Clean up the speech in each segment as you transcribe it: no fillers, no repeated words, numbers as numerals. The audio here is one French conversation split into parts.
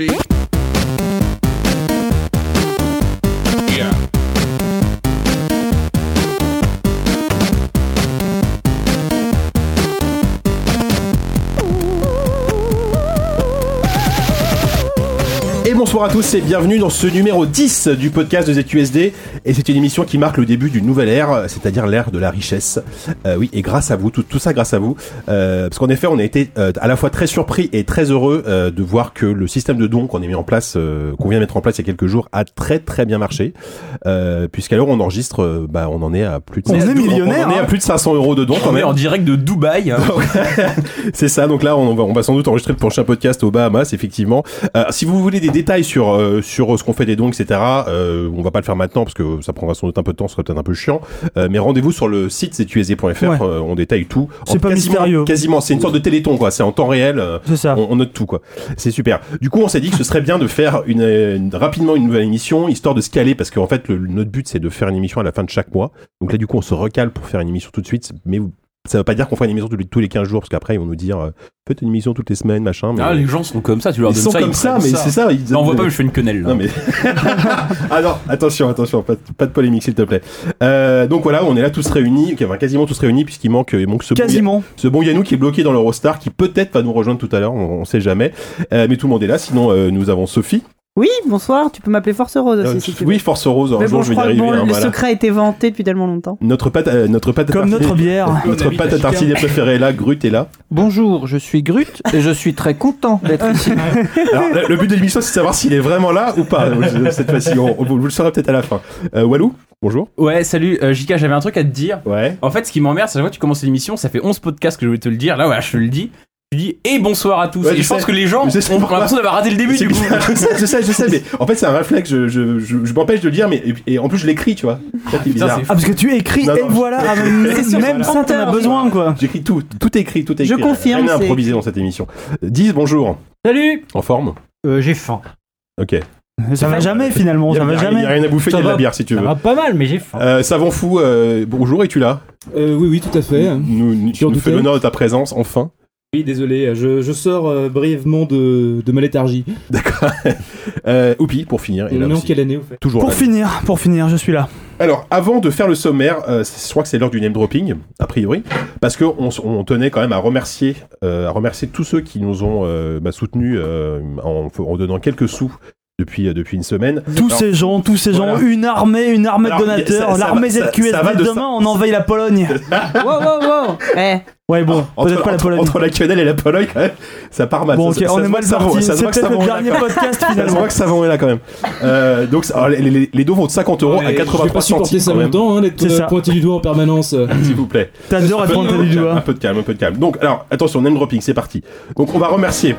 Archie. Yeah. Et bonsoir à tous et bienvenue dans ce numéro 10 du podcast de ZQSD. Et c'est une émission qui marque le début d'une nouvelle ère, c'est-à-dire l'ère de la richesse. Oui, et grâce à vous, tout ça grâce à vous. Parce qu'en effet, on a été à la fois très surpris et très heureux de voir que le système de dons qu'on a mis en place, qu'on vient de mettre en place il y a quelques jours, a très très bien marché. Puisqu'à l'heure où on enregistre, on en est à plus de... On est millionnaire. On en est à plus de 500 € de dons quand même. En direct de Dubaï. Hein. C'est ça, donc là on va sans doute enregistrer le prochain podcast aux Bahamas, effectivement. Si vous voulez des détails sur ce qu'on fait des dons, etc., on va pas le faire maintenant parce que ça prendra sans doute un peu de temps, ce serait peut-être un peu chiant, mais rendez-vous sur le site zqsd.fr. Ouais. On détaille tout. C'est pas mystérieux. Quasiment, c'est une sorte de téléthon, quoi. C'est en temps réel. C'est ça. On note tout, quoi. C'est super. Du coup, on s'est dit que ce serait bien de faire rapidement une nouvelle émission, histoire de se caler, parce qu'en fait, notre but, c'est de faire une émission à la fin de chaque mois. Donc là, du coup, on se recale pour faire une émission tout de suite, mais ça veut pas dire qu'on fera une émission tous les 15 jours, parce qu'après, ils vont nous dire, faites une émission toutes les semaines, machin. Mais... Ah, les gens sont comme ça, tu leur donnes ça. Ils sont comme ça, mais c'est ça. Non, on voit pas, mais je fais une quenelle, là. Non, mais. Ah non, attention, pas de polémique, s'il te plaît. Donc voilà, on est là tous réunis, enfin, quasiment tous réunis, puisqu'il manque ce bon Yannou qui est bloqué dans l'Eurostar, qui peut-être va nous rejoindre tout à l'heure, on sait jamais. Mais tout le monde est là, sinon, nous avons Sophie. Oui, bonsoir, tu peux m'appeler Force Rose aussi si tu veux. Oui, Force Rose, mais bon, je vais y arriver. Le secret a été vanté depuis tellement longtemps. Notre pâte comme notre bière. Notre pâte à tartiner préférée est là, Grut est là. Bonjour, je suis Grut et je suis très content d'être ici. Alors, le but de l'émission, c'est de savoir s'il est vraiment là ou pas. Cette fois-ci, vous le saurez peut-être à la fin. Walou, bonjour. Ouais, salut, Jika, j'avais un truc à te dire. Ouais. En fait, ce qui m'emmerde, c'est que tu commences l'émission, ça fait 11 podcasts que je voulais te le dire. Là, voilà, je te le dis. Tu dis et bonsoir à tous. Ouais, et je pense que les gens ont l'impression d'avoir raté le début du coup. Je sais, mais en fait c'est un réflexe. Je m'empêche de le dire, mais et en plus je l'écris, tu vois. C'est bizarre. Ah parce que tu écris non, et voilà. Même ça t'en as besoin quoi. J'écris tout est écrit. Je confirme. Rien à improviser dans cette émission. 10 bonjour. Salut. En forme. J'ai faim. Ok. Ça va jamais finalement, ça va jamais. Il y a rien à bouffer, il y a de la bière si tu veux. Ça va pas mal, mais j'ai faim. Savon fou, bonjour, es-tu là? Oui, tout à fait. Tu nous fais l'honneur de ta présence, enfin. Oui, désolé, je sors brièvement de ma léthargie. D'accord. Oupi, pour finir. On est en quelle année, au fait? Toujours pour finir, je suis là. Alors, avant de faire le sommaire, je crois que c'est l'heure du name dropping, a priori, parce qu'on tenait quand même à remercier tous ceux qui nous ont soutenus en donnant quelques sous. Depuis une semaine. Tous ces gens, voilà. une armée de donateurs, l'armée ZQSD. Demain, on envahit la Pologne. Wow. Ouais, bon, peut-être pas la Pologne. Entre la quenelle et la Pologne, quand même, ça part mal. Bon, ok, on est mal parti. C'est peut-être le dernier podcast, finalement. Ça se voit que ça va là, quand même. Donc, les dons vont de 50 € à 83 centimes. Je vais pas supporter ça longtemps, d'être pointé du doigt en permanence. S'il vous plaît. T'adores être pointé du doigt. Un peu de calme. Donc, alors, attention, name dropping, c'est parti. Donc, on va remercier...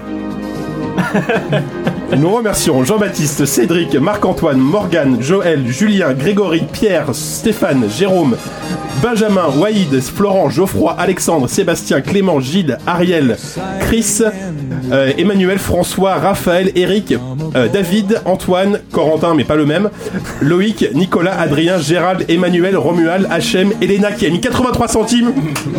Nous remercions Jean-Baptiste, Cédric, Marc-Antoine, Morgane, Joël, Julien, Grégory, Pierre, Stéphane, Jérôme, Benjamin, Waïd, Florent, Geoffroy, Alexandre, Sébastien, Clément, Gilles, Ariel, Chris, Emmanuel, François, Raphaël, Eric, David, Antoine, Corentin, mais pas le même, Loïc, Nicolas, Adrien, Gérald, Emmanuel, Romuald, Hachem, Elena qui a mis 83 centimes.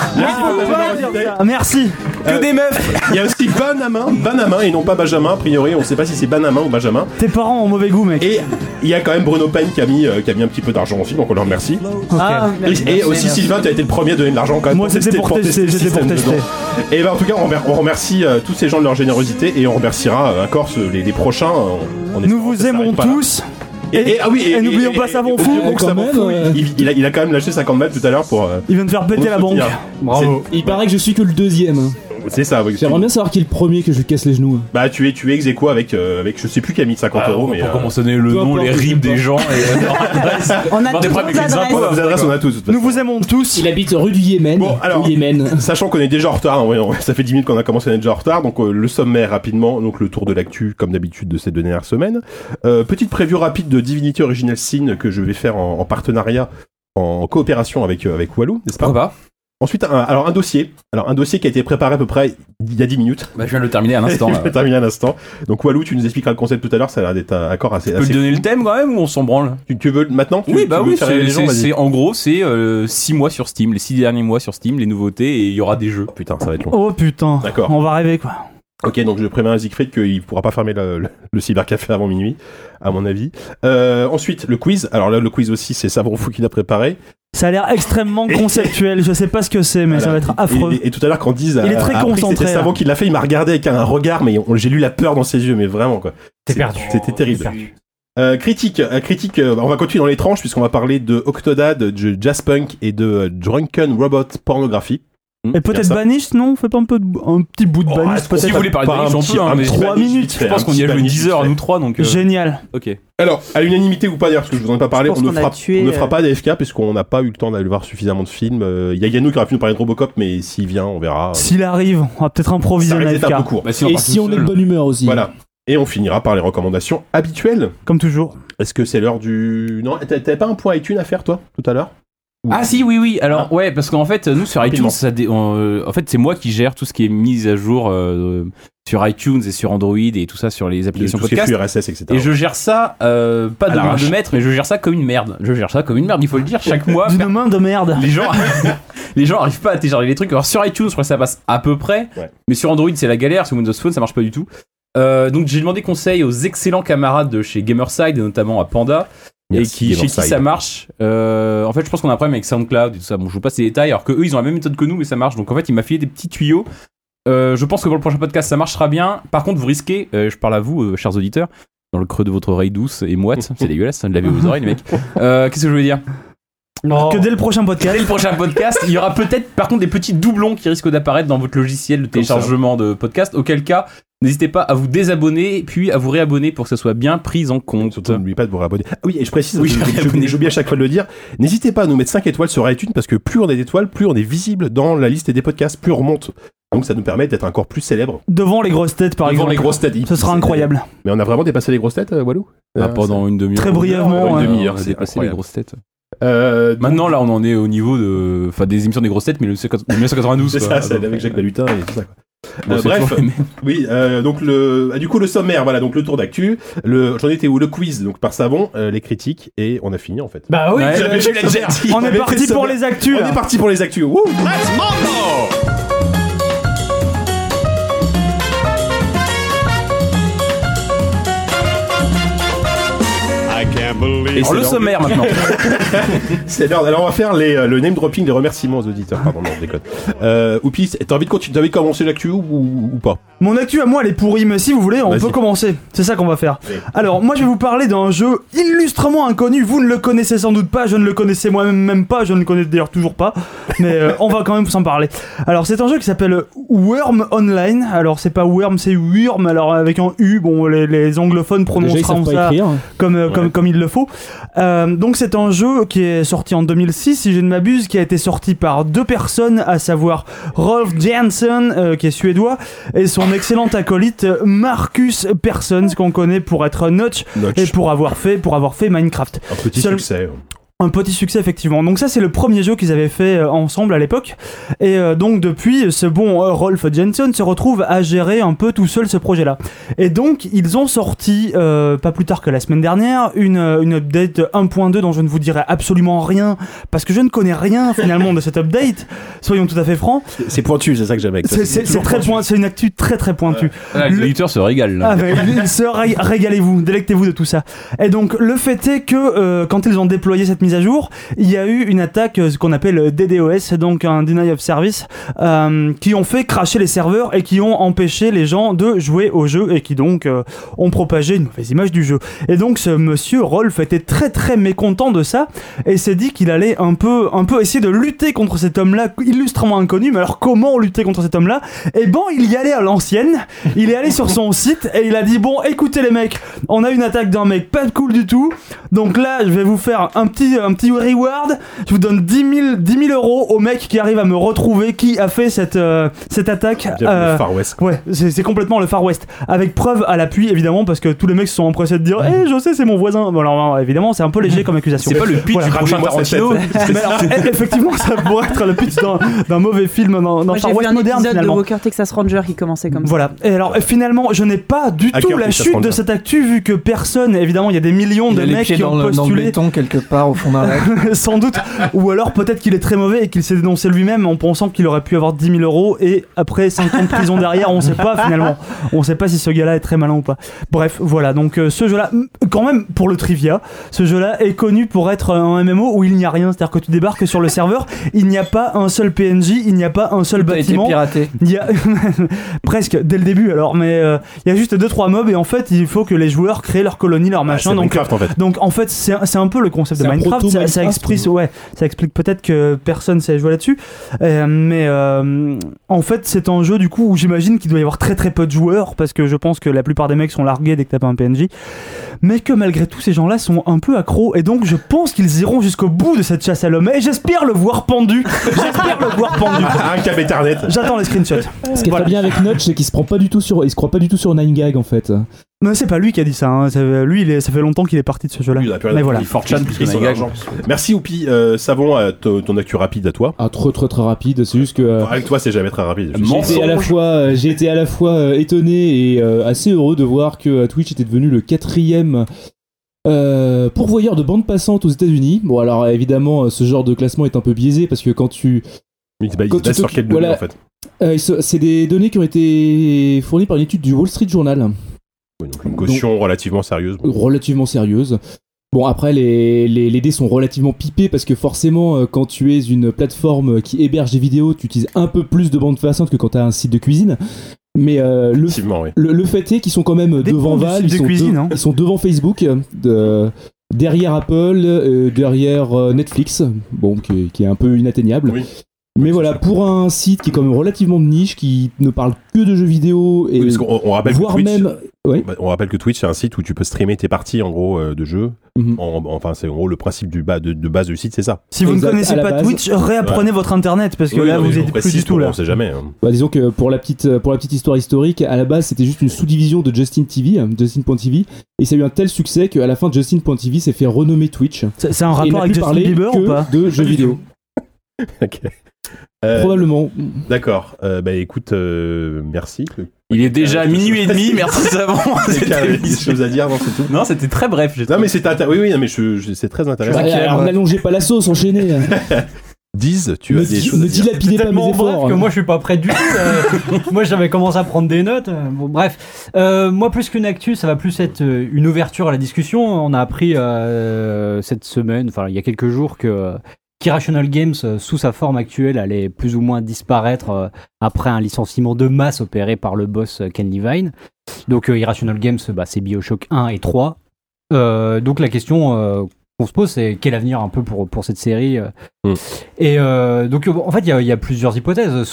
Merci. Que des meufs. Il y a aussi Benjamin et non pas Benjamin, a priori, on ne sait pas si c'est Benjamin ou Benjamin. Tes parents ont mauvais goût, mec. Et il y a quand même Bruno Payne qui a mis un petit peu d'argent aussi, donc on le remercie. Okay. Et aussi Sylvain, tu as été le premier à donner de l'argent quand même. Moi, j'étais pour tester. Et en tout cas, on remercie tous ces gens de leur générosité et on remerciera encore les prochains. Nous vous aimons tous. Et n'oublions pas Savon Fou. Il a quand même lâché 50 balles tout à l'heure pour. Il vient de faire péter la banque. Bravo. Il paraît que je suis que le deuxième. C'est ça, oui. J'aimerais bien savoir qui est le premier que je casse les genoux. Bah, tu es ex aequo avec je sais plus qui a mis 50 €, mais. Pour commencer à donner le nom, les rimes des gens et leur adresse. On a tous nos adresses, on a tous. Nous vous aimons tous. Il habite rue du Yémen. Bon, alors, au Yémen. Sachant qu'on est déjà en retard, ça fait 10 minutes qu'on a commencé à être déjà en retard, donc le sommaire rapidement, donc le tour de l'actu, comme d'habitude, de ces deux dernières semaines. Petite preview rapide de Divinity Original Sin que je vais faire en partenariat, en coopération avec Walou, n'est-ce pas? Ensuite, un dossier qui a été préparé à peu près il y a 10 minutes. Bah, je viens de le terminer à l'instant. Donc Walou, tu nous expliqueras le concept tout à l'heure, ça a l'air d'être un accord assez... Tu peux donner le thème quand même ou on s'en branle? Tu veux maintenant? Oui, en gros, c'est 6 mois sur Steam, les 6 derniers mois sur Steam, les nouveautés, et il y aura des jeux. Putain, ça va être long. Oh putain, d'accord. On va rêver quoi. Ok, donc je préviens à Siegfried qu'il pourra pas fermer le cybercafé avant minuit, à mon avis. Ensuite, le quiz. Alors là, le quiz aussi, c'est Savon Fou qui l'a préparé. Ça a l'air extrêmement conceptuel. Je sais pas ce que c'est, mais ça va être affreux. Et tout à l'heure, quand Diz il est très concentré. C'était Savon qui l'a fait, il m'a regardé avec un regard, mais j'ai lu la peur dans ses yeux, mais vraiment quoi. T'es perdu. C'était terrible. Critique, on va continuer dans les tranches puisqu'on va parler de Octodad, de Jazz Punk et de Drunken Robot Pornography. Et peut-être Banish, non? Fais pas un petit bout de Banish, peut-être. Si vous voulez parler de Banish, on peut, 3 minutes. Je pense qu'on y a joué 10 heures, nous 3, donc. Génial. Ok. Alors, à l'unanimité ou pas d'ailleurs, parce que je vous en ai pas parlé, on ne fera pas d'AFK puisqu'on n'a pas eu le temps d'aller voir suffisamment de films. Il y a Yannou qui aurait pu nous parler de Robocop, mais s'il vient, on verra. S'il arrive, on va peut-être improviser un AFK. un peu court. Et si on est de bonne humeur aussi. Voilà. Et on finira par les recommandations habituelles. Comme toujours. Est-ce que c'est l'heure du... Non, t'avais pas un point iTunes à faire, toi, tout à l'heure? Ah si, oui. Alors, ouais, parce qu'en fait, nous, sur iTunes, en fait, c'est moi qui gère tout ce qui est mis à jour sur iTunes et sur Android et tout ça, sur les applications podcast. Tout ce qui est flux RSS, etc. Et je gère ça, pas de main de maître, mais je gère ça comme une merde. Il faut le dire, chaque mois. D'une main de merde. Les gens arrivent pas à télécharger les trucs. Alors, sur iTunes, je crois que ça passe à peu près. Ouais. Mais sur Android, c'est la galère. Sur Windows Phone, ça marche pas du tout. Donc, j'ai demandé conseil aux excellents camarades de chez Gamerside, et notamment à Panda. Merci, et chez qui ça marche. En fait, je pense qu'on a un problème avec SoundCloud et tout ça. Bon, je vous passe les détails, alors que eux, ils ont la même méthode que nous, mais ça marche. Donc en fait, il m'a filé des petits tuyaux. Je pense que pour le prochain podcast, ça marchera bien. Par contre, vous risquez, je parle à vous, chers auditeurs, dans le creux de votre oreille douce et moite. C'est dégueulasse, ça de laver vos oreilles, les mecs. Qu'est-ce que je voulais dire? Non. Que dès le prochain podcast. Il y aura peut-être, par contre, des petits doublons qui risquent d'apparaître dans votre logiciel de téléchargement de podcast. Auquel cas, n'hésitez pas à vous désabonner, puis à vous réabonner pour que ça soit bien pris en compte. Surtout, n'oubliez pas de vous réabonner. Ah oui, et je précise, j'oublie à chaque fois de le dire, n'hésitez pas à nous mettre 5 étoiles sur iTunes, parce que plus on a d'étoiles, plus on est visible dans la liste des podcasts, plus on remonte. Donc ça nous permet d'être encore plus célèbre. Devant les grosses têtes, par exemple. Devant les grosses têtes. Ce sera incroyable. Mais on a vraiment dépassé les grosses têtes, Walou? Pendant une demi-heure. Très brièvement. Une demi-heure, on a dépassé les grosses têtes. Maintenant, là, on en est au niveau des émissions des grosses têtes, mais le 1992. C'est ça, c'est avec Jacques Balutin et tout ça, quoi. Bref, oui, donc du coup le sommaire, voilà, donc le tour d'actu, j'en étais où, le quiz, donc par Savon, les critiques, et on a fini en fait. Bah oui, on est parti pour les actus. On est parti pour les actus. Wouh. Let's mambo. Et c'est le sommaire maintenant. C'est l'heure. Alors on va faire le name dropping, les remerciements aux auditeurs. Pardon, non, je déconne. Oupi, t'as envie de commencer l'actu ou pas? Mon actu à moi elle est pourrie, mais si vous voulez, on peut commencer. C'est ça qu'on va faire. Oui. Alors moi je vais vous parler d'un jeu illustrement inconnu. Vous ne le connaissez sans doute pas, je ne le connaissais moi-même pas, je ne le connais d'ailleurs toujours pas. Mais on va quand même s'en parler. Alors c'est un jeu qui s'appelle Worm Online. Alors c'est pas Worm, c'est Wurm. Alors avec un U. Bon, les anglophones prononceront ça comme il le faut. Donc c'est un jeu qui est sorti en 2006 si je ne m'abuse, qui a été sorti par 2 personnes, à savoir Rolf Jansson qui est suédois, et son excellent acolyte Marcus Persson, qu'on connaît pour être Notch et pour avoir fait Minecraft. Un petit succès. Un petit succès, effectivement. Donc ça, c'est le premier jeu qu'ils avaient fait ensemble à l'époque. Et donc depuis, ce bon Rolf Jansson se retrouve à gérer un peu tout seul ce projet-là. Et donc, ils ont sorti, pas plus tard que la semaine dernière, une update 1.2 dont je ne vous dirai absolument rien, parce que je ne connais rien finalement de cette update. Soyons tout à fait francs. C'est pointu, c'est ça que j'aime avec ça. C'est une actu très très pointue. L'éditeur se régale. Là. Régalez-vous, délectez-vous de tout ça. Et donc, le fait est que quand ils ont déployé cette mise à jour, il y a eu une attaque, ce qu'on appelle DDoS, donc un Deny of Service, qui ont fait crasher les serveurs et qui ont empêché les gens de jouer au jeu et qui donc ont propagé une mauvaise image du jeu. Et donc ce monsieur Rolf était très très mécontent de ça et s'est dit qu'il allait un peu essayer de lutter contre cet homme-là illustrement inconnu. Mais alors comment lutter contre cet homme-là? Et bon, il y allait à l'ancienne, il est allé sur son site et il a dit bon, écoutez les mecs, on a une attaque d'un mec pas cool du tout, donc là je vais vous faire un petit reward, je vous donne 10 000 euros au mec qui arrive à me retrouver qui a fait cette attaque. Le Far West. Ouais, c'est complètement le Far West. Avec preuve à l'appui, évidemment, parce que tous les mecs se sont empressés de dire je sais, c'est mon voisin. Bon, alors, évidemment, c'est un peu léger comme accusation. C'est pas le pitch du prochain Tarantino. Effectivement, ça pourrait être le pitch d'un mauvais film, d'un Far West moderne, finalement. J'ai vu un épisode de Walker Texas Ranger qui commençait comme ça. Voilà. Et alors, finalement, je n'ai pas du tout la chute de cette actu, vu que personne, évidemment, il y a des millions de mecs qui ont postulé. Dans le béton quelque part au ouf, on arrête. Sans doute. Ou alors peut-être qu'il est très mauvais et qu'il s'est dénoncé lui-même en pensant qu'il aurait pu avoir 10 000 € et après 5 ans de prison derrière, on sait pas finalement. On sait pas si ce gars-là est très malin ou pas. Bref, voilà. Donc ce jeu-là, quand même pour le trivia, ce jeu-là est connu pour être un MMO où il n'y a rien. C'est-à-dire que tu débarques sur le serveur, il n'y a pas un seul PNJ, il n'y a pas un seul T'as été bâtiment. piraté. Il y a presque dès le début alors, mais il y a juste 2-3 mobs et en fait il faut que les joueurs créent leur colonie, leur machin. C'est donc Minecraft, en fait. Donc en fait c'est un peu le concept de C'est un Minecraft. proto-Minecraft, Ça explique, ouais, ça explique peut-être que personne sait jouer là-dessus, mais en fait c'est un jeu du coup où j'imagine qu'il doit y avoir très très peu de joueurs parce que je pense que la plupart des mecs sont largués dès que t'as pas un PNJ, mais que malgré tout ces gens-là sont un peu accros et donc je pense qu'ils iront jusqu'au bout de cette chasse à l'homme et j'espère le voir pendu. J'espère le voir pendu. Un câble Ethernet. J'attends les screenshots. Ce qui est très bien avec Notch, c'est qu'il se croit pas du tout sur 9gag en fait. Mais c'est pas lui qui a dit ça, hein. Lui ça fait longtemps qu'il est parti de ce jeu-là. Lui, il a plus rien Mais à voilà. Il Fortune plus que Ils sont Nightgag. d'argent. Merci Oupi. Savon, ton actu rapide à toi. Ah, très rapide. C'est juste que Avec toi, c'est jamais très rapide. j'ai été à la fois étonné et assez heureux de voir que Twitch était devenu le 4e pourvoyeur de bande passante aux États-Unis. Bon, alors évidemment, ce genre de classement est un peu biaisé parce que quand tu Il se Quand tu base sur te- quelle donnée voilà. en fait? c'est des données qui ont été fournies par une étude du Wall Street Journal, Oui, donc une caution relativement sérieuse. relativement sérieuse. Bon, après, les dés sont relativement pipés parce que forcément, quand tu es une plateforme qui héberge des vidéos, tu utilises un peu plus de bande passante que quand tu as un site de cuisine. Mais Effectivement, oui. le fait est qu'ils sont quand même Dépend devant du Valve, site de cuisine, hein. ils sont devant Facebook, derrière Apple, derrière Netflix, bon, qui est un peu inatteignable. Oui. Mais voilà, pour un site qui est quand même relativement de niche, qui ne parle que de jeux vidéo, et Oui, parce qu'on rappelle que voire Twitch, même... Ouais. on rappelle que Twitch c'est un site où tu peux streamer tes parties en gros de jeux. Mhm. Enfin c'est en gros le principe de base du site, c'est ça. Si vous Exact, ne connaissez à la pas base. Twitch, réapprenez votre internet parce que là Oui, vous on êtes plus précise du tout pour- là. On sait jamais. hein. Bah, disons que pour la petite histoire historique, à la base c'était juste une sous-division de Justin TV, Justin.tv, et ça a eu un tel succès qu'à la fin Justin.tv s'est fait renommer Twitch. C'est un Et il rapport n'a avec plus Justin parlé Bieber ou que pas? de jeux vidéo. Ok. Probablement. D'accord. Bah écoute, merci. Il est déjà minuit et demi, merci Savon. C'est qu'il y avait des choses à dire, non, c'est tout. Non, c'était très bref. j'ai Non mais trouvé. c'est oui, non, mais c'est très intéressant. Bah, alors, n'allongez pas la sauce, enchaînez. Diz, tu as des choses à Ne dire. dilapidez pas mes Tellement bref efforts. que moi je suis pas prêt du tout. Moi j'avais commencé à prendre des notes. Bon, bref, moi plus qu'une actu, ça va plus être une ouverture à la discussion. On a appris cette semaine, enfin il y a quelques jours, que qu'Irrational Games, sous sa forme actuelle, allait plus ou moins disparaître après un licenciement de masse opéré par le boss Ken Levine. Donc Irrational Games, c'est BioShock 1 et 3. Donc la question qu'on se pose, c'est quel avenir un peu pour cette série. Et donc en fait il y a plusieurs hypothèses.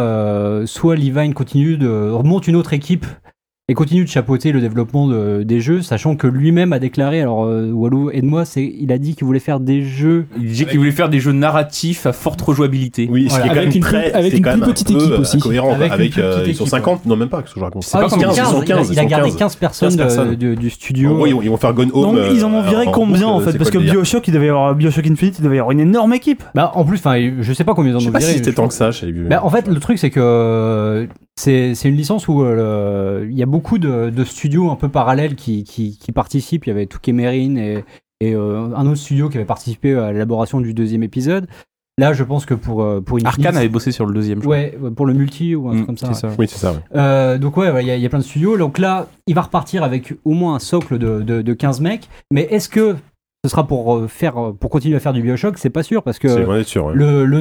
Soit Levine remonte une autre équipe et continue de chapeauter le développement des jeux, sachant que lui-même a déclaré, alors Walou aide-moi, il a dit qu'il voulait faire des jeux. Il disait qu'il voulait faire des jeux narratifs à forte rejouabilité. Oui, ce qui est quand Avec même une très, plus- avec c'est une quand plus même un petite peu, équipe aussi. cohérent. Avec Avec une plus petite ils sont équipe, 50, non même pas, qu'est-ce que je raconte. C'est pas ils sont combien, 15, ils sont 15, il a ils sont gardé 15. 15 personnes, 15 personnes. du studio. En gros, ils vont faire Gone Home. Donc ils en ont viré combien en fait? Parce que BioShock, il devait y avoir BioShock Infinite, il devait y avoir une énorme équipe. Bah, en plus, je sais pas combien ils en Je sais ont pas viré. si c'était tant que ça chez les vieux. Bah, en fait, le truc, c'est que c'est une licence où il y a beaucoup de studios un peu parallèles qui participent. Il y avait Touquet Marine et un autre studio qui avait participé à l'élaboration du 2e épisode. Là, je pense que pour Infinite, Arkane avait bossé sur le deuxième. je ouais, pour le multi ou un truc comme ça. C'est ça. Oui, c'est ça. Ouais. Donc ouais, il y a plein de studios. Donc là, il va repartir avec au moins un socle de 15 mecs. Mais est-ce que ce sera pour continuer à faire du BioShock? C'est pas sûr parce que C'est loin d'être sûr. Ouais.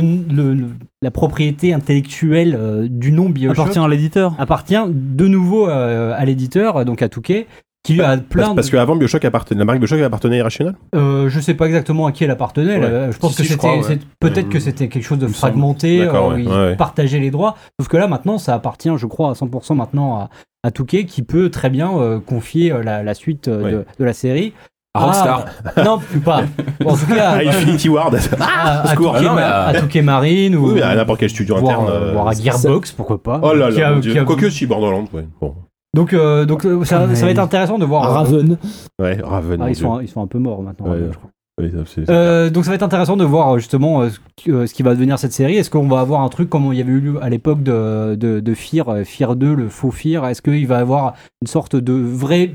la propriété intellectuelle du nom BioShock Appartient à l'éditeur. appartient de nouveau à l'éditeur, donc à Touquet, qui a plein Parce qu'avant Bioshock appartenait, la marque Bioshock appartenait à Irrational. je sais pas exactement à qui elle appartenait. Ouais. Là, je pense Si, que je c'était crois, ouais. peut-être Ouais. que c'était quelque chose de Il me semble. fragmenté, D'accord, où ouais. ils Ouais. partageaient les droits. Sauf que là maintenant, ça appartient, je crois, à 100% maintenant à Touquet, qui peut très bien confier la suite de la série. Rockstar. Non, pas. En tout cas, Infinity Ward. à secours. Touquet Ah non, mais à Touquet Marine ou Oui, à n'importe quel studio voire, interne. voire à Gearbox, pourquoi pas. Oh là Qui a- là, mon qui Dieu. a- Quoique si Borderlands, ouais. Bon. Donc ça va être intéressant de voir. Raven. Ouais, Raven. Ah, mon ils sont un peu morts maintenant. Ouais. je crois. Dieu. Oui, c'est- Donc ça va être intéressant de voir justement ce qui va devenir cette série. Est-ce qu'on va avoir un truc comme il y avait eu à l'époque de Fear 2, le faux Fear? Est-ce qu'il va y avoir une sorte de vraie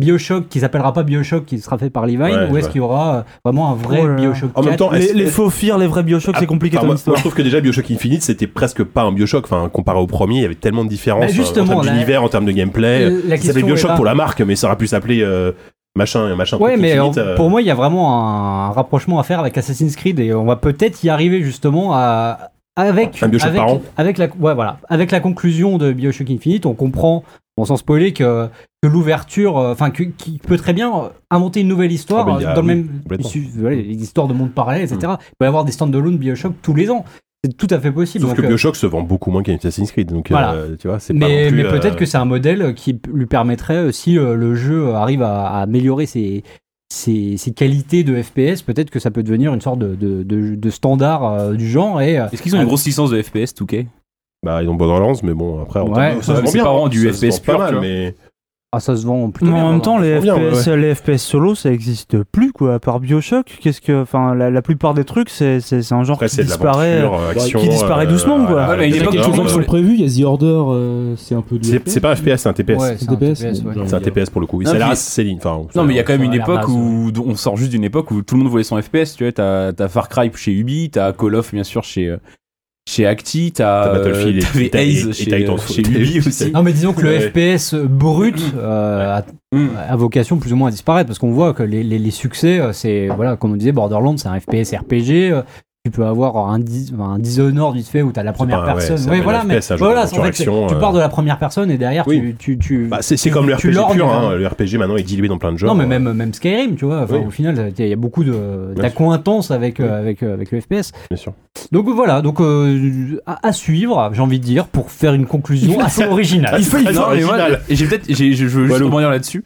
BioShock qui s'appellera pas BioShock, qui sera fait par Levine, Ouais, ou est-ce qu'il y aura vraiment un vrai Oh là là. BioShock 4? En même temps, Les faux fears, les vrais Bioshock, c'est compliqué Enfin, ton moi, histoire. je trouve que déjà Bioshock Infinite c'était presque pas un Bioshock, enfin comparé au premier il y avait tellement de différences Bah, justement, en termes d'univers, en termes de gameplay. La Ça s'appelait question Bioshock est là. pour la marque, mais ça aurait pu s'appeler machin Ouais, truc mais Infinite, pour moi, il y a vraiment un rapprochement à faire avec Assassin's Creed et on va peut-être y arriver justement avec Un Bioshock par an. avec la conclusion de Bioshock Infinite, on comprend, bon, sans spoiler, que l'ouverture, qui peut très bien inventer une nouvelle histoire Ah, bah, il y a- dans le même complètement. les histoires de monde parallèle, etc. Il va y avoir des standalone Bioshock tous les ans. C'est tout à fait possible. Sauf Donc, que Bioshock se vend beaucoup moins qu'un Assassin's Creed, donc Voilà. tu vois, c'est pas non mais plus, peut-être que c'est un modèle qui lui permettrait, si le jeu arrive à améliorer ses qualités de FPS, peut-être que ça peut devenir une sorte de standard du genre. Et, Est-ce qu'ils ont une grosse licence de FPS, 2K? bah ils ont Borderlands, mais bon après Ouais, ça se vend c'est bien, pas vraiment du ça se FPS vend pas pur, mal, tu vois. mais ça se vend plutôt Mais bien. en même temps, les bien, les FPS solo, ça existe plus, quoi. À part Bioshock, la plupart des trucs, c'est un genre après qui c'est de disparaît. l'aventure, action, qui disparaît doucement, quoi. Ouais, mais à une Il y a époque, quelques tout le jeux monde qui sont prévus, il y a The Order, c'est un peu du c'est pas un FPS, c'est un TPS. Ouais, c'est un TPS, TPS, bon, ouais. genre, C'est un il y a- TPS pour le coup. Non, Ça a l'air puis- assez ligne. Enfin, Non, mais il y a quand même une Ça a l'air époque naze, où on sort juste d'une époque où tout le monde voulait son FPS. Tu vois, t'as Far Cry chez Ubi, t'as Call of bien sûr chez Acti, T'as t'as Battlefield et t'avais Titan- Haze et chez Titanfall. chez Ubi aussi. Non, mais disons que le Ouais. FPS brut Mm. a vocation plus ou moins à disparaître parce qu'on voit que les succès, c'est, voilà, comme on disait, Borderlands, c'est un FPS RPG. Tu peux avoir un Dishonored vite fait où t'as la première pas un- ouais, personne. c'est Ouais, un voilà, FPS, mais un jeu voilà, d'aventure en fait, action, tu pars de la première personne et derrière Oui. tu Bah, c'est comme le tu RPG lorgnes pur, vers- hein. Le RPG maintenant est dilué dans plein de genres. Non, mais même Skyrim, tu vois. Enfin, Oui. au final, il y a beaucoup d'accointance avec le FPS. Bien sûr. Donc voilà, à suivre, j'ai envie de dire, pour faire une conclusion assez originale. Il fait Non, mais moi, original. et je veux juste Walou. rebondir là-dessus.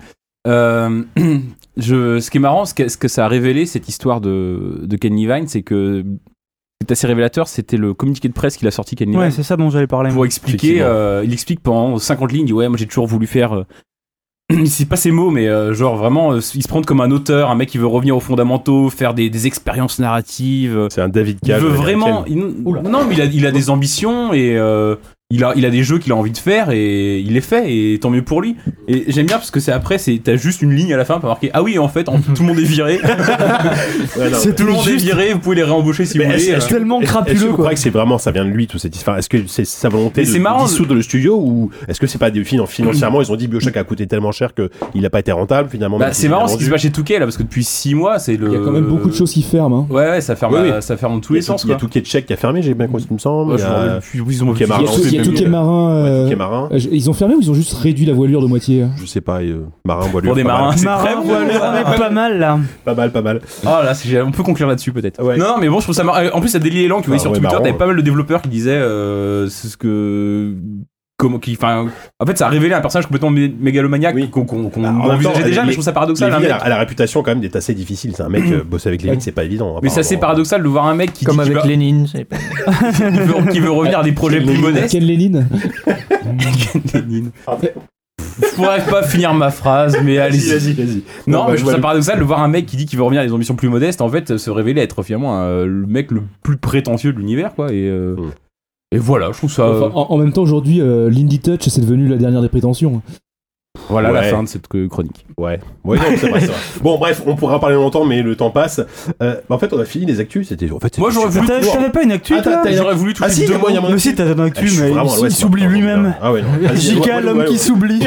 Ce qui est marrant, ce que ça a révélé, cette histoire de Ken Levine, c'est que c'est assez révélateur, c'était le communiqué de presse qu'il a sorti, Ken Levine, Ouais, c'est ça dont j'allais parler. pour expliquer, Effectivement. il explique pendant 50 lignes, il dit ouais, moi j'ai toujours voulu faire... c'est pas ces mots, mais genre vraiment, il se prend comme un auteur, un mec qui veut revenir aux fondamentaux, faire des expériences narratives. C'est un David Il Cage. veut américaine. vraiment... Non, mais il a des ambitions et... il a des jeux qu'il a envie de faire et il les fait et tant mieux pour lui. Et j'aime bien parce que t'as juste une ligne à la fin pour marquer ah oui en fait tout le monde est viré. Ouais, non. Tout le monde est viré, vous pouvez les réembaucher si Mais vous voulez. est-ce tellement Est-ce que crapuleux, vous quoi. croyez que c'est vraiment ça vient de lui tout cette histoire? Est-ce que c'est sa volonté Mais de c'est marrant, dissoudre le studio ou est-ce que c'est pas des financièrement ils ont dit Bioshock a coûté tellement cher que il a pas été rentable finalement? Bah, même c'est s'il marrant a ce qui se vendu. passe chez Touquet là parce que depuis 6 mois c'est le. Il y a quand même beaucoup de choses qui ferment. Hein. Ouais, ça ferme, Oui, oui. ça ferme dans tous Il y les a sens. Il y a quoi. Touquet de Tchèque qui a fermé, j'ai bien compris, il me semble. Ouais, Il y je m'en a rappelle plus. Ils ont Touquet Marin. Il y a Touquet Marin. Touquet Marin. Ils ont fermé ou ils ont juste réduit la voilure de moitié hein? Je sais pas, Marin, voilure. Pour des pas mal. marins, c'est Marin, très bon. voilà, on est pas mal là. Pas mal, pas mal. Ah là, on peut conclure là-dessus peut-être. Ouais. Non, mais bon, je trouve ça marrant. En plus, ça délie les langues. Tu vois, Ah, sur ouais, Twitter, marrant. t'avais pas mal de développeurs qui disaient c'est ce que. En fait, ça a révélé un personnage complètement mégalomaniaque Oui. qu'on Bah, en même envisageait temps, déjà, mais les- je trouve ça paradoxal. Un Lévy mec- a la réputation quand même d'être assez difficile. C'est un mec bosser avec Lévy, c'est pas évident. Mais c'est assez paradoxal de voir un mec qui Comme dit qu'il avec va- Lénine. qui veut revenir à des projets plus modestes. Ken Lénine. Lénine. Je pourrais pas finir ma phrase, mais allez-y. Vas-y. Non, bah, mais je trouve ça le- paradoxal de voir un mec qui dit qu'il veut revenir à des ambitions plus modestes, en fait, se révéler être finalement le mec le plus prétentieux de l'univers, quoi. Et voilà, je trouve ça. Enfin, en même temps, aujourd'hui, l'Indie Touch, c'est devenu la dernière des prétentions. Voilà la Ouais. fin de cette chronique. Ouais, non, c'est vrai, c'est vrai. Bon, bref, on pourra en parler longtemps, mais le temps passe. En fait, on a fini les actus. Moi, j'aurais voulu. T'avais pas une actu, Ah, toi t'as- J'aurais voulu toucher Ah, si, deux moi, il y a mots. mon Mais si, t'as une actu, Je suis mais vraiment à il l'ouest, s'oublie moi, lui-même. Ah ouais, non. Vas-y, Jika, l'homme qui s'oublie.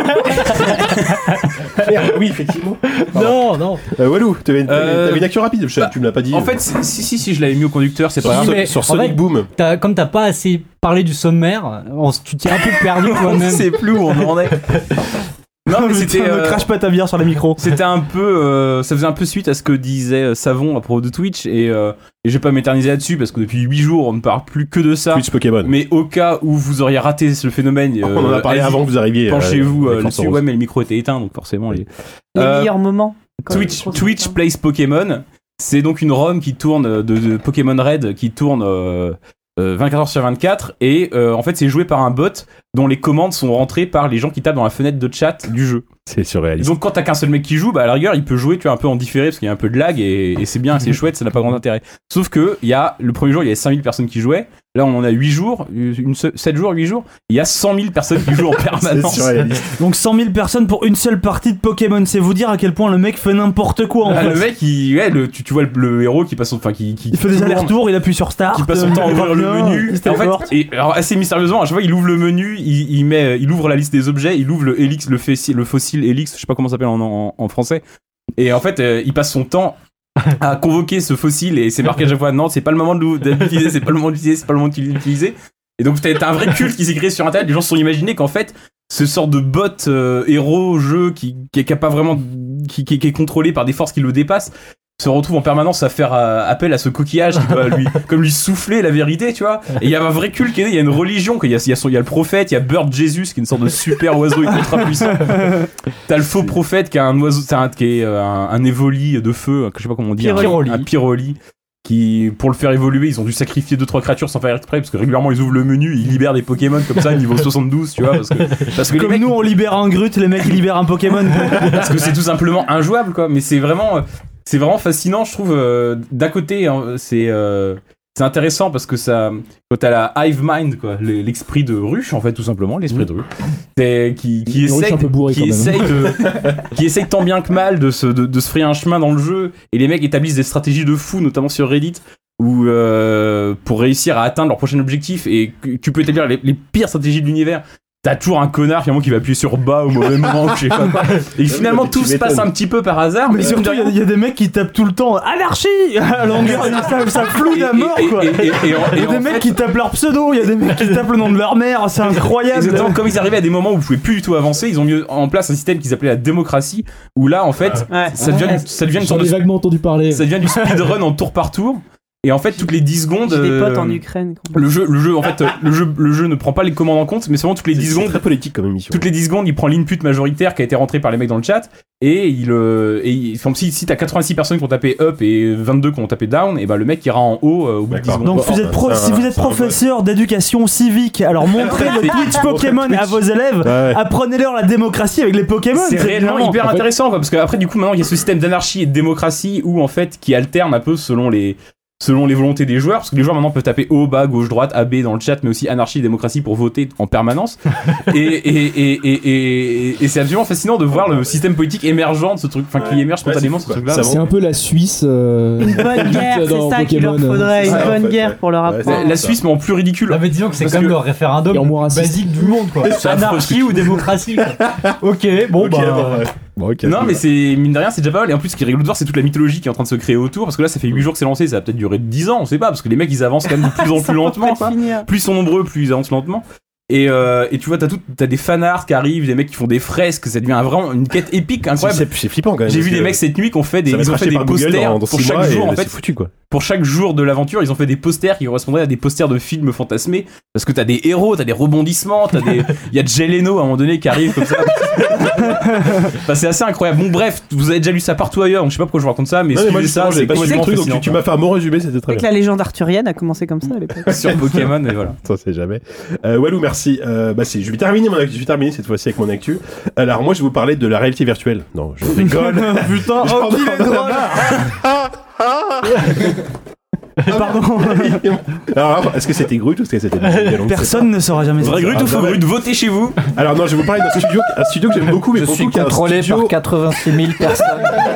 Merde, oui, effectivement. Non. Walou, t'avais une actu rapide, tu me l'as pas dit. En fait, si, je l'avais mis au conducteur, c'est sur, pas grave. mais sur en Sonic fait- Boom. Comme t'as pas assez parlé du sommaire, tu t'es un peu perdu On toi-même. sait plus où on en est. Non, mais c'était. Ne crache pas ta bière sur les micros. C'était un peu, ça faisait un peu suite à ce que disait Savon à propos de Twitch et je vais pas m'éterniser là-dessus parce que depuis 8 jours on ne parle plus que de ça. Twitch Pokémon. Mais au cas où vous auriez raté ce phénomène, On en a parlé allez-y, avant que vous arriviez. penchez-vous avec là-dessus. Force Ouais, mais le micro était éteint donc forcément les. Les Euh, meilleurs moments. Twitch Plays Pokémon, c'est donc une ROM qui tourne de Pokémon Red qui tourne 24 heures sur 24 et en fait c'est joué par un bot dont les commandes sont rentrées par les gens qui tapent dans la fenêtre de chat du jeu. C'est surréaliste. Donc quand t'as qu'un seul mec qui joue, bah à la rigueur il peut jouer tu vois un peu en différé parce qu'il y a un peu de lag et c'est bien, c'est chouette, ça n'a pas grand intérêt. Sauf que le premier jour il y avait 5000 personnes qui jouaient, là on en a 8 jours, 7 jours, 8 jours, il y a 100 000 personnes qui jouent en permanence. C'est surréaliste. Donc 100 000 personnes pour une seule partie de Pokémon, c'est vous dire à quel point le mec fait n'importe quoi en fait. Le mec tu vois le héros qui passe qui il fait des allers-retours, il appuie sur Start, qui passe son temps à ouvrir le menu. il se En fait, téléporte. et alors assez mystérieusement, à chaque fois il ouvre le menu, il ouvre la liste des objets, il ouvre le Helix, le fossile Helix, je sais pas comment ça s'appelle en français. Et en fait, il passe son temps à convoquer ce fossile et c'est marqué à chaque fois non, c'est pas le moment de l'utiliser, c'est pas le moment d'utiliser, c'est pas le moment de l'utiliser. Et donc t'as un vrai culte qui s'est créé sur internet, les gens se sont imaginés qu'en fait ce sort de bot héros jeu qui est pas vraiment qui est contrôlé par des forces qui le dépassent se retrouve en permanence à faire appel à ce coquillage qui doit lui souffler la vérité, tu vois. Et il y a un vrai culte qui est né, il y a une religion, il y a le prophète, il y a Bird Jesus qui est une sorte de super oiseau ultra puissant. T'as le faux prophète qui a un oiseau, qui est un évoli de feu, je sais pas comment on dit, un pyroli. Qui, pour le faire évoluer, ils ont dû sacrifier 2-3 créatures sans faire exprès parce que régulièrement ils ouvrent le menu, ils libèrent des Pokémon comme ça niveau 72, tu vois, parce que Comme les mecs, nous on libère un Grut, les mecs ils libèrent un Pokémon. parce que c'est tout simplement injouable quoi. Mais c'est vraiment fascinant, je trouve. D'un côté, hein, c'est intéressant parce que ça, quand t'as la hive mind quoi, l'esprit de ruche en fait tout simplement, l'esprit de ruche, qui essaye tant bien que mal de se frayer un chemin dans le jeu, et les mecs établissent des stratégies de fou, notamment sur Reddit, où pour réussir à atteindre leur prochain objectif, et tu peux établir les pires stratégies de l'univers. T'as toujours un connard finalement qui va appuyer sur bas au mauvais moment, je sais pas quoi. Et finalement tout se passe un petit peu par hasard. Mais surtout il y a des mecs qui tapent tout le temps anarchie à longueur, ça floue à mort quoi. Il y a des mecs qui tapent leur pseudo, il y a des mecs qui tapent le nom de leur mère, c'est incroyable. Exactement, comme ils arrivaient à des moments où vous pouvez plus du tout avancer, ils ont mis en place un système qu'ils appelaient la démocratie, où là en fait ça devient une sorte de vaguement entendu parler. Ça devient du speedrun en tour par tour. Et en fait, toutes les 10 secondes. J'ai des potes en Ukraine. Le jeu, en fait, le jeu ne prend pas les commandes en compte, mais seulement toutes les 10 secondes. C'est très politique comme émission. Toutes les 10 secondes, il prend l'input majoritaire qui a été rentré par les mecs dans le chat, et si t'as 86 personnes qui ont tapé up et 22 qui ont tapé down, et ben le mec ira en haut au bout de 10 secondes. Donc si vous êtes professeur d'éducation civique, alors montrez le Twitch Pokémon à vos élèves, apprenez-leur la démocratie avec les Pokémon. C'est réellement hyper intéressant, quoi, parce qu'après du coup maintenant il y a ce système d'anarchie et de démocratie où en fait qui alterne un peu selon les volontés des joueurs, parce que les joueurs maintenant peuvent taper haut, bas, gauche, droite, AB dans le chat, mais aussi anarchie et démocratie pour voter en permanence. et c'est absolument fascinant de voir le système politique émergent de ce truc, enfin qui émerge spontanément ce truc-là. C'est un peu la Suisse. Une bonne guerre, c'est ça qu'il leur faudrait, une bonne guerre pour leur apprendre. La Suisse, mais en plus ridicule. Ah mais disons que c'est quand même le référendum basique du monde quoi. Anarchie ou démocratie quoi. Ok, bon non mais c'est mine de rien c'est déjà pas mal, et en plus ce qui est rigolo de voir c'est toute la mythologie qui est en train de se créer autour, parce que là ça fait 8 jours que c'est lancé, ça va peut-être durer 10 ans, on sait pas, parce que les mecs ils avancent quand même de plus en plus lentement quoi. Plus ils sont nombreux, plus ils avancent lentement. Et tu vois, t'as des fanarts qui arrivent, des mecs qui font des fresques, ça devient vraiment une quête épique incroyable. C'est flippant quand même. J'ai vu des mecs cette nuit qui ont fait des posters pour chaque jour en fait. C'est foutu quoi. Pour chaque jour de l'aventure, ils ont fait des posters qui correspondraient à des posters de films fantasmés, parce que t'as des héros, t'as des rebondissements, il y a Jay Leno à un moment donné qui arrive comme ça. Enfin, c'est assez incroyable. Bon bref, vous avez déjà lu ça partout ailleurs, donc je sais pas pourquoi je vous raconte ça, mais moi ça, j'ai pas suivi le truc, donc tu m'as fait un bon résumé, c'était très bien. La légende arthurienne a commencé comme ça à l'époque. Sur Pokémon, et voilà. Ça c'est jamais. Walou, merci. Je vais terminer cette fois-ci avec mon actu. Alors moi je vais vous parler de la réalité virtuelle. Non, je rigole. Putain, oh qu'il est drôle. Pardon. Alors, est-ce que c'était Grut ou est-ce que c'était Personne ne saura jamais. Vrai Grut ou faux Grut, votez chez vous. Alors non, je vais vous parler d'un studio que j'aime beaucoup, mais je suis contrôlé par 86 000 personnes.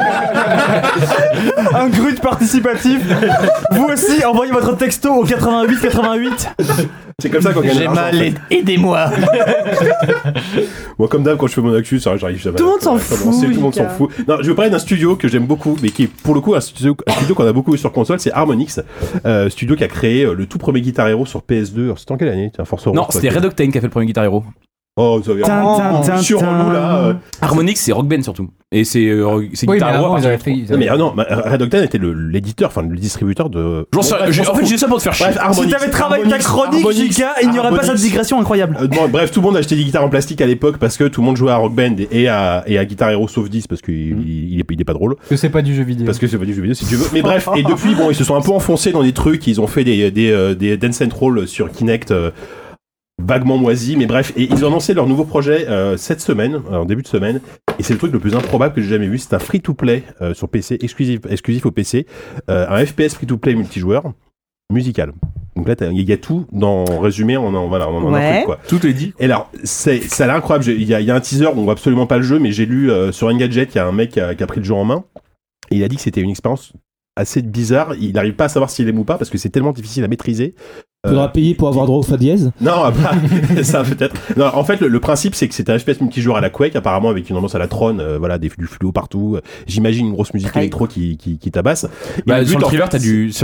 Un Grut participatif. Vous aussi, envoyez votre texto au 88. C'est comme ça qu'on gagne. J'ai mal, aidez-moi. Moi, comme d'hab, quand je fais mon actu, ça, j'arrive jamais. Tout le monde s'en fout. Tout le monde s'en fout. Non, je vais vous parler d'un studio que j'aime beaucoup, mais qui est pour le coup un studio qu'on a beaucoup sur console, c'est Harmonix, studio qui a créé le tout premier Guitar Hero sur PS2. Alors, c'était en quelle année? Force Orange. Non, c'était Red Octane qui a fait le premier Guitar Hero. Oh, ça vient. Sur relou là. Harmonix, c'est Rock Band surtout. Et c'est Guitar Hero. Non, Red Octane était l'éditeur, enfin le distributeur de. En fait, j'ai ça pour te faire chier. Si t'avais travaillé ta chronique, JK, il n'y aurait pas cette digression incroyable. Bref, tout le monde achetait des guitares en plastique à l'époque parce que tout le monde jouait à Rock Band et à Guitar Hero sauf 10 parce qu'il est pas drôle. Parce que c'est pas du jeu vidéo. Parce que c'est pas du jeu vidéo, c'est du jeu. Mais bref, et depuis, bon, ils se sont un peu enfoncés dans des trucs, ils ont fait des Dance and Roll sur Kinect. Vaguement moisi, mais bref, et ils ont annoncé leur nouveau projet cette semaine, en début de semaine, et c'est le truc le plus improbable que j'ai jamais vu. C'est un free-to-play sur PC, exclusif au PC, un FPS free-to-play multijoueur musical. Donc là, il y a tout dans résumé, on en un truc, quoi. Tout est dit. Et alors, ça a l'air incroyable. Il y a un teaser, on voit absolument pas le jeu, mais j'ai lu sur Engadget, il y a un mec qui a pris le jeu en main, et il a dit que c'était une expérience assez bizarre. Il n'arrive pas à savoir s'il aime ou pas parce que c'est tellement difficile à maîtriser. Faudra payer pour avoir droit au fa dièse. Non, ça peut-être. Non, en fait, le principe, c'est que c'est un FPS multijoueur à la Quake, apparemment avec une ambiance à la Tron, voilà, du fluo partout. J'imagine une grosse musique électro qui tabasse. Sur le trailer,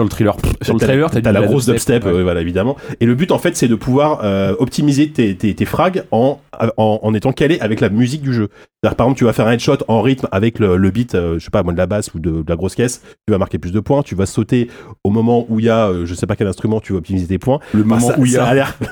t'as la grosse dubstep, voilà, évidemment. Et le but, en fait, c'est de pouvoir optimiser tes frags en étant calé avec la musique du jeu. C'est-à-dire, par exemple, tu vas faire un headshot en rythme avec le beat, je sais pas, moi, de la basse ou de la grosse caisse, tu vas marquer plus de points. Tu vas sauter au moment où il y a, je sais pas quel instrument, tu vas optimiser tes points. Le moment où il y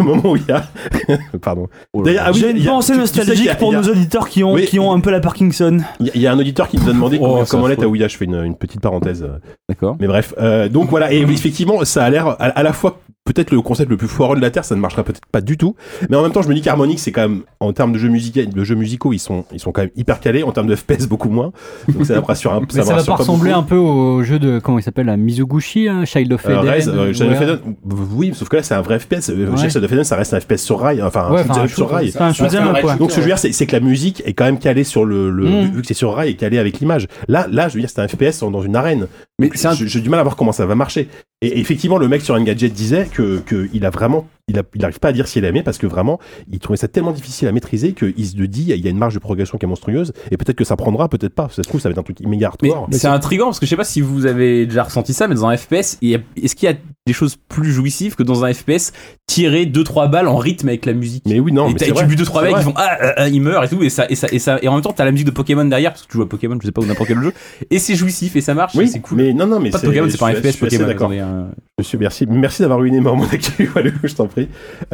a. Pardon. D'ailleurs, j'ai une pensée nostalgique pour nos auditeurs qui ont un peu la Parkinson. Il y a un auditeur qui nous a demandé comment l'est à Ouya. Je fais une petite parenthèse. D'accord. Mais bref, donc voilà. Et effectivement, ça a l'air à la fois peut-être le concept le plus foireux de la Terre, ça ne marchera peut-être pas du tout. Mais en même temps, je me dis qu'Harmonix, c'est quand même, en termes de jeux musicaux, ils sont quand même hyper calés. En termes de FPS, beaucoup moins. Donc ça me rassure un peu. Mais ça va pas ressembler un peu au jeu de, comment il s'appelle, la Mizoguchi, Child of Eden. Child of Eden, oui, sauf que là, c'est un vrai FPS. Child of Eden, ça reste un FPS sur rail. Enfin, un sur rail. Donc, ce que je veux dire, c'est que la musique est quand même calée sur vu que c'est sur rail et calée avec l'image. Là, je veux dire, c'est un FPS dans une arène. Mais j'ai du mal à voir comment ça va marcher. Et effectivement, le mec sur Engadget disait qu'il a vraiment, il n'arrive pas à dire s'il a aimé parce que vraiment, il trouvait ça tellement difficile à maîtriser qu'il se dit, il y a une marge de progression qui est monstrueuse et peut-être que ça prendra, peut-être pas. Ça se trouve, ça va être un truc méga hardcore. Mais c'est intriguant parce que je sais pas si vous avez déjà ressenti ça, mais dans un FPS, est-ce qu'il y a des choses plus jouissives que dans un FPS tirer 2-3 balles en rythme avec la musique? Mais oui, non. Et tu butes 2-3 mecs qui font ils meurent et tout, et en même temps, t'as la musique de Pokémon derrière parce que tu joues à Pokémon, je sais pas, ou n'importe quel jeu, et c'est jouissif et ça marche, oui, c'est cool. Mais non, mais pas de Pokémon, c'est pas un FPS Pokémon. D'accord. Monsieur, merci d'avoir ruiné mon actu, je t'en prie.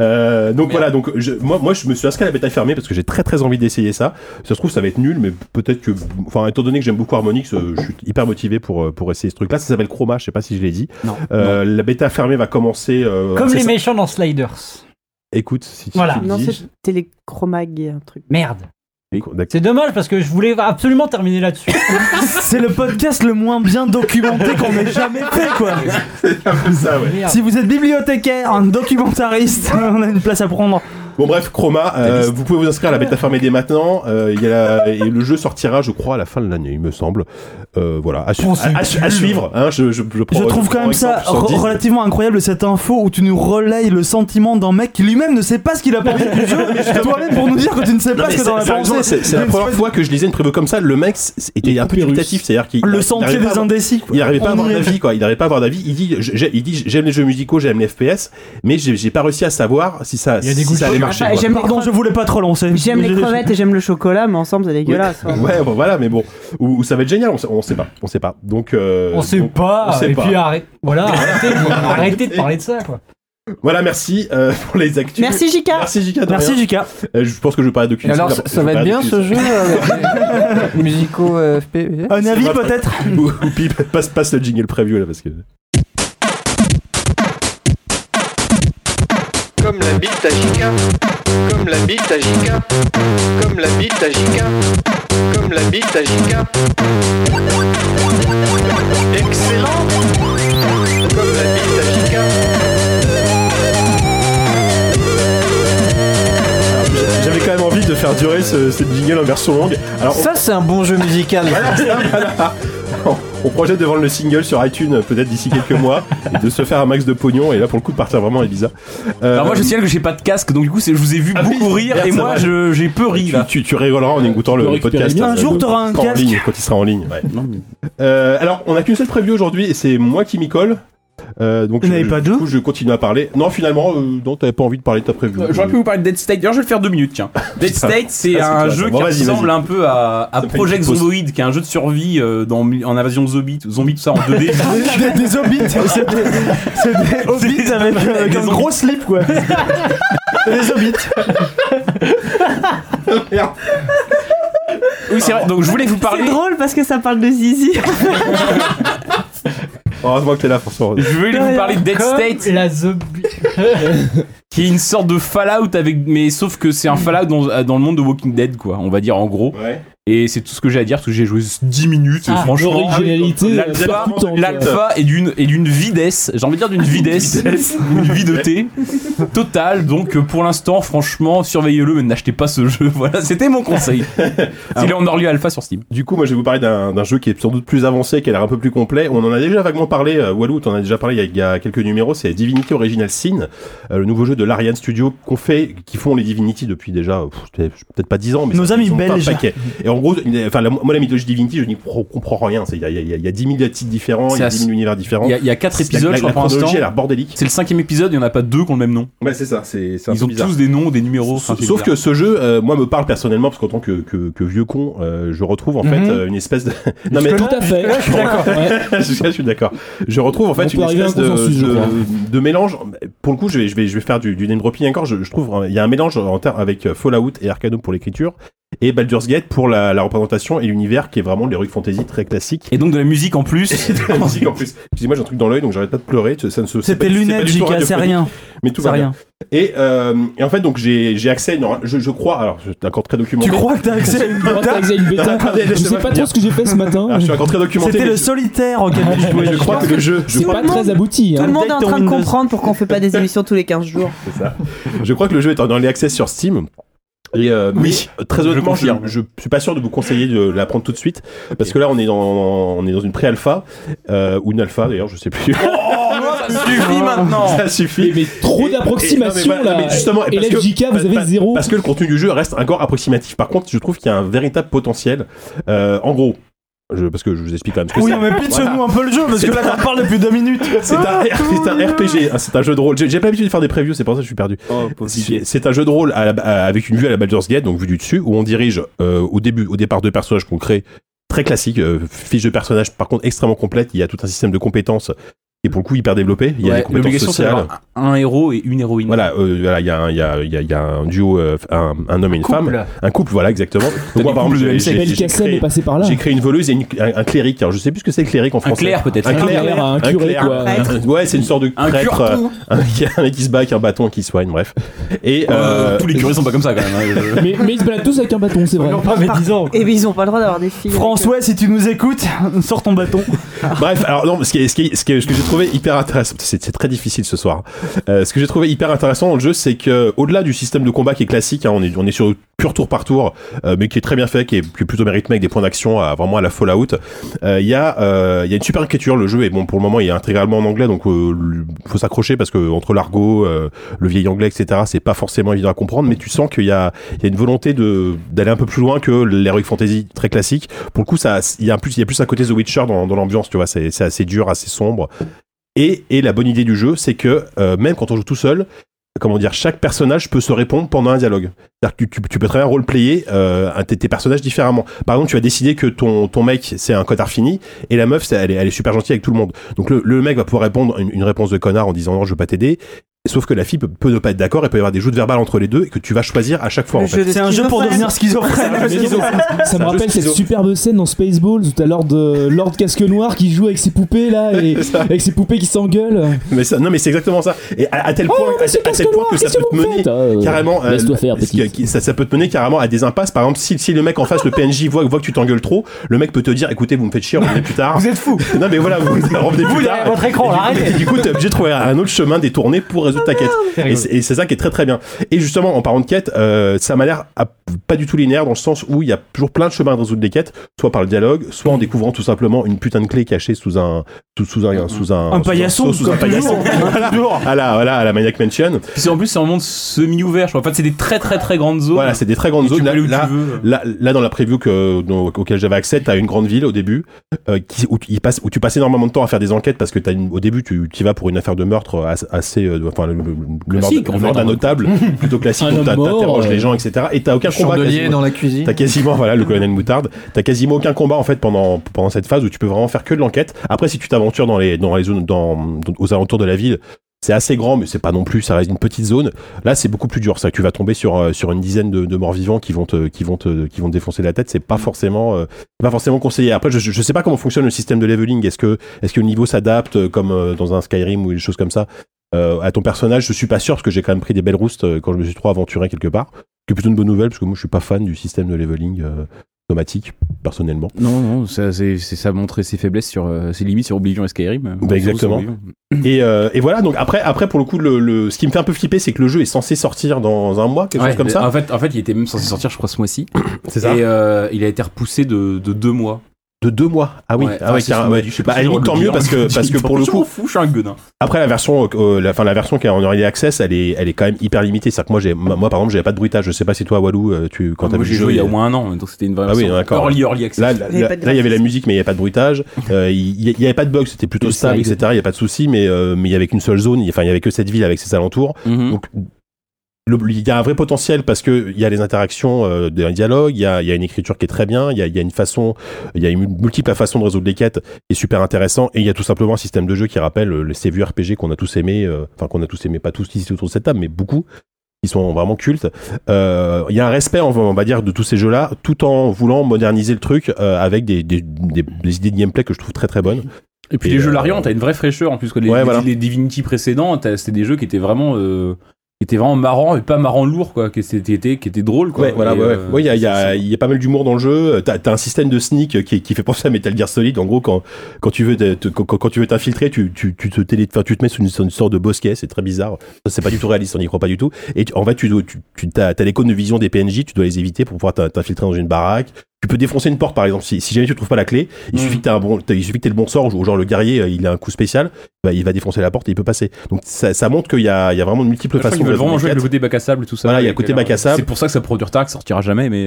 Donc voilà, moi je me suis inscrit à la bêta fermée parce que j'ai très très envie d'essayer ça. Ça se trouve ça va être nul, mais peut-être que, enfin étant donné que j'aime beaucoup Harmonix, je suis hyper motivé pour essayer ce truc-là. Ça s'appelle Chroma, je sais pas si je l'ai dit. Non. La bêta fermée va commencer. Comme les méchants dans Sliders. Écoute, si voilà. tu Non, dis. c'est Téléchromag et un truc. Merde. C'est dommage parce que je voulais absolument terminer là-dessus. C'est le podcast le moins bien documenté qu'on ait jamais fait, quoi. C'est un peu ça, ouais. Si vous êtes bibliothécaire, un documentariste, on a une place à prendre. Bon bref, Chroma, vous pouvez vous inscrire à la bêta fermée dès maintenant. Et le jeu sortira, je crois, à la fin de l'année, il me semble. Voilà, à suivre. Hein, je trouve quand même ça relativement incroyable cette info où tu nous relayes le sentiment d'un mec qui lui-même ne sait pas ce qu'il a pensé du jeu, toi-même pour nous dire que tu ne sais pas ce que t'en as pensé. C'est la première fois que je lisais une preview comme ça. Le mec était un peu dubitatif, c'est-à-dire qu'il le sentier des indécis. Il n'arrivait pas à avoir d'avis, quoi. Il n'arrivait pas à avoir d'avis. Il dit j'aime les jeux musicaux, j'aime les FPS, mais j'ai pas réussi à savoir si ça allait marcher. Pardon, je voulais pas trop lancer. J'aime les crevettes et j'aime le chocolat, mais ensemble c'est dégueulasse. Ouais, bon, voilà, mais bon, ou ça va être génial, on sait pas. Donc on sait pas. Et puis arrêtez de parler de ça, quoi. Voilà, merci pour les actus. Merci Jika. Merci Jika. Je pense que je vais parler de culture. Alors ça va être bien ce jeu avec les musicaux FPS. Un avis peut-être. Ou passe le jingle preview là parce que. Comme la bite à Jika, comme la bite à Jika, comme la bite à Jika, comme la bite à Jika. Excellent, comme la bite à Jika. J'avais quand même envie de faire durer cette jingle en version longue. Alors, ça c'est un bon jeu musical. Voilà. On projette de vendre le single sur iTunes peut-être d'ici quelques mois et de se faire un max de pognon et là pour le coup de partir vraiment à Ibiza. Alors moi je signale que j'ai pas de casque donc du coup je vous ai vu beaucoup rire et moi j'ai peu ri là. Tu rigoleras en écoutant le podcast. Un jour t'auras un casque quand il sera en ligne. Ouais. Alors on a qu'une seule preview aujourd'hui et c'est moi qui m'y colle. Donc du coup je continue à parler. Non finalement non t'avais pas envie de parler de ta preview. J'aurais pu vous parler de Dead State. D'ailleurs je vais le faire 2 minutes tiens. Dead State c'est un jeu qui ressemble un peu à Project Zomboid qui est un jeu de survie en invasion de zombies tout ça en 2D. Des hobbits. C'est des hobbits avec un gros slip quoi. Des hobbits. Oui c'est vrai donc je voulais vous parler. C'est drôle parce que ça parle de Zizi. Heureusement que t'es là François. Je voulais vous parler de Dead State. La zombie. Qui est une sorte de Fallout mais sauf que c'est un Fallout dans le monde de Walking Dead quoi, on va dire en gros. Ouais. Et c'est tout ce que j'ai à dire parce que j'ai joué 10 minutes. Franchement, l'originalité, l'alpha est d'une videsse. J'ai envie de dire d'une videsse, une videté totale. Donc pour l'instant, franchement, surveillez-le, mais n'achetez pas ce jeu. Voilà, c'était mon conseil. Il est en early alpha sur Steam. Du coup, moi, je vais vous parler d'un jeu qui est sans doute plus avancé, qui a l'air un peu plus complet. On en a déjà vaguement parlé. Walou, t'en as déjà parlé il y a quelques numéros. C'est Divinity Original Sin, le nouveau jeu de l'Ariane Studio qui font les Divinity depuis déjà peut-être pas 10 ans, mais nos amis belges. Et en gros, moi la mythologie Divinity, je n'y comprends rien. Il y a 10 000 titres différents, il y a 10 000 univers différents. Il y a 4 épisodes, je crois, pour l'instant. La chronologie a l'air bordélique. C'est le 5e épisode, il n'y en a pas 2 qui ont le même nom. Ouais, c'est ça. Ils ont tous des noms, des numéros. Sauf que ce jeu, moi, me parle personnellement, parce qu'en tant que vieux con, je retrouve en fait une espèce de. Non, mais tout à fait. Je suis d'accord. Je suis d'accord. Je retrouve en fait une espèce de mélange. Pour le coup, je vais faire du name dropping encore. Je trouve il y a un mélange avec Fallout et Arcanum pour l'écriture. Et Baldur's Gate pour la représentation et l'univers qui est vraiment de l'heroic fantasy très classique. Et donc de la musique en plus. Excusez-moi, j'ai un truc dans l'œil donc j'arrête pas de pleurer. C'était lunettes, JK, c'est rien. Mais tout va bien. Et en fait, donc j'ai accès. Non, je crois. Alors, je suis encore très documenté. Tu crois que t'as accès à une bêta? Je sais pas trop ce que j'ai fait ce matin. Je suis encore très documenté. C'était le solitaire auquel tu jouais. Je crois que le jeu. C'est pas très abouti. Tout le monde est en train de comprendre pourquoi on fait pas des émissions tous les 15 jours. C'est ça. Je crois que le jeu est dans les accès sur Steam. Et oui, très honnêtement, je suis pas sûr de vous conseiller de la prendre tout de suite parce que là on est dans une pré-alpha ou une alpha d'ailleurs, je sais plus. Ça suffit maintenant. Ça suffit. Mais trop d'approximation là. Mais justement, et LFJK, vous avez 0. Parce que le contenu du jeu reste encore approximatif. Par contre, je trouve qu'il y a un véritable potentiel. En gros. Parce que je vous explique quand même ce que c'est. Oui, mais pitch-nous un peu le jeu, parce que là, t'en parles depuis 2 minutes. C'est un RPG, c'est un jeu de rôle. J'ai pas l'habitude de faire des previews, c'est pour ça que je suis perdu. C'est un jeu de rôle avec une vue à la Baldur's Gate, donc vue du dessus, où on dirige au départ 2 personnages qu'on crée, très classique, fiche de personnage par contre extrêmement complète, il y a tout un système de compétences et pour le coup hyper développé. Il y a des compétences sociales. Un héros et une héroïne. Voilà, il y a un duo, un homme et une femme. Un couple, voilà, exactement. Donc moi, par exemple, j'ai créé une voleuse et un cléric. Alors je sais plus ce que c'est le cléric en français. Un clerc peut-être. Un curé, quoi. Ouais, c'est une sorte de prêtre. Un mec qui se bat avec un bâton qui soigne, bref. Et tous les curés sont pas comme ça quand même. Mais ils se baladent tous avec un bâton, c'est vrai. Non, pas 10 ans. Et ils ont pas le droit d'avoir des filles. François, si tu nous écoutes, sors ton bâton. Bref, alors non, ce que j'ai trouvé hyper intéressant, c'est très difficile ce soir. Ce que j'ai trouvé hyper intéressant dans le jeu, c'est que au-delà du système de combat qui est classique, on est sur pur tour par tour, mais qui est très bien fait, qui est plutôt rythmé avec des points d'action vraiment à la Fallout. Il y a une super écriture. Le jeu est bon pour le moment, il est intégralement en anglais, donc faut s'accrocher parce que entre l'argot, le vieil anglais, etc., c'est pas forcément évident à comprendre, mais tu sens qu'il y a une volonté d'aller un peu plus loin que l'heroic fantasy très classique. Pour le coup, il y a plus un côté The Witcher dans l'ambiance, tu vois, c'est assez dur, assez sombre. Et la bonne idée du jeu, c'est que même quand on joue tout seul, comment dire, chaque personnage peut se répondre pendant un dialogue. C'est-à-dire que tu peux très bien roleplayer tes personnages différemment. Par exemple, tu vas décider que ton mec, c'est un connard fini, et la meuf, elle est super gentille avec tout le monde. Donc le mec va pouvoir répondre une réponse de connard en disant non, je veux pas t'aider. Sauf que la fille peut ne pas être d'accord, il peut y avoir des joutes verbales entre les deux et que tu vas choisir à chaque fois. En fait. C'est un jeu pour devenir schizophrène. Ça me rappelle cette superbe scène dans Spaceballs où t'as Lord Casque Noir qui joue avec ses poupées là et avec ses poupées qui s'engueulent. Mais c'est exactement ça. Et à tel point, que ça peut te mener carrément. Laisse-toi faire, petit. Ça peut te mener carrément à des impasses. Par exemple, si le mec en face, le PNJ voit que tu t'engueules trop, le mec peut te dire, écoutez, vous me faites chier, revenez plus tard. Vous êtes fous. Non mais voilà, vous revenez plus tard. Votre écran, arrêtez. Du coup, t'es obligé de trouver un autre chemin détourné pour résoudre ta quête. Et c'est ça qui est très très bien. Et justement, en parlant de quête, ça m'a l'air pas du tout linéaire dans le sens où il y a toujours plein de chemins de résoudre des quêtes, soit par le dialogue, soit en découvrant tout simplement une putain de clé cachée sous un paillasson, à la Maniac Mansion. Puis en plus, c'est un monde semi-ouvert. Je crois. En fait, c'est des très très très grandes zones. Voilà, c'est des très grandes zones. Là, dans la preview auquel j'avais accès, t'as une grande ville au début où tu passes énormément de temps à faire des enquêtes parce que au début, tu y vas pour une affaire de meurtre assez, enfin le meurtre d'un notable plutôt classique. Donc t'interroges les gens, etc. Et t'as aucun combat. Chandelier dans la cuisine. T'as quasiment, voilà, le colonel Moutarde. T'as quasiment aucun combat en fait pendant cette phase où tu peux vraiment faire que de l'enquête. Après, si tu t'aventures dans les zones aux alentours de la ville, c'est assez grand, mais c'est pas non plus, ça reste une petite zone. Là, c'est beaucoup plus dur. C'est que tu vas tomber sur une dizaine de morts vivants qui vont te défoncer la tête. C'est pas forcément conseillé. Après, je sais pas comment fonctionne le système de leveling. Est-ce que le niveau s'adapte comme dans un Skyrim ou des choses comme ça à ton personnage? Je suis pas sûr parce que j'ai quand même pris des belles roustes quand je me suis trop aventuré quelque part. C'est plutôt une bonne nouvelle parce que moi je suis pas fan du système de leveling. automatique, personnellement. Non, ça montrait ses faiblesses sur ses limites sur Oblivion et Skyrim. Exactement. Et voilà, donc après pour le coup, ce qui me fait un peu flipper, c'est que le jeu est censé sortir dans un mois, quelque chose comme ça. En fait, il était même censé sortir, je crois, ce mois-ci. C'est ça. Et il a été repoussé de 2 mois. De 2 mois. Ah oui. À la limite, tant mieux parce que pour le coup. Je suis un gueudin. Après la version qui est en early access, elle est quand même hyper limitée. C'est-à-dire que moi par exemple, j'avais pas de bruitage. Je sais pas si toi, Walou, quand t'as vu le jeu. Il y a au moins un an, donc c'était une vraie version. Ah oui, d'accord. Early access. Là, il y avait la musique, mais il y avait pas de bruitage. Il y avait pas de bugs, c'était plutôt stable, etc. Il y a pas de souci, mais il y avait qu'une seule zone. Enfin, il y avait que cette ville avec ses alentours. Donc il y a un vrai potentiel parce que il y a les interactions d'un dialogue, il y a une écriture qui est très bien, il y a une façon, il y a une multiple façon de résoudre les quêtes qui est super intéressant, et il y a tout simplement un système de jeu qui rappelle ces vieux RPG qu'on a tous aimé, pas tous ici autour de cette table, mais beaucoup, qui sont vraiment cultes. Il y a un respect, on va dire, de tous ces jeux-là, tout en voulant moderniser le truc avec des idées de gameplay que je trouve très très bonnes. Et puis les jeux Larian, t'as une vraie fraîcheur en plus que les Divinity précédents, c'était des jeux qui étaient vraiment marrant et pas marrant lourd, quoi, qui était drôle, quoi. Il y a pas mal d'humour dans le jeu. T'as un système de sneak qui fait penser à Metal Gear Solid. En gros, quand tu veux t'infiltrer, tu te mets sous une sorte de bosquet. C'est très bizarre. Ça, c'est pas du tout réaliste, on n'y croit pas du tout. Et en fait, t'as les cônes de vision des PNJ, tu dois les éviter pour pouvoir t'infiltrer dans une baraque. Tu peux défoncer une porte, par exemple. Si jamais tu trouves pas la clé, il suffit que t'aies le bon sort, genre le guerrier, il a un coup spécial, il va défoncer la porte et il peut passer. Donc ça montre qu'il y a vraiment de multiples façons. Ils veulent vraiment jouer avec le côté bac à sable et tout ça. Voilà, il y a le côté bac à sable. C'est pour ça que ça produit retard, que ça sortira jamais, mais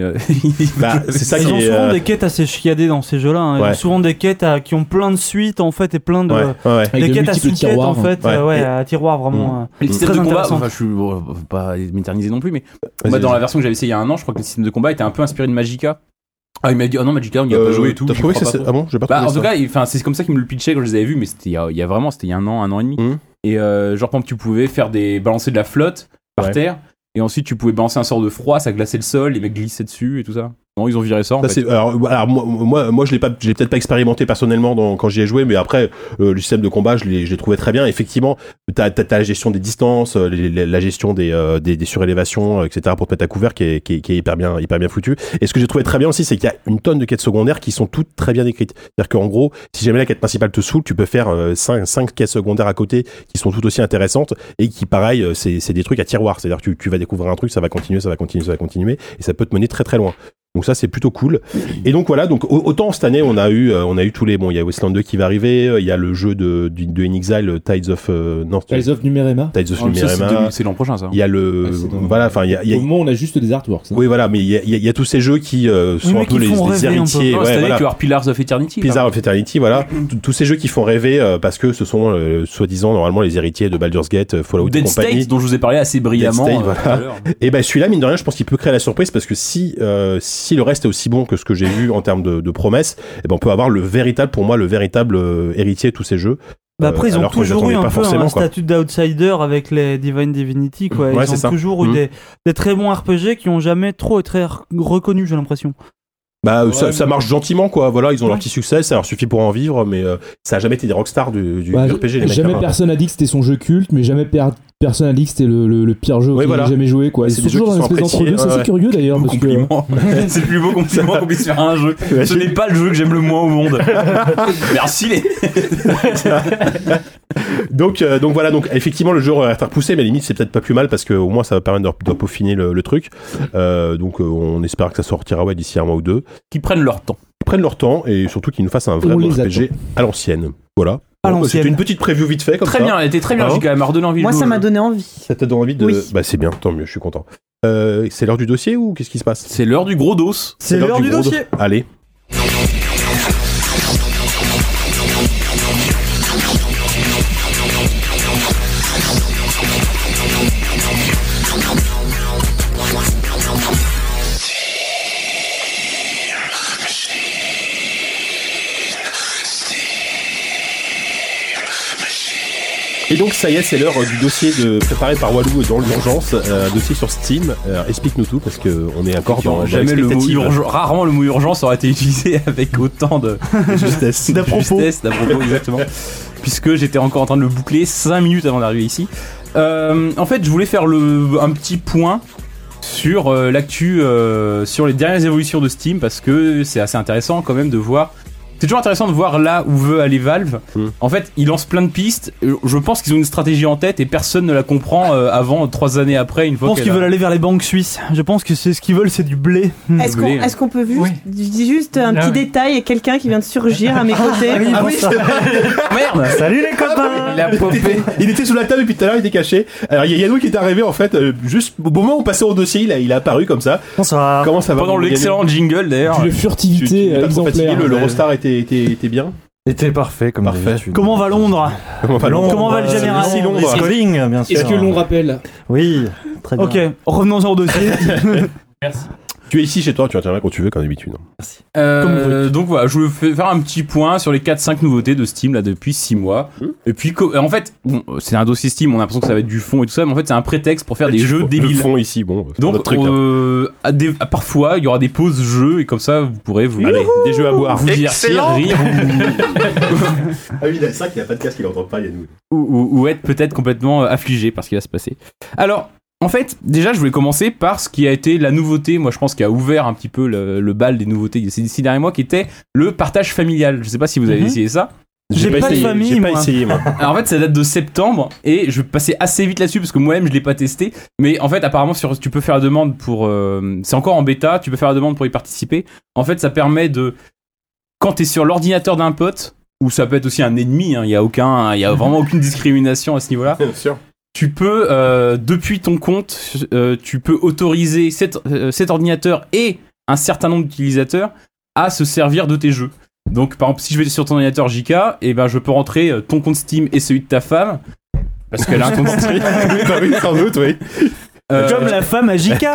c'est ça. Ils ont souvent des quêtes assez chiadées dans ces jeux-là. Ils ont souvent des quêtes qui ont plein de suites en fait et plein de des quêtes à sous-quêtes en fait, à tiroir vraiment. Les systèmes de combat, je suis pas m'éterniser non plus, mais dans la version que j'avais essayé il y a un an, je crois que le système de combat était un peu inspiré de Magicka. Ah, il m'a dit, non, Magicka, on n'y a pas joué et tout. T'as trouvé que c'est. Ah bon, j'ai pas trouvé ça. En tout cas, c'est comme ça qu'il me le pitchait quand je les avais vus, mais c'était il y a un an et demi. Et genre, par exemple, tu pouvais balancer de la flotte par terre, et ensuite tu pouvais balancer un sort de froid, ça glaçait le sol, les mecs glissaient dessus et tout ça. Non, ils ont viré ça en fait. Alors moi je l'ai peut-être pas expérimenté personnellement quand j'y ai joué, mais après le système de combat je l'ai trouvé très bien. Effectivement, t'as la gestion des distances, la gestion des surélévations, etc. pour te mettre à couvert qui est hyper bien foutu. Et ce que j'ai trouvé très bien aussi, c'est qu'il y a une tonne de quêtes secondaires qui sont toutes très bien écrites. C'est-à-dire qu'en gros, si jamais la quête principale te saoule, tu peux faire 5 quêtes secondaires à côté qui sont tout aussi intéressantes et qui pareil c'est des trucs à tiroir. C'est-à-dire que tu vas découvrir un truc, ça va continuer et ça peut te mener très très loin. Donc ça c'est plutôt cool. Et donc voilà, donc autant cette année on a eu tous les il y a Wasteland 2 qui va arriver, il y a le jeu de In-Exile, Tides of Numerema. C'est l'an prochain ça. Il y a au moment on a juste des artworks. Oui voilà, mais il y a tous ces jeux qui sont un peu les héritiers. Cette année tu vas avoir Pillars of Eternity. Pillars of Eternity, voilà. Tous ces jeux qui font rêver parce que ce sont soi-disant normalement les héritiers de Baldur's Gate, Fallout et compagnie. Dead State dont je vous ai parlé assez brillamment. Et ben celui-là mine de rien, je pense qu'il peut créer la surprise parce que si le reste est aussi bon que ce que j'ai vu en termes de promesses, et ben on peut avoir le véritable héritier de tous ces jeux. Après ils ont toujours eu un peu un statut d'outsider avec les Divine Divinity quoi. Ils ont toujours eu des très bons RPG qui ont jamais trop été reconnus, j'ai l'impression. Ça marche gentiment quoi, voilà, ils ont leur petit succès, ça leur suffit pour en vivre, mais ça a jamais été des rockstars du RPG les mecs. Jamais personne a dit que c'était son jeu culte, mais jamais personne a dit que c'était le pire jeu qu'il ait jamais joué quoi. C'est toujours un espèce d'entre-deux, c'est assez curieux d'ailleurs parce que c'est le plus beau compliment qu'on puisse faire à un jeu. Ce n'est pas le jeu que j'aime le moins au monde. Merci. Donc voilà, donc effectivement le jeu aurait été repoussé, mais à la limite c'est peut-être pas plus mal parce que au moins ça va permettre de peaufiner le truc. Donc on espère que ça sortira d'ici un mois ou deux. Qui prennent leur temps et surtout qu'ils nous fassent un vrai RPG à l'ancienne. Voilà. C'était une petite preview vite fait comme ça. Très bien, elle était très bien. J'ai quand même redonné envie. Moi, ça m'a donné envie. Ça t'a donné envie de. Oui. C'est bien, tant mieux, je suis content. C'est l'heure du dossier ou qu'est-ce qui se passe ? C'est l'heure du gros dos. C'est l'heure du dossier. Allez. Et donc ça y est, c'est l'heure du dossier préparé par Walou dans l'urgence, un dossier sur Steam. Explique-nous tout parce que on est encore dans jamais le mot urgence. Rarement le mot urgence aurait été utilisé avec autant de justesse, d'à propos exactement. Puisque j'étais encore en train de le boucler 5 minutes avant d'arriver ici. En fait, je voulais faire un petit point sur l'actu, sur les dernières évolutions de Steam, parce que c'est assez intéressant quand même de voir. C'est toujours intéressant de voir là où veut aller Valve. En fait, ils lancent plein de pistes. Je pense qu'ils ont une stratégie en tête et personne ne la comprend avant 3 années après. Une fois je pense qu'ils veulent aller vers les banques suisses. Je pense que c'est ce qu'ils veulent, c'est du blé. Est-ce qu'on peut juste un petit détail et quelqu'un qui vient de surgir à mes côtés. Merde. Salut les copains. Il était sous la table depuis tout à l'heure, il était caché. Alors il y a Yannou qui est arrivé en fait juste au moment où on passait au dossier, il a apparu comme ça. Bonsoir. Comment ça va? Pendant l'excellent jingle d'ailleurs. Une furtivité exemplaire. Le Eurostar était bien. C'était parfait comme d'habitude. Comment va Londres? Comment va le général? Les Scoling, bien sûr. Est-ce que l'on rappelle? Oui, très bien. Ok, revenons au dossier. Merci. Tu es ici chez toi, tu interviens quand tu veux, comme d'habitude. Merci. Donc voilà, je voulais faire un petit point sur les 4-5 nouveautés de Steam là depuis 6 mois. Et puis en fait, bon, c'est un dossier Steam, on a l'impression que ça va être du fond et tout ça, mais en fait c'est un prétexte pour faire des jeux débiles. Le fond ici, bon. Donc parfois il y aura des pauses jeux et comme ça vous pourrez vous des jeux à boire, vous divertir, rire Ah oui, c'est ça qu'il n'y a pas de casque, il n'entend pas, Yannou. ou être peut-être complètement affligé par ce qui va se passer. Alors en fait, déjà, je voulais commencer par ce qui a été la nouveauté, moi je pense qui a ouvert un petit peu le bal des nouveautés ces 6 derniers mois, qui était le partage familial. Je sais pas si vous avez essayé ça. J'ai pas essayé, moi. Alors en fait, ça date de septembre et je vais passer assez vite là-dessus parce que moi-même je l'ai pas testé. Mais en fait, apparemment, tu peux faire la demande pour. C'est encore en bêta, tu peux faire la demande pour y participer. En fait, ça permet de. Quand t'es sur l'ordinateur d'un pote, ou ça peut être aussi un ennemi, il y a vraiment aucune discrimination à ce niveau-là. Bien sûr. Tu peux, depuis ton compte, tu peux autoriser cet ordinateur et un certain nombre d'utilisateurs à se servir de tes jeux. Donc, par exemple, si je vais sur ton ordinateur JK, et ben, je peux rentrer ton compte Steam et celui de ta femme, parce qu'elle a un compte Steam. Oui, sans doute, oui. Comme la femme à JK.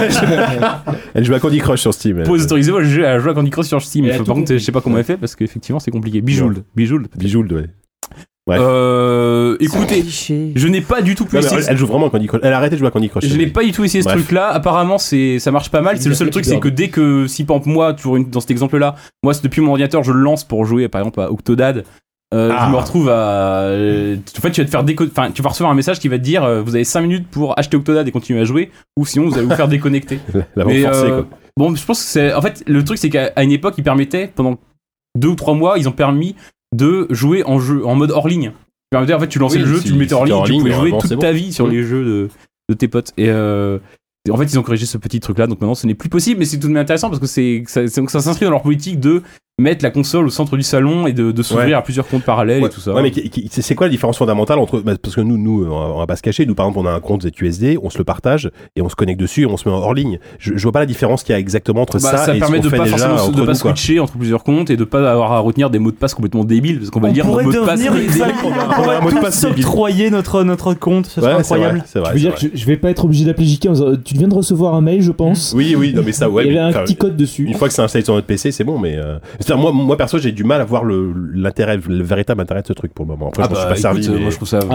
Elle joue à Candy Crush sur Steam. Pour autoriser, moi, je joue à Candy Crush sur Steam. Par contre, je sais pas comment elle fait, parce qu'effectivement, c'est compliqué. Bijould, ouais. Bref. Écoutez, je n'ai pas du tout essayé. Elle joue vraiment à Candy Crush. Elle a arrêté de jouer à Candy Crush. Je n'ai pas du tout essayé ce truc-là. Apparemment, ça marche pas mal. C'est le seul truc, c'est que dès que, si par exemple moi, dans cet exemple-là, moi, c'est depuis mon ordinateur, je le lance pour jouer, par exemple, à Octodad. Je me retrouve à. En fait, tu vas te faire tu vas recevoir un message qui va te dire vous avez 5 minutes pour acheter Octodad et continuer à jouer, ou sinon vous allez vous faire déconnecter. Quoi. Bon, je pense que c'est. En fait, le truc, c'est qu'à une époque, ils permettaient, pendant 2 ou 3 mois, ils ont permis de jouer en mode hors ligne. En fait, tu lançais le jeu, tu le mettais hors ligne, tu pouvais jouer toute ta vie sur les jeux de tes potes. Et en fait, ils ont corrigé ce petit truc-là, donc maintenant ce n'est plus possible, mais c'est tout de même intéressant parce que ça s'inscrit dans leur politique de mettre la console au centre du salon et de s'ouvrir à plusieurs comptes parallèles et tout ça. Ouais, mais c'est quoi la différence fondamentale entre. Parce que nous, on va pas se cacher, nous par exemple, on a un compte ZUSD, on se le partage et on se connecte dessus et on se met hors ligne. Je vois pas la différence qu'il y a exactement entre ça et ce permet qu'on de fait pas déjà forcément entre de pas nous, switcher entre plusieurs comptes et de pas avoir à retenir des mots de passe complètement débiles parce qu'on va dire notre mot de passe. On va tous s'octroyer notre compte, ce serait incroyable. Je veux dire que je vais pas être obligé d'appeler JK en disant tu viens de recevoir un mail, je pense. Oui, non mais ça, ouais. Il y avait un petit code dessus. Une fois que c'est installé sur notre PC, c'est bon, mais moi perso, j'ai du mal à voir le véritable intérêt de ce truc pour le moment. Après, je m'en suis pas servi. Moi, je trouve ça.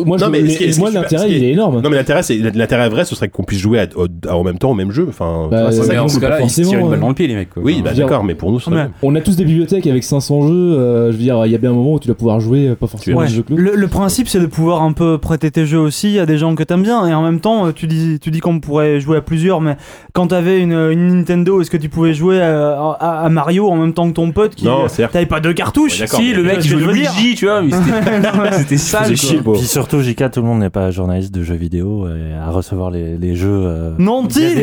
Moi, l'intérêt, il est énorme. Non, mais l'intérêt vrai, ce serait qu'on puisse jouer en même temps au même jeu. Enfin, c'est ça. En ce cas-là, ils se tirent une balle dans le pied, les mecs. Oui, d'accord, mais pour nous, on a tous des bibliothèques avec 500 jeux. Je veux dire, il y a bien un moment où tu dois pouvoir jouer, pas forcément des jeux que nous. Le principe, c'est de pouvoir un peu prêter tes jeux aussi à des gens que t'aimes bien, et en même temps, tu dis qu'on pourrait jouer à plusieurs, mais quand t'avais une Nintendo, est-ce que tu pouvais jouer à Mario en même temps que ton pote qui t'avais pas 2 cartouches? Si, le mec il joue Luigi, tu vois, mais c'était sale. Puis surtout, JK, tout le monde n'est pas journaliste de jeux vidéo et à recevoir les jeux. Non, mais c'est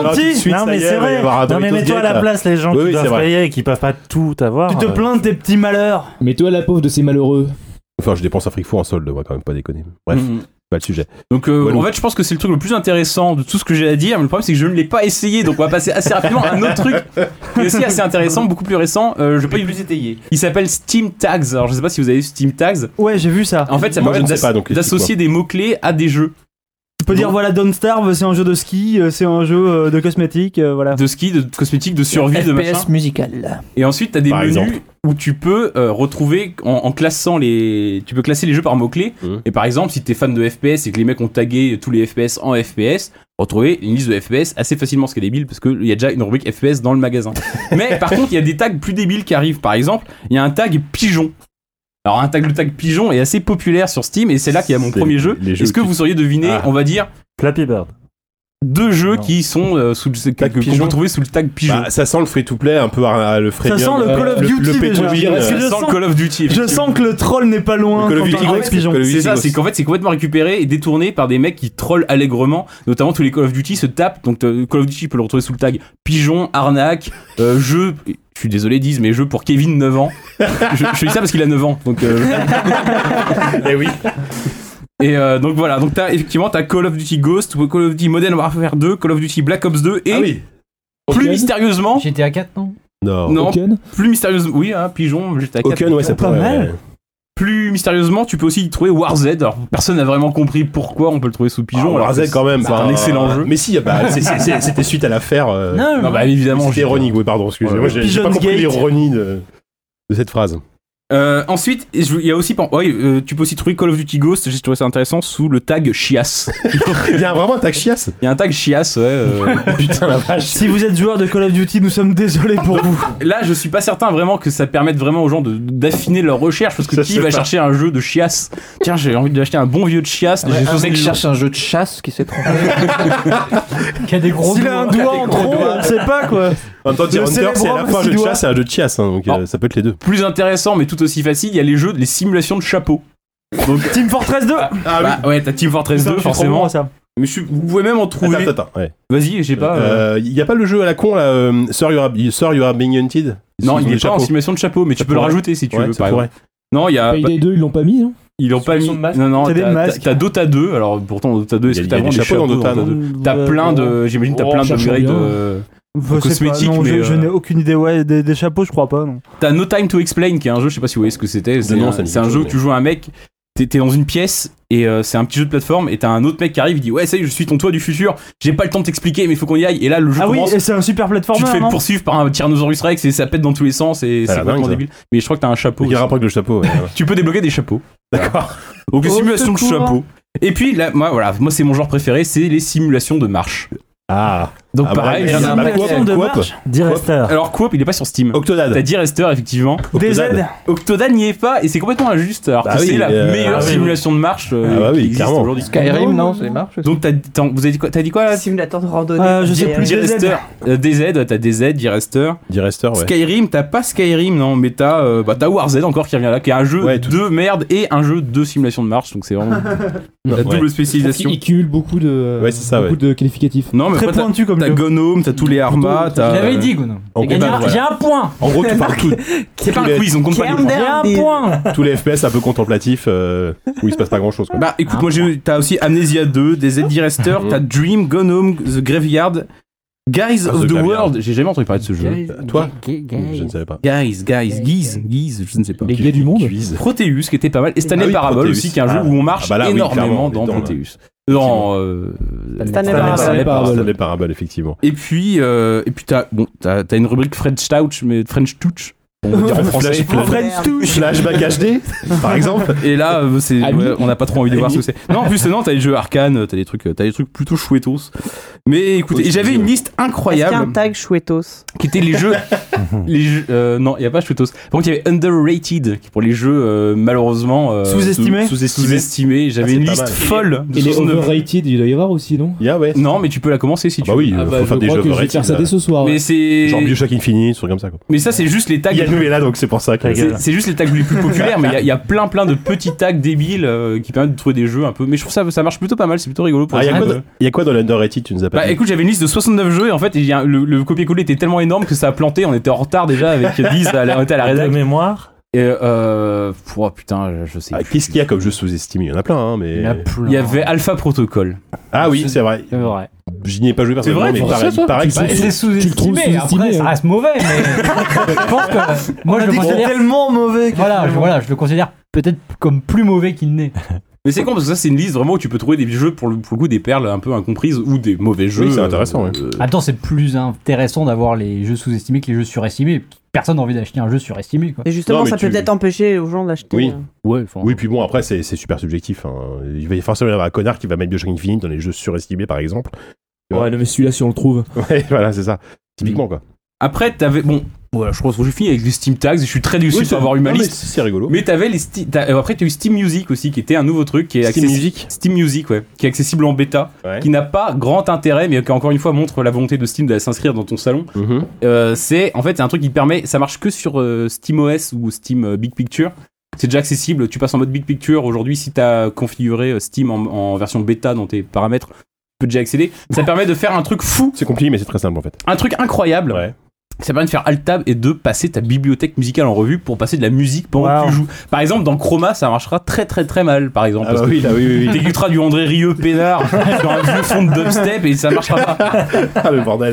vrai. Non, mais mets-toi à la place, les gens qui doivent payer et qui peuvent pas tout avoir. Tu te plains de tes petits malheurs. Mets-toi à la pauvre de ces malheureux. Enfin, je dépense un fric fou en solde, on va quand même pas déconner. Bref. Pas le sujet. Donc en fait je pense que c'est le truc le plus intéressant de tout ce que j'ai à dire, mais le problème c'est que je ne l'ai pas essayé, donc on va passer assez rapidement à un autre truc qui est aussi assez intéressant, beaucoup plus récent, je vais pas y plus étayer. Il s'appelle Steam Tags. Alors je sais pas si vous avez vu Steam Tags. Ouais, j'ai vu ça. En fait ça permet d'associer des mots-clés à des jeux. Tu peux dire voilà, Don't Starve, c'est un jeu de ski, c'est un jeu de cosmétiques, voilà. De ski, de cosmétiques, de survie, de machin. FPS musical. Et ensuite t'as des menus où tu peux retrouver en classant tu peux classer les jeux par mots-clés. Et par exemple, si t'es fan de FPS et que les mecs ont tagué tous les FPS en FPS, retrouver une liste de FPS assez facilement, ce qui est débile parce qu'il y a déjà une rubrique FPS dans le magasin. Mais par contre, il y a des tags plus débiles qui arrivent. Par exemple, il y a un tag pigeon. Alors le tag pigeon est assez populaire sur Steam et c'est là qu'il y a mon premier jeu. Est-ce que vous sauriez deviner, on va dire Flappy Bird. 2 jeux qui sont qu'on peut trouver sous le tag Pigeon. Ça sent le free-to-play, un peu le freemium. Ça sent le Call of Duty déjà. Ça sent le Call of Duty. Je sens que le troll n'est pas loin. Call of Duty Pigeon. C'est ça, c'est qu'en fait c'est complètement récupéré et détourné par des mecs qui trollent allègrement. Notamment tous les Call of Duty se tapent. Donc Call of Duty, tu peux le retrouver sous le tag Pigeon, arnaque, jeu. Je suis désolé, disent, mais jeu pour Kevin 9 ans. je dis ça parce qu'il a 9 ans. Donc. Eh oui. Et donc voilà, donc t'as Call of Duty Ghost, Call of Duty Modern Warfare 2, Call of Duty Black Ops 2 et plus mystérieusement GTA 4 non plus mystérieusement Pigeon GTA 4 ouais, ça pas mal. Plus mystérieusement, tu peux aussi y trouver War Z. Alors personne n'a vraiment compris pourquoi on peut le trouver sous Pigeon. War Z quand même, c'est un excellent jeu. Mais si, c'était suite à l'affaire. Non, évidemment. C'était ironique, oui, pardon, excusez-moi. J'ai pas compris l'ironie de cette phrase. Ensuite, il y a aussi, tu peux aussi trouver Call of Duty Ghost, j'ai trouvé ça intéressant, sous le tag Chiasse. Il y a vraiment un tag Chiasse. Il y a un tag Chiasse, ouais. Putain la vache. Si vous êtes joueur de Call of Duty, nous sommes désolés pour vous. Là, je suis pas certain vraiment que ça permette vraiment aux gens d'affiner leur recherche, parce que qui va chercher un jeu de Chiasse? Tiens, j'ai envie d'acheter un bon vieux de Chiasse. J'ai supposé que je cherche un jeu de chasse qui s'est trompé. Qui a des gros doigts. S'il a un doigt en trop, on sait pas quoi. En même temps, Hunter, c'est à la fois un jeu de chasse et un jeu de chiasse, donc ça peut être les deux. Plus intéressant, mais tout aussi facile, il y a les simulations de chapeau. Donc Team Fortress 2. Ouais, t'as Team Fortress 2 forcément. Mais vous pouvez même en trouver. Attends, ouais. Vas-y, j'ai pas. Y a pas le jeu à la con là, Sir You Are Being Hunted? Non, il est pas en simulation de chapeau, mais tu peux le rajouter si tu veux. Par exemple. Non, il y a. Payday 2, ils l'ont pas mis, non? Ils l'ont pas mis. Non, t'as Dota 2. Alors pourtant Dota 2, est-ce que t'as vraiment des chapeaux dans Dota 2? T'as plein de. J'imagine t'as plein d'upgrades cosmétiques, mais je n'ai aucune idée des chapeaux, je crois pas. Non. T'as No Time to Explain, qui est un jeu, je sais pas si vous voyez ce que c'était. C'est un jeu où tu joues un mec. T'es dans une pièce et c'est un petit jeu de plateforme et t'as un autre mec qui arrive, il dit ouais ça y est, je suis ton toi du futur, j'ai pas le temps de t'expliquer mais il faut qu'on y aille, et là le jeu commence. Oui, et c'est un super plateforme. Tu te fais poursuivre par un Tyrannosaurus Rex et ça pète dans tous les sens et c'est vraiment débile. Mais je crois que t'as un chapeau. Il y a un rapport avec le chapeau. Tu peux débloquer des chapeaux. D'accord. Donc les simulations de chapeau. Et puis là, moi c'est mon genre préféré, c'est les simulations de marche. Donc pareil, il y en a un de marche. D-Rester. Alors Coop, il est pas sur Steam. Octodad. T'as D-Rester effectivement. DZ. Octodad n'y est pas et c'est complètement injuste alors que c'est la meilleure simulation de marche qui existe aujourd'hui. Skyrim, non, c'est marche. Donc vous avez dit quoi? T'as dit quoi là? Simulateur de randonnée. Je sais plus. D-Rester. DZ, t'as DZ, D-Rester. D-Rester, ouais. Skyrim, t'as pas Skyrim, non, mais t'as War Z encore qui revient là, qui est un jeu de merde et un jeu de simulation de marche, donc c'est vraiment la double spécialisation. Il cumule beaucoup de qualificatifs. Non, mais très pointu comme t'as Gnome, t'as tous les Armas, Je l'avais dit, Gnome. J'ai un point. En gros, tu parles tout. C'est pas un quiz, on compte pas les points. J'ai un point. Tous les FPS un peu contemplatifs où il se passe pas grand chose. Bah écoute, moi t'as aussi Amnesia 2, des Z-Rester, t'as Dream, Gnome, The Graveyard, Guys of the World. J'ai jamais entendu parler de ce jeu. Toi? Je ne savais pas. Guys, je ne sais pas. Les gars du monde. Proteus, qui était pas mal, et Stanley Parable aussi, qui est un jeu où on marche énormément dans Proteus. Stanley Parable, effectivement. Et puis t'as une rubrique French Touch, mais French Touch. On va dire en français. Flashback HD, par exemple. Et là, on n'a pas trop envie de voir ce que c'est. Non, en plus, t'as les jeux arcane, t'as des trucs plutôt chouettos. Mais écoutez, j'avais une liste incroyable. Est-ce qu'il y a un tag chouettos? Qui était les jeux. Non, il n'y a pas chouettos. Par contre, il y avait Underrated, qui pour les jeux malheureusement. Sous-estimés. J'avais une liste folle. Et les Overrated, il doit y avoir aussi, non? Non, mais tu peux la commencer si tu veux. Bah oui, faut faire des jeux overrated. Je vais faire ça dès ce soir. Mais c'est. Genre Bioshock Infinite, trucs comme ça, quoi. Mais ça, c'est juste les tags. Nous est là, donc c'est pour ça que c'est juste les tags les plus populaires, mais il y a plein de petits tags débiles qui permettent de trouver des jeux un peu. Mais je trouve ça marche plutôt pas mal, c'est plutôt rigolo. Il y a quoi dans l'Underrated, tu nous as pas dit? Écoute, j'avais une liste de 69 jeux et en fait le copier-coller était tellement énorme que ça a planté, on était en retard déjà avec 10, on était à la rédac. De mémoire. Et putain, je sais. Qu'est-ce qu'il y a comme jeu sous-estimé? Il y en a plein, hein, mais. Il y avait Alpha Protocol. Ah oui, c'est vrai. C'est vrai. Je n'y ai pas joué personnellement, mais il paraît que c'est sous-estimé. Après, ça reste mauvais, mais je pense que moi je le considère tellement mauvais. Voilà, je le considère peut-être comme plus mauvais qu'il n'est. Mais c'est con parce que ça c'est une liste vraiment où tu peux trouver des jeux pour le coup des perles un peu incomprises ou des mauvais jeux. Oui, c'est intéressant. Attends, c'est plus intéressant d'avoir les jeux sous-estimés que les jeux surestimés. Personne n'a envie d'acheter un jeu surestimé, quoi. Et justement, ça peut peut-être empêcher aux gens d'acheter. Oui. Oui, puis bon, après c'est super subjectif. Il va forcément y avoir un connard qui va mettre Bioshock Infinite dans les jeux surestimés, par exemple. Ouais, mais celui-là, si on le trouve. Ouais, voilà, c'est ça. Typiquement, quoi. Après, t'avais voilà, je pense que j'ai fini avec les Steam Tags. Je suis très déçu de pas avoir eu ma liste. C'est rigolo. Mais t'avais après t'as eu Steam Music aussi, qui était un nouveau truc qui est Steam Music, ouais, qui est accessible en bêta, qui n'a pas grand intérêt, mais qui encore une fois montre la volonté de Steam de s'inscrire dans ton salon. C'est un truc qui permet, ça marche que sur SteamOS ou Steam Big Picture. C'est déjà accessible. Tu passes en mode Big Picture aujourd'hui si t'as configuré Steam en version bêta dans tes paramètres. Tu peux déjà accéder. Ça permet de faire un truc fou. C'est compliqué, mais c'est très simple en fait. Un truc incroyable. Ouais. Ça permet de faire Alt-Tab et de passer ta bibliothèque musicale en revue pour passer de la musique pendant que tu joues. Par exemple, dans Chroma, ça marchera très très très mal, par exemple. Parce que t'écouteras du André Rieu Pénard sur un vieux fond de dubstep et ça marchera pas. Ah le bordel.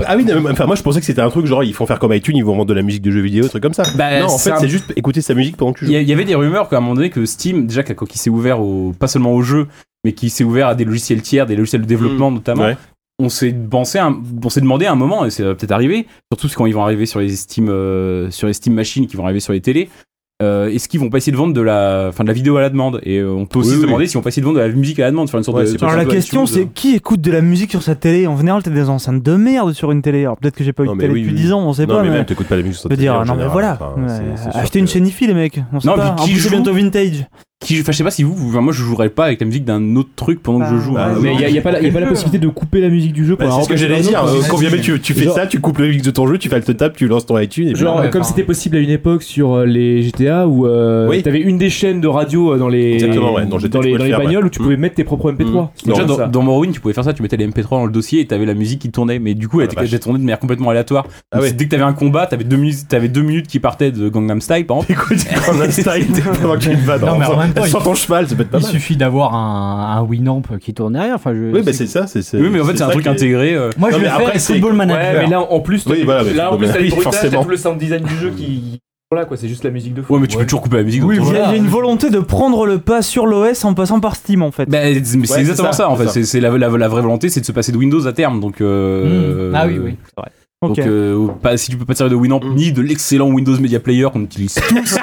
Moi je pensais que c'était un truc genre ils font faire comme iTunes, ils vont vendre de la musique de jeux vidéo, un truc comme ça. Non, en fait c'est juste écouter sa musique pendant que tu joues. Il y avait des rumeurs qu'à un moment donné que Steam, déjà quand il s'est ouvert pas seulement aux jeux, mais qui s'est ouvert à des logiciels tiers, des logiciels de développement notamment. Ouais. On s'est demandé à un moment, et c'est peut-être arrivé, surtout quand ils vont arriver sur les Steam machines, qui vont arriver sur les télés, est-ce qu'ils vont pas essayer de vendre de la vidéo à la demande? Et on peut aussi se demander s'ils vont pas essayer de vendre de la musique à la demande, faire une sorte de. Alors la question c'est qui écoute de la musique sur sa télé? En général, t'as des enceintes de merde sur une télé. Alors peut-être que j'ai pas eu de télé depuis 10 ans, on sait pas. Mais même t'écoutes pas la musique sur ta télé. Non mais voilà. Achetez une chaîne IFI les mecs. On sait pas. En plus c'est bientôt vintage. Je sais pas si moi je jouerais pas avec la musique d'un autre truc pendant que je joue. Mais il y a pas la possibilité de couper la musique du jeu pour c'est ce que j'allais dire. Quand bien tu fais ça, tu coupes la musique de ton jeu, tu fais Alt-Tab, tu lances ton iTunes. Genre comme c'était possible à une époque sur les GTA où t'avais une des chaînes de radio dans les bagnoles où tu pouvais mettre tes propres MP3. Déjà dans Morrowind tu pouvais faire ça, tu mettais les MP3 dans le dossier et t'avais la musique qui tournait, mais du coup elle était tournée de manière complètement aléatoire. Dès que t'avais un combat, t'avais 2 minutes qui partaient de Gangnam Style par exemple. Écoute, Gangnam Style pendant que tu te vas sur ton cheval, ça peut être pas mal. Il suffit d'avoir un Winamp qui tourne derrière. Oui, bah c'est ça. Oui, mais en fait, c'est un truc intégré. Moi, je vais faire Football Manager. Ouais, mais là, en plus, t'as tout le sound design du jeu qui. Voilà quoi, c'est juste la musique de fond. Ouais, mais tu peux toujours couper la musique. Oui, il y a une volonté de prendre le pas sur l'OS en passant par Steam en fait. C'est exactement ça en fait. C'est la vraie volonté, c'est de se passer de Windows à terme. Donc. Ah oui, c'est vrai. Donc si tu peux pas te servir de Winamp ni de l'excellent Windows Media Player qu'on utilise tous ici.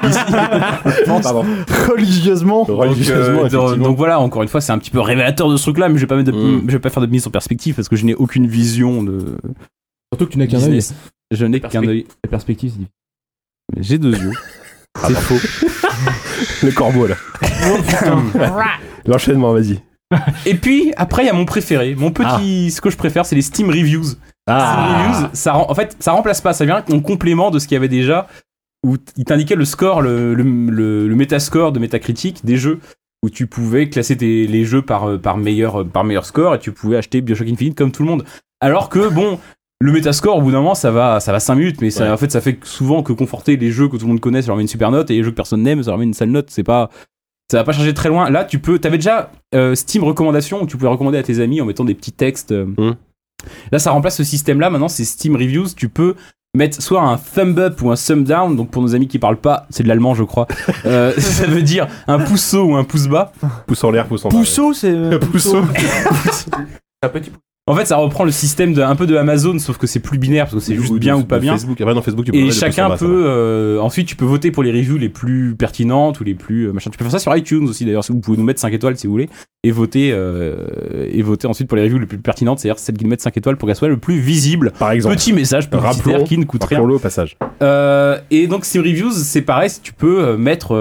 Religieusement. Donc voilà, encore une fois, c'est un petit peu révélateur de ce truc-là, mais je vais pas faire de mise en perspective parce que je n'ai aucune vision de. Surtout que tu n'as qu'un œil. Je n'ai qu'un œil. La perspective, c'est difficile. J'ai 2 yeux. C'est faux. Le corbeau là. L'enchaînement, vas-y. Et puis après, il y a mon préféré, ce que je préfère, c'est les Steam Reviews. Steam Reviews, ça remplace pas, ça vient en complément de ce qu'il y avait déjà, où il t'indiquait le score, le métascore de Metacritic des jeux, où tu pouvais classer les jeux par meilleur score, et tu pouvais acheter BioShock Infinite comme tout le monde. Alors que le métascore, au bout d'un moment, ça va 5 minutes, mais en fait, ça fait souvent que conforter les jeux que tout le monde connaît, ça leur met une super note, et les jeux que personne n'aime, ça leur met une sale note. Ça va pas changer très loin. Là, t'avais déjà Steam recommandations où tu pouvais recommander à tes amis en mettant des petits textes. Là, ça remplace ce système-là. Maintenant, c'est Steam Reviews. Tu peux mettre soit un thumb up ou un thumb down. Donc, pour nos amis qui parlent pas, c'est de l'allemand, je crois. Ça veut dire un pouce haut ou un pouce bas. Pouce en l'air, pouce en bas. Pouce haut, c'est. Pouce haut. Un petit pouce. En fait, ça reprend le système un peu de Amazon, sauf que c'est plus binaire, parce que c'est juste bien ou pas bien. Dans Facebook, tu peux et chacun peut... ensuite, tu peux voter pour les reviews les plus pertinentes ou les plus... machin. Tu peux faire ça sur iTunes aussi, d'ailleurs. Vous pouvez nous mettre 5 étoiles si vous voulez. Et voter ensuite pour les reviews les plus pertinentes, c'est-à-dire celles qui nous mettent 5 étoiles pour qu'elles soient le plus visibles. Par exemple. Petit message publicitaire qui ne coûte rien. Rappelons-le au passage. Et donc, Steam Reviews, c'est pareil. Tu peux mettre...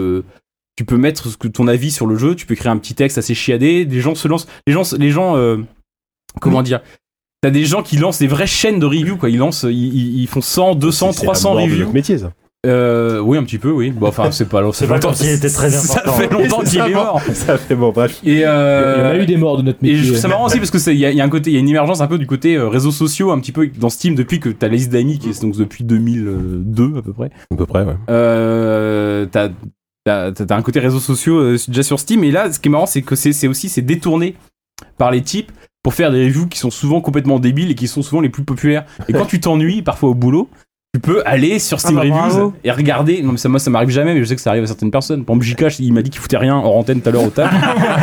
ton avis sur le jeu. Tu peux créer un petit texte assez chiadé. Les gens se lancent... Les gens comment dire, t'as des gens qui lancent des vraies chaînes de reviews quoi, ils font 100, 200, 300 reviews. C'est notre métier ça. Oui, un petit peu, oui. Bon, enfin, c'est pas longtemps. Il était très important. Ça fait longtemps qu'il est mort. Ça fait bon, bref. Et il y a eu des morts de notre métier. Et c'est marrant aussi parce que il y a un côté, il y a une émergence un peu du côté réseaux sociaux un petit peu dans Steam depuis que t'as la liste d'amis qui est donc depuis 2002 à peu près. À peu près, ouais. T'as un côté réseaux sociaux déjà sur Steam et là, ce qui est marrant, c'est que c'est détourné par les types pour faire des reviews qui sont souvent complètement débiles et qui sont souvent les plus populaires. Et quand tu t'ennuies, parfois au boulot, tu peux aller sur Steam Reviews et regarder. Non, mais moi, ça m'arrive jamais, mais je sais que ça arrive à certaines personnes. Par exemple, JK, il m'a dit qu'il foutait rien hors antenne tout à l'heure au taf.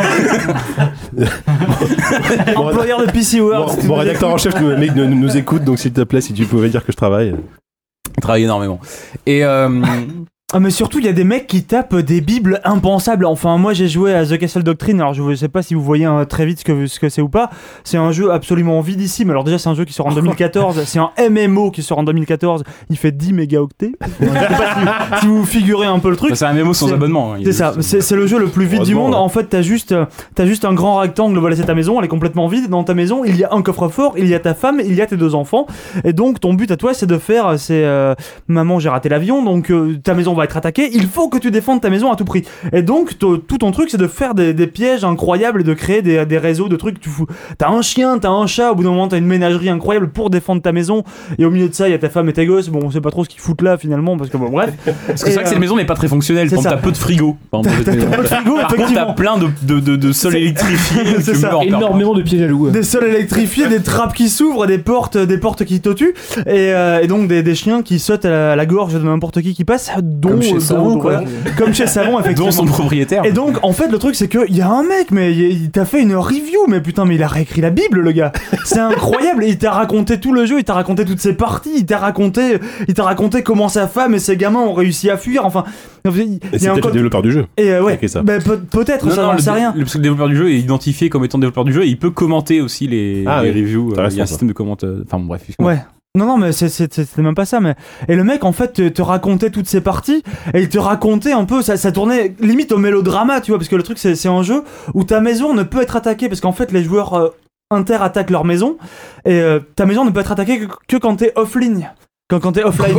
Employeur de PC World. Mon rédacteur en chef nous écoute, donc s'il te plaît, si tu pouvais dire que je travaille. Je travaille énormément. Ah, mais surtout, il y a des mecs qui tapent des bibles impensables. Enfin, moi j'ai joué à The Castle Doctrine, alors je sais pas si vous voyez très vite ce que c'est ou pas. C'est un jeu absolument vidissime. Alors, déjà, c'est un jeu qui sort en 2014. C'est un MMO qui sort en 2014. Il fait 10 mégaoctets. Je sais pas si vous figurez un peu le truc. Bah, c'est un MMO sans abonnement. C'est ça, c'est le jeu le plus vide du monde. En fait, t'as juste un grand rectangle. Voilà, c'est ta maison, elle est complètement vide. Dans ta maison, il y a un coffre-fort, il y a ta femme, il y a tes 2 enfants. Et donc, ton but à toi, c'est de faire maman, j'ai raté l'avion, donc ta maison va être attaquée, il faut que tu défendes ta maison à tout prix. Et donc tout ton truc c'est de faire des pièges incroyables et de créer des réseaux de trucs. T'as un chien, t'as un chat, au bout d'un moment t'as une ménagerie incroyable pour défendre ta maison, et au milieu de ça il y a ta femme et tes gosses. Bon, on sait pas trop ce qu'ils foutent là finalement, parce que bon, bref. Parce que c'est vrai que cette maison n'est pas très fonctionnelle. Par exemple, t'as peu de frigo. Par contre, t'as plein de sols électrifiés. C'est ça. Énormément de pièges à loup. Des sols électrifiés, des trappes qui s'ouvrent, des portes qui t'autuent, et donc des chiens qui sautent à la gorge de n'importe qui passe, dont comme chez Savon, effectivement. Dont son propriétaire. Et donc, en fait, le truc, c'est qu'il y a un mec, mais il t'a fait une review, mais putain, mais il a réécrit la Bible, le gars. C'est incroyable. Il t'a raconté tout le jeu, il t'a raconté toutes ses parties, il t'a raconté comment sa femme et ses gamins ont réussi à fuir. Enfin, et c'est peut-être le développeur du jeu. Et ouais, bah, peut-être, ça n'en sait rien. Le développeur du jeu est identifié comme étant développeur du jeu, et il peut commenter aussi les reviews. Il y a un système de commentaires. Enfin, bon, bref. Ouais. Non, mais c'était même pas ça, mais... Et le mec, en fait, te racontait toutes ses parties, et il te racontait un peu, ça tournait limite au mélodrama, tu vois, parce que le truc, c'est un jeu où ta maison ne peut être attaquée, parce qu'en fait, les joueurs inter-attaquent leur maison, et ta maison ne peut être attaquée que quand t'es off-ligne. Quand t'es offline,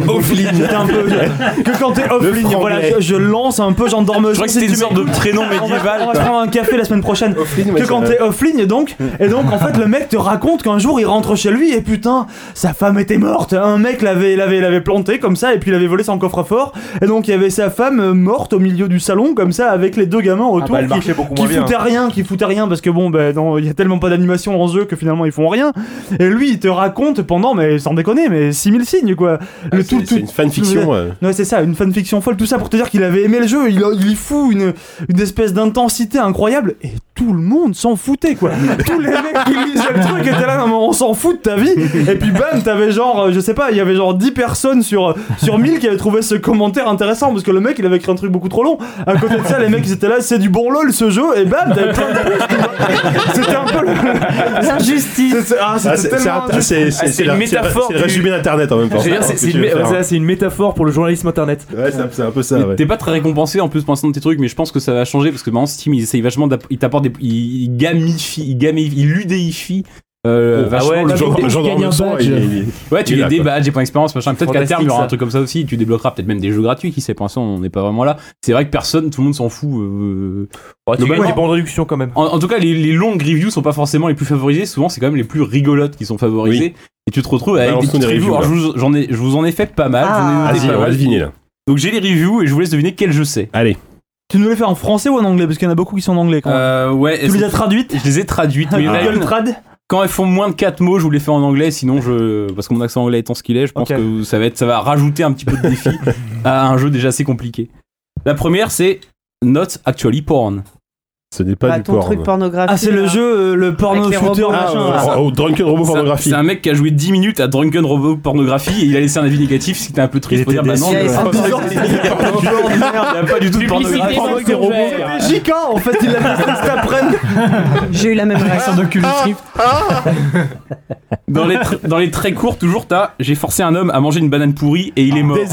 que quand t'es offline, voilà, je lance un peu gendarmerie. Je crois que c'était une sorte de prénom médiéval. On va prendre un café la semaine prochaine. Que quand t'es offline, et donc en fait le mec te raconte qu'un jour il rentre chez lui et putain sa femme était morte. Un mec l'avait planté comme ça, et puis il avait volé son coffre-fort, et donc il y avait sa femme morte au milieu du salon comme ça avec les 2 gamins autour qui foutaient rien parce que bon il y a tellement pas d'animation dans ce jeu que finalement ils font rien. Et lui il te raconte pendant, mais sans déconner, mais 6000 signes quoi. C'est une fanfiction. Ouais, c'est ça, une fanfiction folle, tout ça pour te dire qu'il avait aimé le jeu. Il y fout une espèce d'intensité incroyable, et tout le monde s'en foutait quoi. Tous les mecs qui lisaient le truc étaient là, non mais on s'en fout de ta vie. Et puis bam, t'avais genre, je sais pas, il y avait genre 10 personnes sur 1000 qui avaient trouvé ce commentaire intéressant, parce que le mec il avait écrit un truc beaucoup trop long. À côté de ça, les mecs ils étaient là, c'est du bon lol ce jeu, et bam, t'avais plein de... C'était un peu l'injustice. C'est une métaphore. C'est le résumé d'internet en même temps. C'est une métaphore pour le journalisme internet. Ouais, c'est un peu ça. Ouais. T'es pas très récompensé en plus pour l'instant de tes trucs, mais je pense que ça va changer, parce que maintenant Steam il essaye vachement, il t'apporte il ludéifie vachement le jeu. Ouais, tu gagnes des badges, des points d'expérience, machin. Peut-être qu'à terme il y aura un truc comme ça aussi, tu débloqueras peut-être même des jeux gratuits, qui sait, pour l'instant on n'est pas vraiment là. C'est vrai que tout le monde s'en fout. Tu gagnes des bonnes réductions quand même. En tout cas, les longues reviews sont pas forcément les plus favorisées, souvent c'est quand même les plus rigolotes qui sont favorisées. Et tu te retrouves avec des petites reviews. Alors je vous en ai fait pas mal. Vas-y, on va deviner là. Donc j'ai les reviews et je vous laisse deviner quel jeu c'est. Allez. Tu nous les fais en français ou en anglais? Parce qu'il y en a beaucoup qui sont en anglais quand même. Ouais. Tu les as traduites? Je les ai traduites. Mais quand elles font moins de 4 mots, je vous les fais en anglais, sinon parce que mon accent anglais étant ce qu'il est, je pense que ça va rajouter un petit peu de défi à un jeu déjà assez compliqué. La première, c'est Not Actually Porn. Ce n'est pas du ton porn. Truc pornographique. Ah, c'est le jeu, le porno shooter machin. Drunken Robot Pornographie. C'est un mec qui a joué 10 minutes à Drunken Robot Pornographie et il a laissé un avis négatif, ce qui était un peu triste pour dire bah non. Il n'y a pas du tout de pornographie. JK, en fait, il l'a fait cet après-midi. J'ai eu la même réaction de Oculus Rift. Dans les très courts, toujours, j'ai forcé un homme à manger une banane pourrie et il est mort.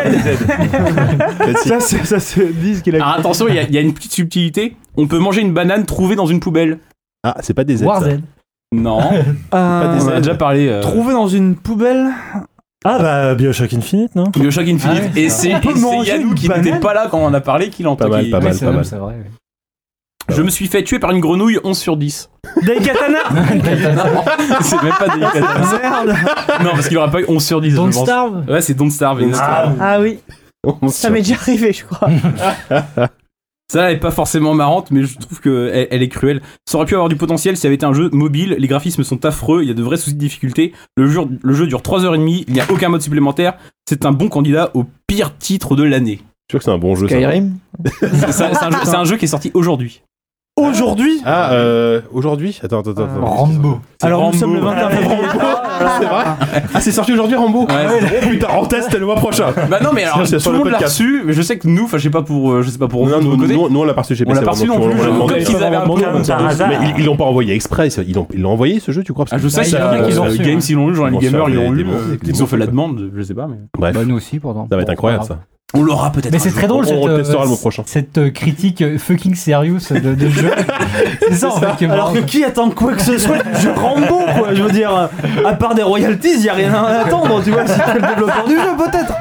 Ça se dit qu'il a. Alors attention, il y a une petite subtilité. On peut manger une banane trouvée dans une poubelle. Ah, c'est pas des Z. Warzone. Non. Pas des Z. On a déjà parlé. Trouvée dans une poubelle. Ah bah Bioshock Infinite, non? Bioshock Infinite. Ah ouais, et c'est Yannou qui n'était pas là quand on a parlé qui l'a entendu. Pas mal. C'est vrai. Je me suis fait tuer par une grenouille 11 sur 10. Daikatana. C'est même pas Daikatana. Merde. Non, parce qu'il aurait pas eu 11 sur 10. Don't Starve. Ouais, c'est Don't Starve. Ah oui. Ça m'est déjà arrivé, je crois. Ça, elle est pas forcément marrante, mais je trouve qu'elle est cruelle. Ça aurait pu avoir du potentiel si ça avait été un jeu mobile. Les graphismes sont affreux, il y a de vrais soucis de difficulté. Le jeu dure 3h30, il n'y a aucun mode supplémentaire. C'est un bon candidat au pire titre de l'année. Je suis sûr que c'est un bon jeu. Skyrim. C'est un jeu qui est sorti aujourd'hui. Aujourd'hui. Aujourd'hui. Attends. Rambo. Alors nous sommes le 21 février. C'est vrai. Ah, c'est sorti aujourd'hui Rambo. Ouais. Putain, on teste le mois prochain. Bah non, mais alors tout le monde l'a reçu, mais je sais que nous, enfin je sais pas pour vous. Nous on l'a pas reçu chez On l'a PC. pas reçu non plus. Comme qu'ils avaient un peu. Mais ils l'ont pas envoyé exprès. Ils l'ont envoyé ce jeu, tu crois? Je sais qu'il y a qu'ils ont reçu. Games ils l'ont eu, genre les gamers ils l'ont eu. Ils ont fait la demande, je sais pas. Bref. Nous aussi pourtant. Ça va être incroyable ça. On l'aura peut-être. Mais c'est très drôle on le testera le mois prochain. cette critique fucking serious de jeu. C'est ça en fait. Alors que qui attend quoi que ce soit du jeu Rambo, quoi? Je veux dire, à part des royalties, y a rien à attendre, tu vois, si tu es le développeur du jeu, peut-être.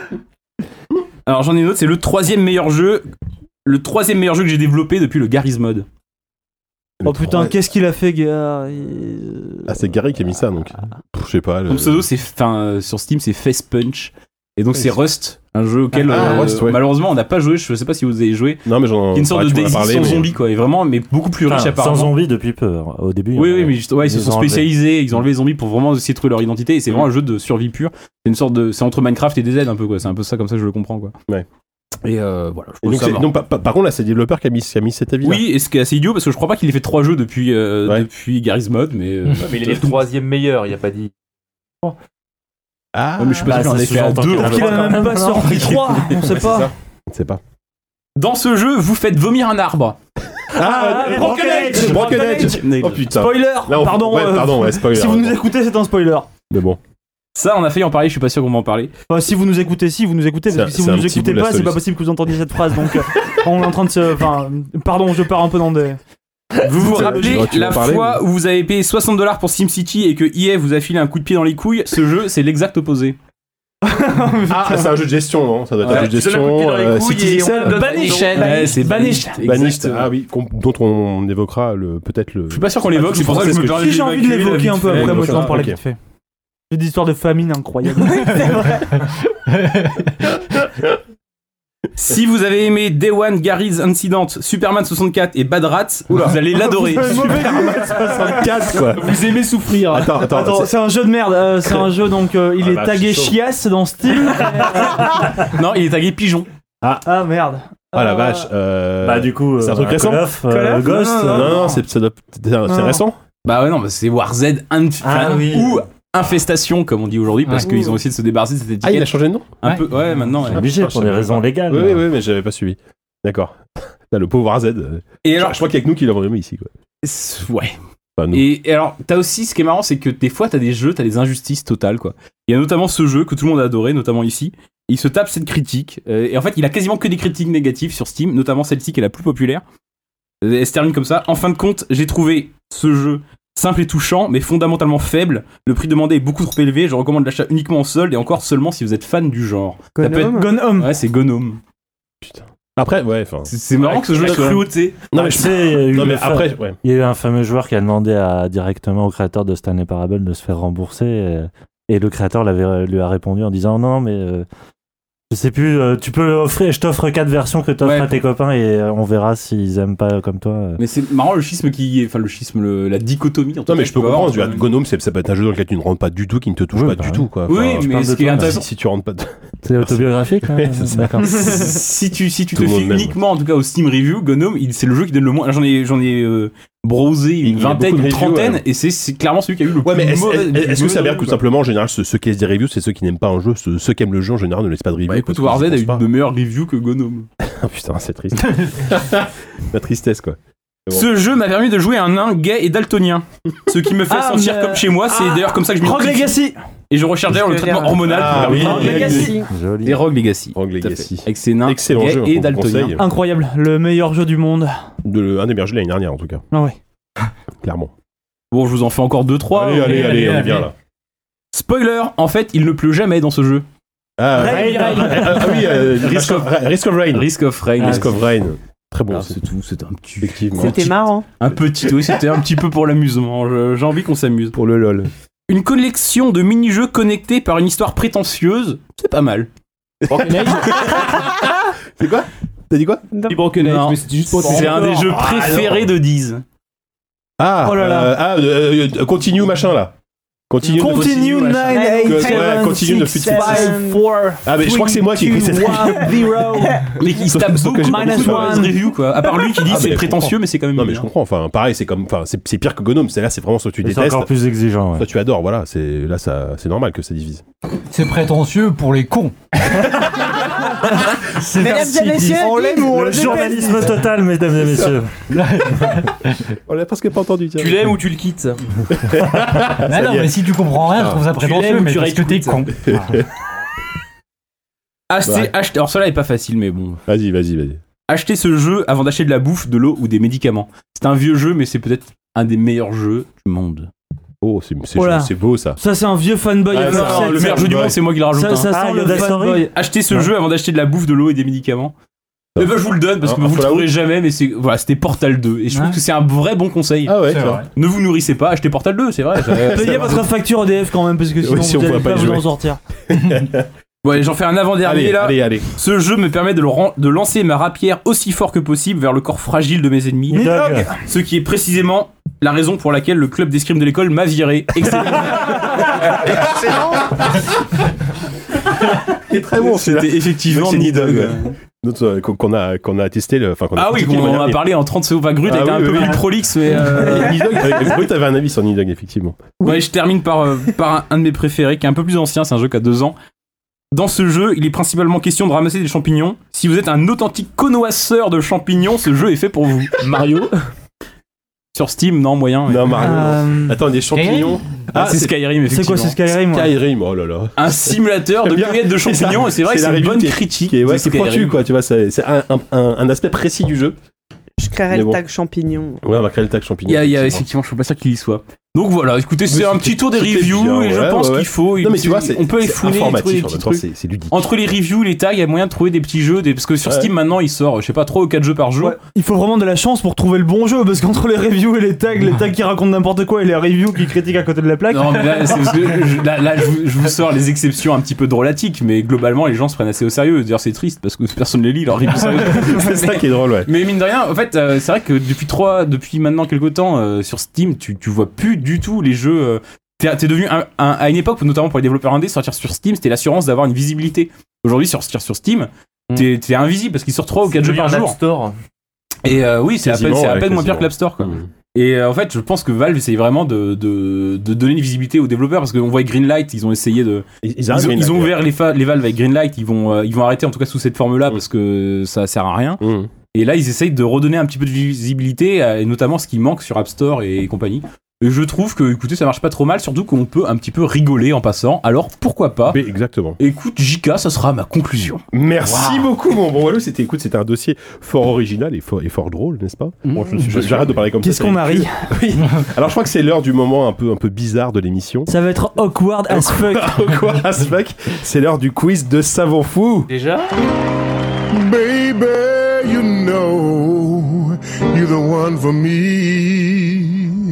Alors j'en ai une autre, c'est le troisième meilleur jeu que j'ai développé depuis le Garry's Mod. Oh putain, qu'est-ce qu'il a fait, gars? Ah, c'est Gary qui a mis ça, donc. Je sais pas. Son pseudo, sur Steam, c'est Face Punch. Et donc c'est Rust, un jeu auquel Rust, ouais. malheureusement on n'a pas joué, je sais pas si vous avez joué. Non mais j'en qui est une sorte de Daisy sans zombie quoi, et vraiment mais beaucoup plus riche apparemment. Sans zombie depuis peu, au début. Oui, mais juste, ils se sont spécialisés, ils ont enlevé les zombies pour vraiment essayer de trouver leur identité, et c'est vraiment un jeu de survie pure. C'est une sorte de, c'est entre Minecraft et DayZ un peu quoi, c'est un peu ça comme ça que je le comprends quoi. Ouais. Et voilà. Donc, par contre là c'est le développeur qui a mis cet avis. Oui, et ce qui est assez idiot parce que je crois pas qu'il ait fait 3 jeux depuis Garry's Mod, mais. Mais il est le troisième meilleur, il a pas dit. Ah, mais je suis pas sûr qu'il en ait fait à 2. Il a même pas sorti 3, on sait pas. On sait pas. Dans ce jeu, vous faites vomir un arbre. Broken Age. Oh putain. Spoiler. Pardon, spoiler. Si vous nous écoutez, c'est un spoiler. Mais bon. Ça, on a failli en parler, je suis pas sûr qu'on va en parler. Enfin, si vous nous écoutez, parce que si vous nous écoutez pas, c'est pas possible que vous entendiez cette phrase, donc on est en train de se... Enfin, pardon, je pars un peu dans des... Vous vous rappelez la fois où vous avez payé $60 pour SimCity et que EA vous a filé un coup de pied dans les couilles? Ce jeu, c'est l'exact opposé. C'est un jeu de gestion, non? Ça doit être un jeu de gestion. Citizen Banished. C'est Banished. Ah oui, dont on évoquera peut-être le. Je suis pas sûr qu'on l'évoque, c'est pour ça que je me permets de j'ai envie de l'évoquer un peu après, moi je vais en parler vite fait. J'ai des histoires de famine incroyables. C'est vrai. Si vous avez aimé Day One, Garry's Incident, Superman 64 et Bad Rats, vous allez l'adorer. Superman 64 quoi. Vous aimez souffrir. Attends, c'est un jeu de merde. C'est un jeu donc il est tagué chiasse dans Steam. Non, il est tagué pigeon. Ah merde. Ah la vache. Bah du coup, c'est un truc récent. Ghost. Non, c'est récent. Bah ouais non, c'est WarZ ou Infestation comme on dit aujourd'hui parce qu'ils ont essayé de se débarrasser de cette étiquette. Ah, il a changé de nom. Un peu, ouais, maintenant. C'est obligé pour des raisons légales. Oui, mais j'avais pas suivi. D'accord. Le pauvre WarZ. Et alors, je crois qu'il y a que nous qui l'avons aimé ici, quoi. Ouais. Enfin, et alors, t'as aussi, ce qui est marrant, c'est que des fois, t'as des jeux, t'as des injustices totales, quoi. Il y a notamment ce jeu que tout le monde a adoré, notamment ici. Il se tape cette critique. Et en fait, il a quasiment que des critiques négatives sur Steam, notamment celle-ci qui est la plus populaire. Elle se termine comme ça. En fin de compte, j'ai trouvé ce jeu simple et touchant, mais fondamentalement faible. Le prix demandé est beaucoup trop élevé. Je recommande l'achat uniquement en solde et encore seulement si vous êtes fan du genre. Gone Home. Ouais, c'est Gone Home. Putain. Après, ouais, enfin. C'est marrant que ce jeu soit cruauté. Non, mais après, ouais. Il y a eu un fameux joueur qui a demandé directement au créateur de Stanley Parable de se faire rembourser. Et le créateur lui a répondu en disant non, mais. Je sais plus, tu peux offrir, je t'offre 4 versions que t'offres à tes copains et on verra s'ils aiment pas comme toi. Mais c'est marrant le schisme la dichotomie. Non, mais je peux comprendre, Gone Home, ça peut être un jeu dans lequel tu ne rentres pas du tout, qui ne te touche pas du tout, quoi. Oui, mais ce qui est intéressant. Si tu rentres pas. C'est autobiographique, d'accord. Si tu te fies uniquement, en tout cas, au Steam Review, Gone Home, c'est le jeu qui donne le moins. J'en ai browsé une vingtaine, une trentaine, et c'est clairement celui qui a eu le plus mauvais. Est-ce que ça veut dire que tout simplement, en général, ceux qui laissent des reviews, c'est ceux qui n'aiment pas un jeu, ceux qui aiment le jeu, en général, ne laissent pas de review. Bah écoute, WarZ a eu de meilleures reviews que Gone Home. Putain, c'est triste. La tristesse, quoi. Bon. Ce jeu m'a permis de jouer un nain gay et daltonien. Ce qui me fait sentir comme chez moi, c'est d'ailleurs comme ça que je me Rogue Legacy. Et je recherche d'ailleurs le traitement hormonal pour Rogue Legacy. Et Rogue Legacy. Avec ses nains gays et daltoniens. Incroyable, le meilleur jeu du monde. Un des meilleurs jeux l'année dernière en tout cas. Ah ouais. Clairement. Bon, je vous en fais encore 2-3. Allez, on est bien là. Spoiler, en fait, il ne pleut jamais dans ce jeu. Risk of Rain. Risk of Rain. Très bon. C'est tout, c'était un petit. Effectivement. C'était marrant. Oui, c'était un petit peu pour l'amusement. J'ai envie qu'on s'amuse. Pour le LOL. Une collection de mini-jeux connectés par une histoire prétentieuse, c'est pas mal. Broken Age. C'est quoi? T'as dit quoi? Broken Age, mais c'était juste pour. C'est un des jeux préférés de Diz. Ah, oh là là. Continue machin là. Continue 987 continue de 6 Ah mais je crois que c'est moi qui ai écrit cette Mais il se tape beaucoup de reviews quoi. À part lui qui dit c'est prétentieux mais c'est quand même. Non mais je comprends. Enfin pareil c'est comme c'est pire que Gnome. C'est là c'est vraiment soit tu détestes. C'est encore plus exigeant. Soit tu adores. Voilà c'est là ça c'est normal que ça divise. C'est prétentieux pour les cons. Mesdames et messieurs, Le journalisme total, mesdames et messieurs. On l'a presque pas entendu. Tu l'aimes ou tu le quittes? Ah non, mais si tu comprends rien, je trouve ça prétentieux, mais parce que t'es con. Acheter. Alors cela est pas facile, mais bon. Vas-y. Acheter ce jeu avant d'acheter de la bouffe, de l'eau ou des médicaments. C'est un vieux jeu, mais c'est peut-être un des meilleurs jeux du monde. Oh, c'est beau ça. Ça, c'est un vieux fanboy. Non, le meilleur jeu du monde, c'est moi qui le rajoute. Ça sent le fanboy. Acheter ce jeu avant d'acheter de la bouffe, de l'eau et des médicaments. Eh ben, je vous le donne parce que vous le trouverez jamais, mais c'était Portal 2 et je trouve que c'est un vrai bon conseil. Ah ouais, ne vous nourrissez pas, achetez Portal 2, c'est vrai. Payez votre facture EDF quand même parce que sinon vous n'allez pas vous en sortir. Bon, allez, j'en fais un avant-dernier là. Allez. Ce jeu me permet de lancer ma rapière aussi fort que possible vers le corps fragile de mes ennemis. Ce qui est précisément la raison pour laquelle le club d'escrime de l'école m'a viré. Excellent. C'est très bon. C'était effectivement Nidog. Qu'on a testé on en a parlé en 30 secondes. Enfin, Grut était un peu plus prolixe, mais Grut avait un avis sur Nidog effectivement. Ouais, je termine par un de mes préférés qui est un peu plus ancien, c'est un jeu qui a 2 ans. Dans ce jeu, il est principalement question de ramasser des champignons. Si vous êtes un authentique connoisseur de champignons, ce jeu est fait pour vous. Mario. Sur Steam, non, moyen. Non, Mario. Attends, des champignons. C'est Skyrim, effectivement. C'est quoi, c'est Skyrim? Skyrim, oh là là. Un simulateur de cueillette de champignons, et c'est vrai que c'est une bonne critique. Ouais, c'est pointu, quoi, tu vois, c'est un aspect précis du jeu. Je créerai le tag champignon. Ouais, on va créer le tag champignon. Il y a effectivement, je suis pas sûr qu'il y soit. Donc voilà, écoutez, c'est un petit tour des reviews et je pense qu'il faut. Non mais tu vois, on peut les fouiller, informatif en même temps, c'est ludique. Entre les reviews, les tags, il y a moyen de trouver des petits jeux, parce que sur Steam maintenant, il sort, je sais pas, 3 ou 4 jeux par jour. Ouais. Il faut vraiment de la chance pour trouver le bon jeu, parce qu'entre les reviews et les tags qui racontent n'importe quoi et les reviews qui critiquent à côté de la plaque. Non mais là, c'est parce que je vous sors les exceptions un petit peu drôlatiques, mais globalement les gens se prennent assez au sérieux. D'ailleurs c'est triste parce que personne ne les lit leurs reviews sérieux. C'est ça qui est drôle, ouais. Mais mine de rien, en fait, c'est vrai que depuis maintenant quelques temps sur Steam, tu vois plus du tout les jeux. T'es devenu à une époque, notamment pour les développeurs indés, sortir sur Steam, c'était l'assurance d'avoir une visibilité. Aujourd'hui, sortir sur Steam, t'es invisible parce qu'il sort 3 ou 4 jeux par jour. App Store. Et oui, c'est à peine moins pire que l'App Store, quoi. Et en fait, je pense que Valve essaye vraiment de donner une visibilité aux développeurs parce qu'on voit avec Greenlight, ils ont essayé de. Ils ont ouvert les valves avec Greenlight, ils vont arrêter en tout cas sous cette forme-là parce que ça sert à rien. Et là, ils essayent de redonner un petit peu de visibilité, et notamment ce qui manque sur App Store et compagnie. Et je trouve que, écoutez, ça marche pas trop mal, surtout qu'on peut un petit peu rigoler en passant. Alors pourquoi pas? Mais exactement. Écoute, JK, ça sera ma conclusion. Merci beaucoup, mon bon Wallo. C'était un dossier fort original et fort drôle, n'est-ce pas? Bon, j'arrête de parler comme ça. Qu'est-ce qu'on a ri? Oui. Alors je crois que c'est l'heure du moment un peu bizarre de l'émission. Ça va être awkward as fuck. Awkward as fuck. C'est l'heure du quiz de Savant Fou. Déjà? Baby, you know you're the one for me.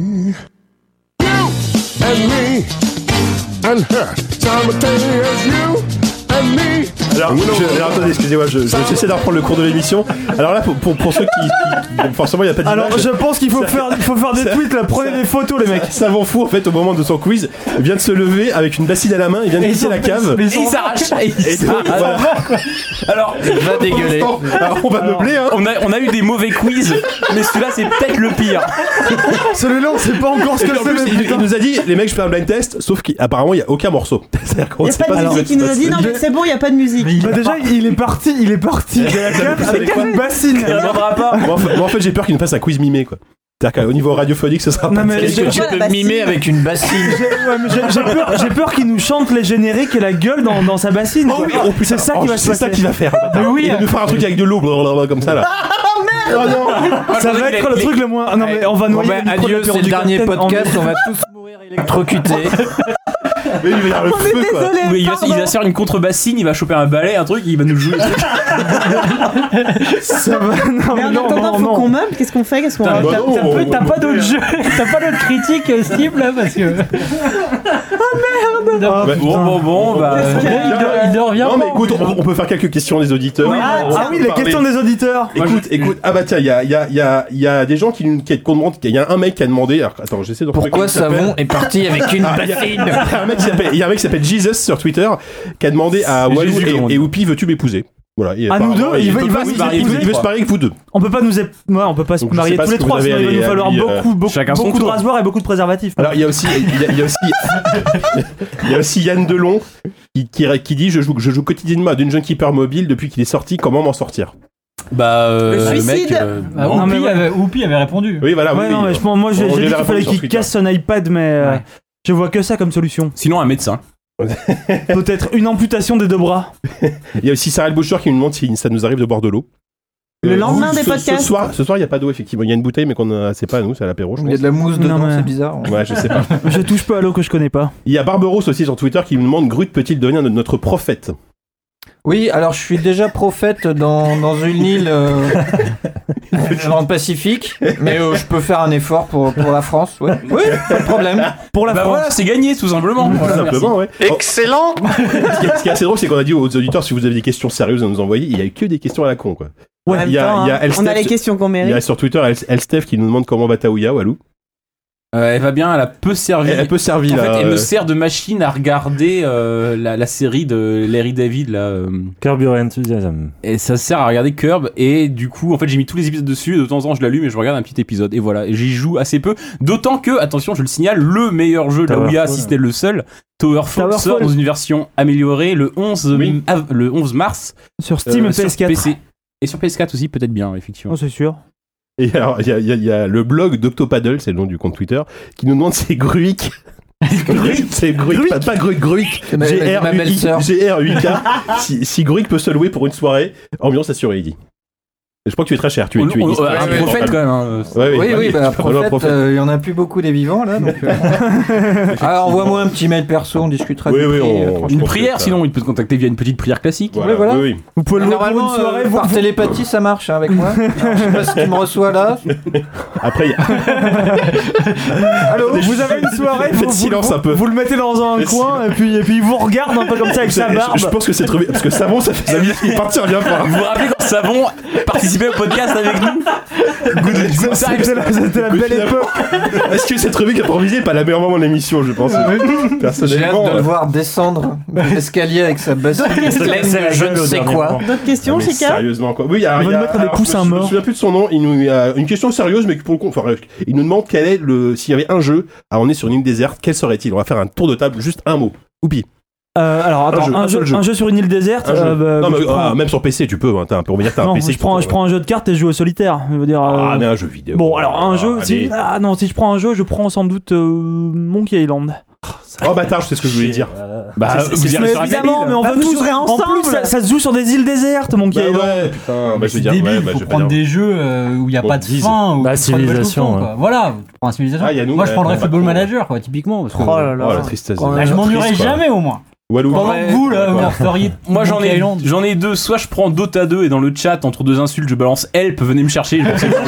And me and her, simultaneous you and me. Alors attendez, excusez-moi, j'essaie de reprendre le cours de l'émission. Alors là, pour ceux qui forcément, il n'y a pas d'image. Alors je pense qu'il faut faire des tweets, là, prenez des photos, les mecs. Savant Fou, en fait, au moment de son quiz, vient de se lever avec une bassine à la main, il vient de quitter la cave. Et il s'arrache. Voilà. Alors, il va dégueuler. Alors, on va meubler, hein. On a eu des mauvais quiz, mais celui-là, c'est peut-être le pire. Celui-là, on sait pas encore ce que c'est. Il nous a dit, les mecs, je fais un blind test, sauf qu'apparemment, il n'y a aucun morceau. Il n'y a pas de musique, il nous a dit, non, mais c'est bon, il n'y a pas de musique. Bah déjà, il est parti de la cave avec une bassine. Il reviendra pas. Moi, en fait, j'ai peur qu'il nous fasse un quiz mimé, quoi. C'est-à-dire qu'au niveau radiophonique, ce sera pas Est-ce que tu peux mimer avec une bassine? J'ai peur qu'il nous chante les génériques et la gueule dans sa bassine. Oh oui, c'est ça qui va se passer. C'est ça qu'il va faire. Oui, il va nous faire un truc avec de l'eau, comme ça, là. Oh merde! Oh non! Ça va être le truc le moins. Non, mais on va noyer. Adieu, c'est le dernier podcast, on va tous mourir électrocutés. Mais il va y avoir le On est feu, quoi. désolé. Oui, il va se faire une contrebassine, il va choper un balai, un truc, il va nous jouer. Ça va. Non, Mais en non, attendant, non, faut non. qu'on meuble. Qu'est-ce qu'on fait? Qu'est-ce qu'on Putain, rajoute? bah non, T'as pas d'autres jeux, t'as pas d'autres critiques, Steve, là, parce que. Bon, bah. Il ne revient Non, pas. mais écoute, on peut faire quelques questions des auditeurs. Ah oui, les questions des auditeurs. Écoute, ah bah tiens, il y a des gens qui demandent, il y a un mec qui a demandé, alors, attends, j'essaie de retrouver Pourquoi comment il Savon s'appelle. est parti avec une bassine? Il y a un mec qui s'appelle Jesus sur Twitter qui a demandé à Walou Jésus, comment on dit. et Whoopi, veux-tu m'épouser? Voilà. Et À nous apparemment, deux, il veut peut se pas- marier il veut se marier avec vous deux. On peut pas on peut pas se Donc, je marier sais pas tous ce les que trois, vous sinon avez il va nous à falloir lui, chacun son beaucoup de tour. rasoirs et beaucoup de préservatifs. Alors il y a aussi Yann Delon qui dit je joue quotidiennement à Dungeon Keeper mobile depuis qu'il est sorti, comment m'en sortir? Bah, Le le mec. suicide. non, mais ouais. Whoopi avait répondu. Oui voilà. Ouais, oui, non, mais moi j'ai on lui dit avait qu'il fallait répondu sur qu'il Twitter. casse son iPad, mais Ouais. je vois que ça comme solution. Sinon, un médecin. Peut-être une amputation des deux bras. Il y a aussi Sarah Boucher qui nous demande si ça nous arrive de boire de l'eau. Le lendemain des Ce podcasts. soir, il n'y a pas d'eau effectivement. Il y a une bouteille mais c'est pas à nous, c'est à l'apéro. Je Il y a pense. de la mousse Non, dedans, mais- c'est bizarre. Ouais, je sais pas. Je touche pas à l'eau que je connais pas. Il y a Barberousse aussi sur Twitter qui nous demande Grut peut-il devenir notre prophète? Oui, alors je suis déjà prophète dans une île dans le Pacifique, mais je peux faire un effort pour la France. Ouais. Oui, pas de problème. Pour la Bah France. voilà, c'est gagné tout simplement. Tout Voilà, simplement, ouais. Excellent. Ce qui est assez drôle, c'est qu'on a dit aux auditeurs si vous avez des questions sérieuses à nous envoyer, il y a que des questions à la con, quoi. En même il y a temps, hein, Elstef- on a les questions qu'on Il y a mérite. sur Twitter Elstef qui nous demande comment va Taouya, Walou. Elle va bien, elle a peu servi. Elle peut servir En là. fait, elle me sert de machine à regarder la série de Larry David là. Curb Your Enthusiasm. Et ça sert à regarder Curb et du coup en fait j'ai mis tous les épisodes dessus et de temps en temps je l'allume et je regarde un petit épisode et voilà, et j'y joue assez peu, d'autant que attention je le signale, le meilleur jeu de la Ouya, si c'était le seul, Towerfall sort dans une version améliorée le 11 mars Sur Steam et sur PS4. PC. Et sur PS4 aussi peut-être bien effectivement. Oh, c'est sûr. Et alors, il y a le blog d'Octopaddle, c'est le nom du compte Twitter, qui nous demande si Gruik. C'est Gruik, pas Gruik. Ma belle-sœur. GR8K. Si Gruik peut se louer pour une soirée, ambiance assurée, il dit. Je crois que tu es très cher, tu es Un historique. prophète quand même. Hein. Oui, bah, prophète. prophète, il y en a plus beaucoup des vivants là. Donc, alors envoie-moi un petit mail perso, on discutera. Oui, du oui, prix, on- tranquille. Une pense prière que ça- sinon il peut te contacter via une petite prière classique. Voilà, voilà. oui. Vous pouvez le louer pour une Normalement, soirée. par télépathie, ça marche hein, avec moi. Alors, je sais pas si tu me reçois là. Après, il y a- Allô, vous avez une soirée, Faites silence un peu. Vous le mettez dans un coin et puis il vous regarde un peu comme ça avec sa barbe. je pense que c'est trop bien, parce que Savon, ça fait sa vie, il partir bien pas. Vous vous rappelez quand Savon participait au podcast avec nous? C'était la belle époque. Est-ce que cette rubrique improvisée n'est pas la meilleure moment de l'émission, je pense. J'ai hâte Personnellement. de le voir descendre l'escalier avec sa bassine pleine de je ne sais quoi. D'autres questions, Mais Chica? sérieusement quoi. Oui, alors, On va lui mettre des poussins je me morts. souviens plus de son nom. Il nous y a une question sérieuse, mais pour le coup, enfin, il nous demande quel est s'il y avait un jeu à emmener sur une île déserte, quel serait-il? On va faire un tour de table, juste un mot. Oupi. Alors attends, Un jeu, un seul jeu. un jeu sur une île déserte. Un jeu. Non, mais je prends- même sur PC, tu peux. Hein, pour me dire que t'as un non, PC. je prends un jeu de cartes et je joue au solitaire. Je veux dire. Ah, mais un jeu vidéo. Bon, alors un jeu. allez. Si je prends un jeu, je prends sans doute Monkey Island. Oh bâtard, je sais ce que je voulais dire. Bah, C'est- vous c'est- irez mais sur un évidemment, île. mais on Bah, va vous tous. jouerez En ensemble. plus, ça se joue sur des îles désertes, Monkey Bah Island. ouais, putain, bah je C'est veux dire, débile, ouais, bah, faut je vais prendre dire. des jeux où il n'y a Bon, pas de dise. fin. Où Bah, tu prends le Civilization, tout le temps, quoi. Voilà, tu prends un Civilization. Ah, y a nous, Moi, je ouais, prendrais ouais, Football ouais. Manager, quoi, typiquement. Parce que, Oh là là. Oh la tristesse. Bah, je m'ennuierais Triste, quoi. jamais au moins. Walou. Pendant que vous, là, vous Ouais. referiez. Moi Monkey Island. j'en ai deux, soit je prends Dota 2 et dans le chat entre deux insultes je balance help, venez me chercher. Je pense que-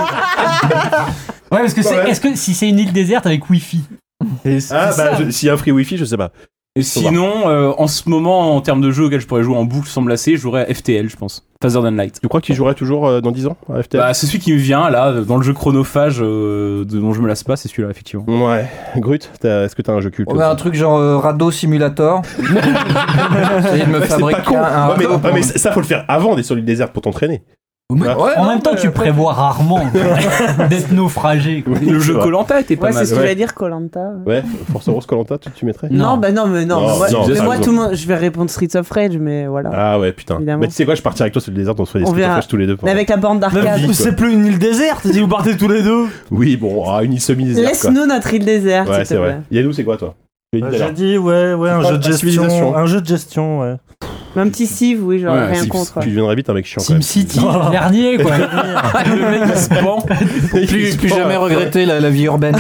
Ouais, parce que Ouais. est-ce que si c'est une île déserte avec Wi-Fi? Ah bah s'il y a un free wifi, je sais pas. Et sinon, en ce moment, en termes de jeux auxquels je pourrais jouer en boucle sans me lasser, je jouerais à FTL, je pense. Faster Than Light. Tu crois que tu joueras toujours dans 10 ans à FTL? Bah, c'est celui qui me vient là, dans le jeu chronophage dont je me lasse pas, c'est celui-là, effectivement. Ouais. Grut, est-ce que t'as un jeu culte? On va un truc genre Radeau Simulator. Essayer de me C'est pas fabriquer con. un Ouais, mais, radeau pour- mais ça faut le faire avant d'être sur l'île déserte pour t'entraîner. Mais Ouais, en non, même temps, mais tu prévois rarement d'être naufragé. Quoi. Le jeu Koh-Lanta était pas Ouais, mal. c'est ce que ouais. j'allais dire, Koh-Lanta. Ouais, Force Rose Koh-Lanta, tu mettrais? Non, bah non, mais non. Non, moi, non, mais ça, moi, raison. tout le monde, je vais répondre Streets of Rage, mais voilà. Ah ouais, putain. Évidemment. Mais tu sais quoi, je partirai avec toi sur l'île déserte, on se ferait des On Street of verra. Rage tous les deux. Mais avec la bande d'arcade. Vie, C'est plus une île déserte si vous partez tous les deux. Oui, bon, une île semi-déserte quoi. Laisse-nous notre île déserte, Ouais, s'il c'est te vrai. plaît. Yannou, c'est quoi toi? Tu l'as dit tout à J'ai l'heure. dit, ouais, un prends jeu de la civilisation. gestion. Un jeu de gestion, ouais. Mais un petit Civ, oui, j'aurais rien contre. Tu deviendrais vite un mec chiant. SimCity, dernier quoi. Le mec qui se pend. Plus jamais regretter la vie urbaine.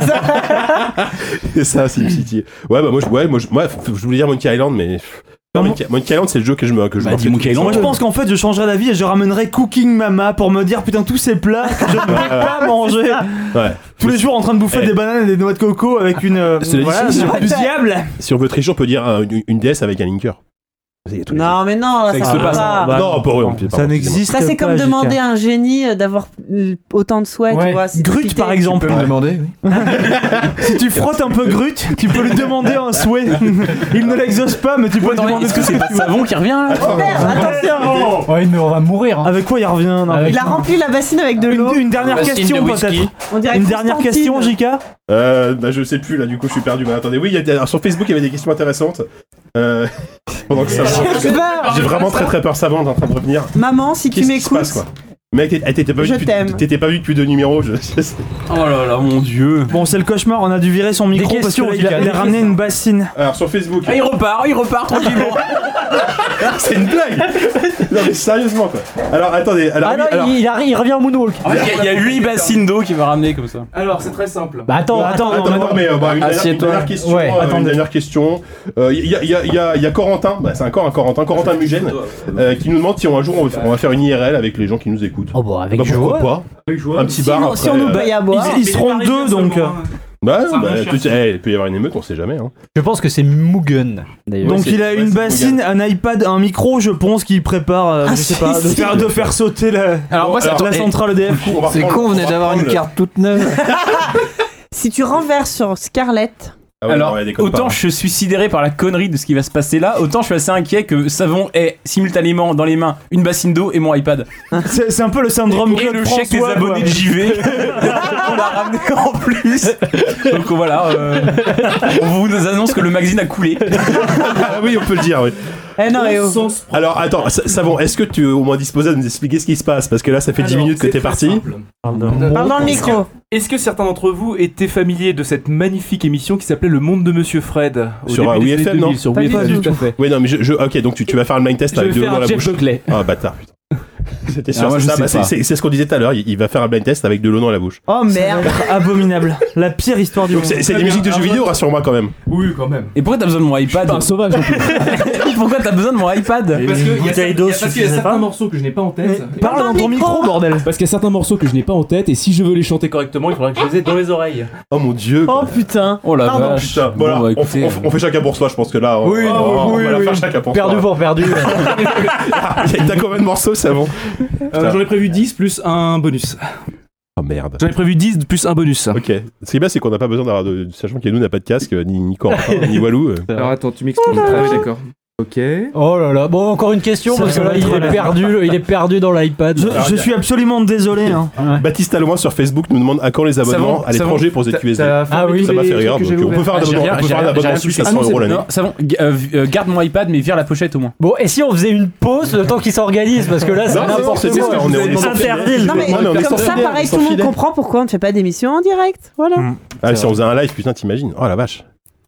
C'est ça, SimCity. Ouais, bah moi, je voulais dire Monkey Island, mais. Non, Monkey Island, c'est le jeu que je me dis Monkey Island. Moi, je pense qu'en fait, je changerais d'avis et je ramènerais Cooking Mama pour me dire putain tous ces plats que je ne peux pas manger. Ouais. Tous les jours en train de bouffer des bananes et des noix de coco avec une du diable. Si on veut tricher, on peut dire une DS avec un linker. Non, mais non, là, ça va pas. Non, pas vrai. Ça n'existe pas. Ça, c'est comme demander à un génie d'avoir autant de souhaits, tu vois. Grut, par exemple. Tu peux me demander, oui. Si tu frottes un peu Grut, tu peux lui demander un souhait. Il ne l'exauce pas, mais tu peux lui demander. Est-ce que c'est pas le savon qui revient là? Oh merde, attention. Ouais, mais on va mourir. Hein. Avec quoi il revient? Il a rempli la bassine avec de l'eau. Une dernière question, peut-être. Une dernière question, Jika? Je sais plus, là, du coup, je suis perdu. Mais attendez, oui, sur Facebook, il y avait des questions intéressantes. Pendant que ça j'ai vraiment très peur, Savon est en train de revenir. Maman, si tu m'écoutes. Mec, t'étais pas vu depuis 2 numéros. Oh là là, mon dieu. Bon, c'est le cauchemar, on a dû virer son micro parce qu'il a ramené une bassine. Alors, sur Facebook. Ah, il repart tranquillement. C'est une blague. Non, mais sérieusement, quoi. Alors, attendez. Il revient en moonwalk. Il y a 8 bassines d'eau qui va ramener comme ça. Alors, c'est très simple. Bah, attends, une dernière question. Une dernière question. Il y a Corentin, c'est encore un Corentin Mugène, qui nous demande si un jour on va faire une IRL avec les gens qui nous écoutent. Oh bah avec pourquoi pas. Un petit bar après. Si on nous paye à boire. Ils seront 2 donc. Il peut y avoir une émeute, on sait jamais. Hein. Je pense que c'est Mugen d'ailleurs. Donc il a une bassine, un iPad, un micro, je pense qu'il prépare, je sais pas, de faire sauter la centrale EDF. C'est con, on venait d'avoir une carte toute neuve. Si tu renverses sur Scarlett. Alors, autant je suis sidéré par la connerie de ce qui va se passer là, autant je suis assez inquiet que Savon ait simultanément dans les mains une bassine d'eau et mon iPad. C'est un peu le syndrome et le chèque des abonnés de JV qu'on a ramené en plus. Donc voilà, on vous annonce que le magazine a coulé. Ah oui, on peut le dire, oui. Alors attends, Savon, est-ce que tu es au moins disposé à nous expliquer ce qui se passe? Parce que là, ça fait 10 minutes que t'es parti. Parle dans le micro. Est-ce que certains d'entre vous étaient familiers de cette magnifique émission qui s'appelait Le Monde de Monsieur Fred sur WeFM, non? Sur WeFM, tout à fait. Oui, non, mais ok, donc tu vas faire le blind test avec de l'eau dans la bouche. Ah, bâtard, putain. C'était sûr, c'est ce qu'on disait tout à l'heure, il va faire un blind test avec de l'eau dans la bouche. Oh merde. Abominable. La pire histoire du monde. C'est des musiques de jeux vidéo, rassure-moi quand même. Oui, quand même. Et pourquoi t'as besoin de mon iPad? Je suis pas un sauvage. Pourquoi t'as besoin de mon iPad? Parce qu'il y a certains morceaux que je n'ai pas en tête. Parle dans ton micro, bordel. Parce qu'il y a certains morceaux que je n'ai pas en tête et si je veux les chanter correctement, il faudra que je les ai dans les oreilles. Oh mon dieu. Oh putain. Oh la vache. Voilà, on fait chacun pour soi, je pense que là. Oui, on va la faire chacun pour soi. Perdu pour perdu. T'as combien de morceaux, Savon? J'en ai prévu 10 plus un bonus. Oh merde. J'en ai prévu 10 plus un bonus. Ok. Ce qui est bien, c'est qu'on n'a pas besoin d'avoir sachant qu'il n'a pas de casque, ni Corentin, ni Walou. Alors attends, tu m'expliques. Ah oui, d'accord. Ok. Oh là là. Bon, encore une question parce que là, il est perdu dans l'iPad. Je suis absolument désolé. Hein. Baptiste Alloin sur Facebook nous demande à quand les abonnements à l'étranger pour ZQSD. Ah oui, ça m'a fait rire. On peut faire un abonnement suisse à 100 € l'année. Savon, garde mon iPad mais vire la pochette au moins. Bon, et si on faisait une pause le temps qu'il s'organise parce que là c'est n'importe quoi. On est interdit. Non mais comme ça, pareil, tout le monde comprend pourquoi on ne fait pas d'émission en direct. Voilà. Ah, si on faisait un live, putain, t'imagines. Oh la vache.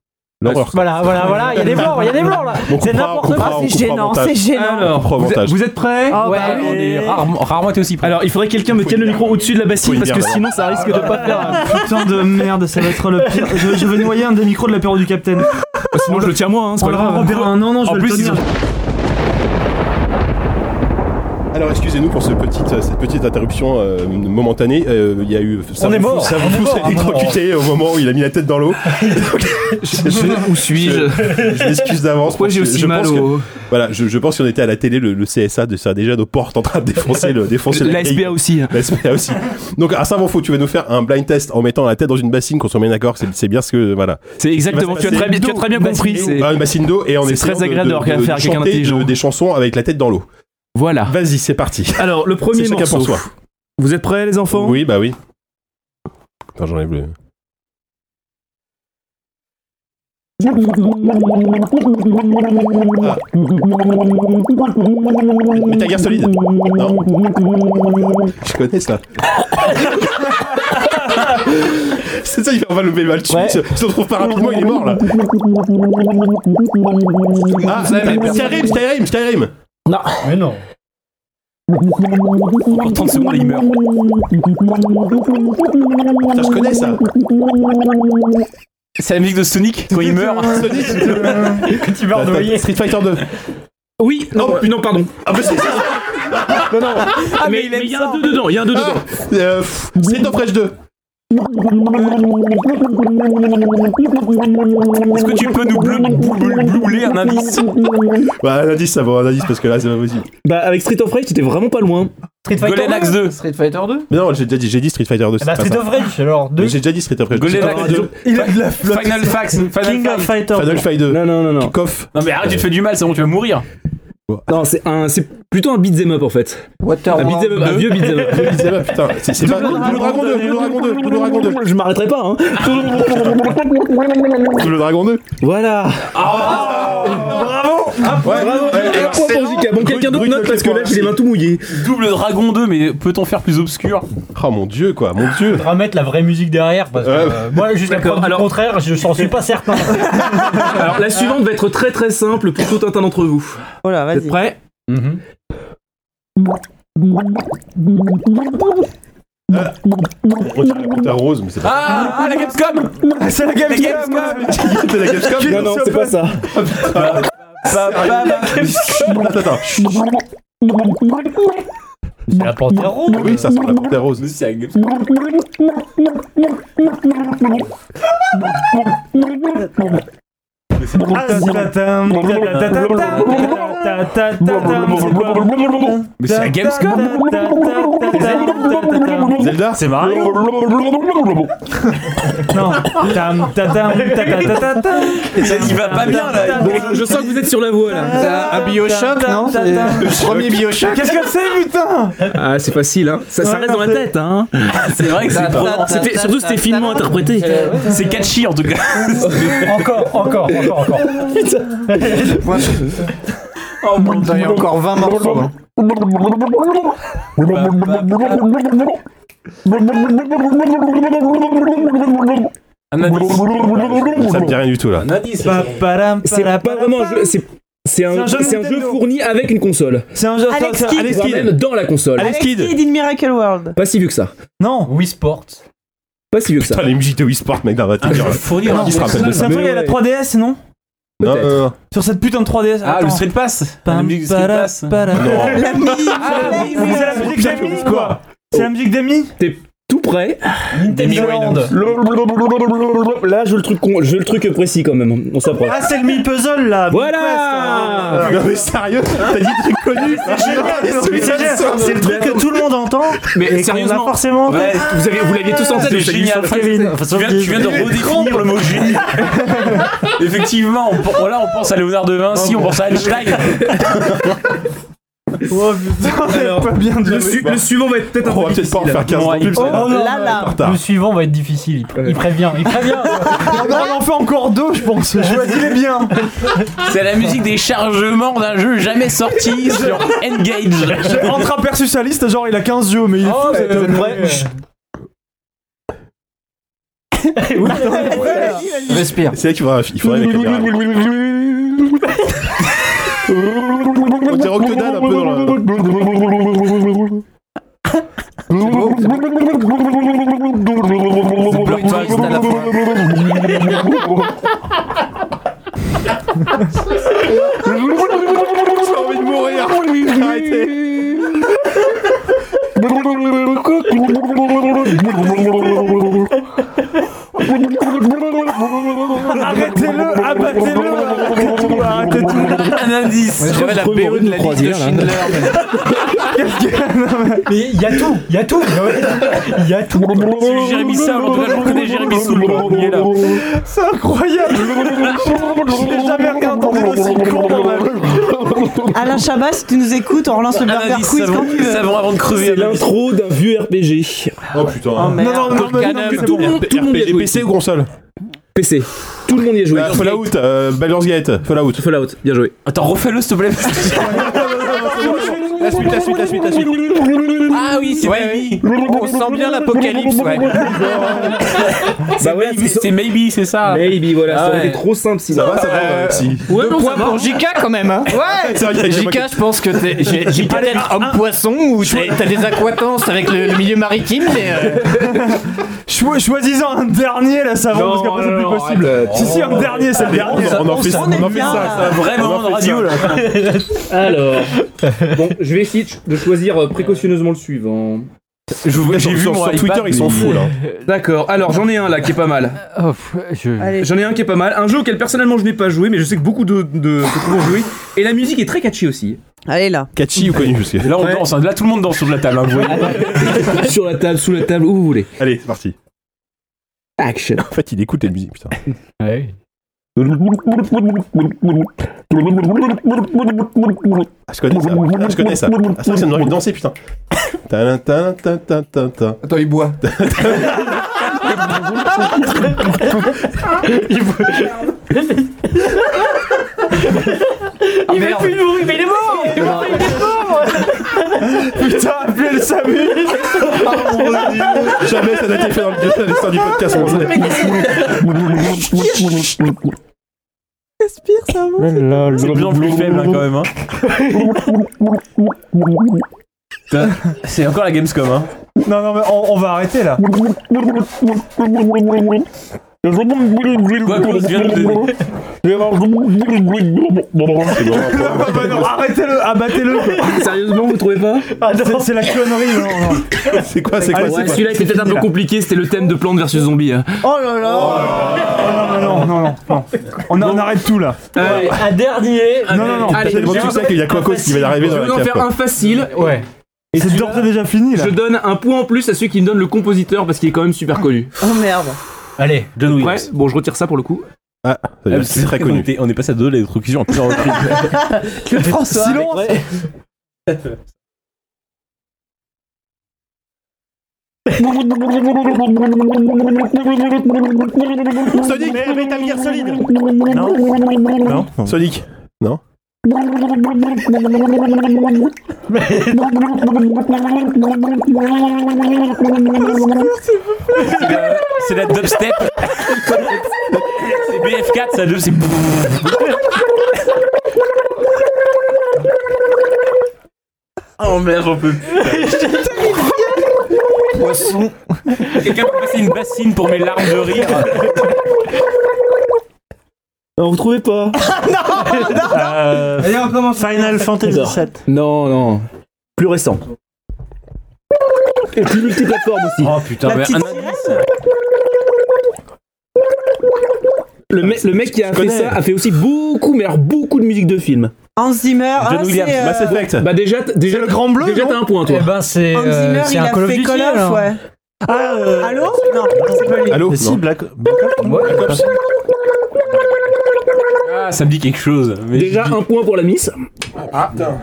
Voilà, il y a des blancs là. C'est n'importe quoi. C'est gênant. Alors, vous êtes prêts? Ouais, on est rarement été aussi prêts. Alors, il faudrait que quelqu'un me tienne le micro au-dessus de la bassine parce que sinon ça risque de pas faire. Putain de merde, ça va être le pire. Je vais noyer un des micros de l'apéro du Capitaine. Sinon, je le tiens moi, c'est pas grave. Non, je vais le tenir. Alors excusez-nous pour cette petite interruption momentanée. Il y a eu Savon s'est électrocuté au moment où il a mis la tête dans l'eau. Où suis-je? Je m'excuse d'avance. Pourquoi j'ai aussi mal au... Voilà, je pense qu'on était à la télé, le CSA sera déjà nos portes en train de défoncer la SPA aussi. La SPA aussi. Donc à Savon, tu vas nous faire un blind test en mettant la tête dans une bassine, qu'on soit bien d'accord, c'est bien ce que voilà. C'est exactement. Tu as très bien compris. C'est une bassine d'eau et on est très agréable de faire quelqu'un d'intelligent. Des chansons avec la tête dans l'eau. Voilà. Vas-y, c'est parti. Alors, le premier morceau. Pour soi. Vous êtes prêts, les enfants? Oui, bah oui. Attends, j'enlève le... Metal Gear Solid. Non. Je connais ça. C'est ça, on va le tuer. Il se retrouve pas rapidement, il est mort là. Ah, Skyrim. Non. Mais non. En 30 secondes, il meurt. Ça, je connais ça. C'est la musique de Sonic quand il meurt. Sonic, quand il meurt noyé. Street Fighter 2. Oui, non, pardon. Ah, mais c'est ça. Non. Ah, mais il y a un 2 dedans, Street of Rage 2. Est-ce que tu peux nous blouler un indice? Bah, un indice, ça vaut un indice parce que là, c'est pas possible. Bah, avec Street of Rage, t'étais vraiment pas loin. Street Fighter Golden Axe 2. Street Fighter 2. Mais non, j'ai dit Street Fighter 2. Bah, Street of Rage, alors 2. J'ai déjà dit Street of Rage. Golden Axe 2. Il a de la flotte. Final Fight. King of Fighter. Final Fight 2. Non. Koff. Non mais arrête, tu te fais du mal, c'est bon, tu vas mourir. Non, c'est plutôt un beat'em up en fait. Un vieux beat'em up. Putain, c'est pas Double Dragon 2. Je m'arrêterai pas, hein. Double Dragon 2. Voilà. Bravo. Bravo. Un point pour JK. Bon, quelqu'un d'autre note parce que là j'ai les mains tout mouillées. Double Dragon 2, mais peut-on faire plus obscur? Oh mon dieu, quoi, mon dieu. Faudra mettre la vraie musique derrière parce que moi, jusqu'à preuve du contraire, je n'en suis pas certain. Alors la suivante va être très très simple pour tout un tas d'entre vous. Voilà, vas-y. Vous êtes prêts? On dirait la Côte Rose, mais c'est pas. Ah, la Gamescom. C'est la Gamescom. C'est la Gamescom. Non, c'est pas ça. Attends. C'est la Panthère Rose. Oui, ça sent la Panthère Rose. C'est la Gamescom. Mais c'est la Gamescom. Zelda, c'est Mario. Non. Il va pas bien là. Je sens que vous êtes sur la voie là. Un Bioshock, non? C'est le premier Bioshock. Qu'est-ce que c'est, putain? Ah, c'est facile, hein. Ça reste dans la tête, hein. C'est vrai que c'est pas. Surtout c'était finement interprété. C'est catchy en tout cas. Encore. Putain. Oh mon dieu, il y a encore 20 morceaux. Hein. Un indice. ça me dit rien du tout là. Un indice. C'est pas vraiment un jeu. C'est un jeu fourni avec une console. C'est un jeu Alex Kidd. Voire même dans la console. Alex Kidd in Miracle World. Pas si vieux que ça. Non. Wii Sports. Pas si vieux que ça. Putain, les musiques de Wii Sport, mec, dans la tête. Qui se rappelle de ça? C'est un truc avec la 3DS, non? Non. Sur cette putain de 3DS. Ah, le Street Pass. La musique du Street Pass. La musique. C'est la musique d'Amy, quoi. C'est la musique d'Amy. T'es tout près. Demi Land. Là, je veux le truc précis quand même. On s'approche. Ah, c'est le mille puzzle là. Voilà. Non mais sérieux, t'as dit truc connu. C'est le truc que tout le monde entend. Mais sérieusement, forcément. Ouais, vous l'aviez tous en tête. C'est génial. Tu viens de redéfinir le mot génie. Effectivement, là on pense à Léonard de Vinci, on pense à Einstein. Oh putain, alors, pas bien le suivant va être peut-être un peu difficile. On va peut-être pas en faire 15 ans plus. Le suivant va être difficile. Il prévient. On en fait encore deux, je pense. Choisis-les bien. C'est la musique des chargements d'un jeu jamais sorti sur Engage. Entre aperçu sa liste, genre il a 15 jeux, mais il est fou. C'est vrai. Respire. C'est là qu'il faudrait les caméras. On dirait Octodad un peu dans la... J'ai envie de mourir. Arrêtez. Arrêtez-le, abattez-le. Arrêtez tout. Un indice. J'avais la BO de la liste de Schindler. Mais il y a tout. C'est Jérémy Saul, en tout cas je reconnais Jérémy Saul. Il est là. C'est incroyable. J'ai jamais rien entendu aussi con dans ma vie. Alain Chabat, si tu nous écoutes, on relance le Un Burger indice Quiz quand tu veux. savon avant de crever. C'est l'intro d'un vieux RPG. Oh putain. Oh, merde. Non, Tout le monde y a joué. PC ou console? PC. Tout le monde y a joué. Fallout, Baldur's Gate, Fallout. Bien joué. Attends, refais-le s'il te plaît. La suite. Ah oui, c'est Maybe. On sent bien l'apocalypse, ouais. Bah ouais, c'est Maybe, c'est ça. Maybe, voilà, ça aurait été trop simple sinon. Ça va, si. Ouais, non, points pour JK quand même, hein. Ouais. C'est vrai qu'il y a JK, je pense que j'ai peut-être homme-poisson ou t'as des acquaintances avec le milieu maritime, mais. Choisissons un dernier là, ça va, parce qu'après c'est plus possible. Si, un dernier, c'est le dernier. On en fait ça. Vraiment de radio là. Alors, bon, je vais essayer de choisir précautionneusement le suivant. J'ai vu sur Twitter, ils sont fous là. D'accord, alors j'en ai un là qui est pas mal. J'en ai un qui est pas mal. Un jeu auquel personnellement je n'ai pas joué, mais je sais que beaucoup de ont joué. Et la musique est très catchy aussi. Allez là. Catchy ou connu jusqu'à. Là on danse, là tout le monde danse sur la table. Sur la table, sous la table, où vous voulez. Allez, c'est parti. Action. En fait, il écoute les musiques, putain. Ouais. Ah, je connais ça. Ah, ça me donne envie de danser, putain. Attends, il boit. Il fait plus de bruit, mais il est mort. Putain, appelez le SAMU. Jamais ça n'a été fait dans l'histoire du podcast. Respire, ça va. C'est de plus en plus faible quand même. C'est encore la Gamescom. Hein. Non, mais on va arrêter là. Arrêtez-le, abattez-le. Sérieusement, vous trouvez pas? C'est la connerie. Non. C'est quoi? Ouais, celui-là était peut-être un peu compliqué, c'était le thème de Plants vs Zombies. Hein. Oh là là. Non. On arrête tout là. Un dernier. Non. Allez, tu sais qu'il y a Quacos qui va y arriver dans je la vais en cave. faire un facile. Ouais. Et c'est d'ores et déjà fini là. Je donne un point en plus à celui qui me donne le compositeur parce qu'il est quand même super connu. Oh merde. Allez, John Williams. Ouais, bon, je retire ça pour le coup. Ah, c'est très connu. On est passé à 2 l'électrocution en plusieurs reprises. Claude François. Silence. Sonic. Metal Gear Solid. Non. Sonic. Non. C'est la dubstep. C'est BF4, ça, c'est. Oh merde, j'en peux plus. Poisson. Quelqu'un peut passer une bassine pour mes larmes de rire. Non, vous trouvez pas? Allez, on commence. Final Fantasy VII. Non. Plus récent. Et plus multiplateforme aussi. Oh putain, mais un indice. Le mec qui a fait ça a fait aussi beaucoup de musique de film. Hans Zimmer. John Williams, Mass Effect. Bah déjà le grand bleu. Déjà t'as un point toi. Eh ben c'est. Hans Zimmer, il un a Call of fait Duty, Call of, alors. ouais. Allô? Non, c'est pas lui. Allô? Mais si, Non. Black Ops. Ah, ça me dit quelque chose. Mais Déjà un point pour la Miss. Ah, putain.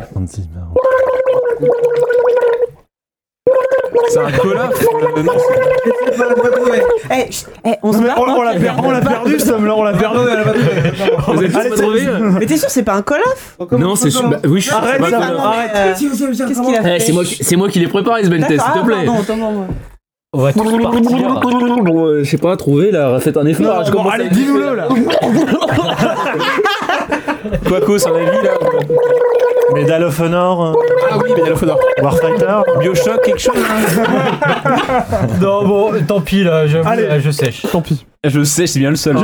c'est un Call of. Non, On se bat. On l'a perdu, Sam, là, on l'a perdu. Vous avez pas trouvé? Mais t'es sûr, c'est pas un Call of? Non, c'est sûr. Oui, je suis. Arrête, ça, arrête. Qu'est-ce qu'il a fait? C'est moi qui l'ai préparé ce Ben Test, s'il te plaît. Pardon, autant-moi. On va tous partir. Bon, je sais pas, trouver là, faites un effort. Bon, allez, dis-nous-le là. Quacos, un avis là. Medal of Honor. Ah oui, Medal of Honor. Warfighter. Bioshock, quelque chose. Non, bon, tant pis là, je sèche. Tant pis. Je sais, c'est bien le seul.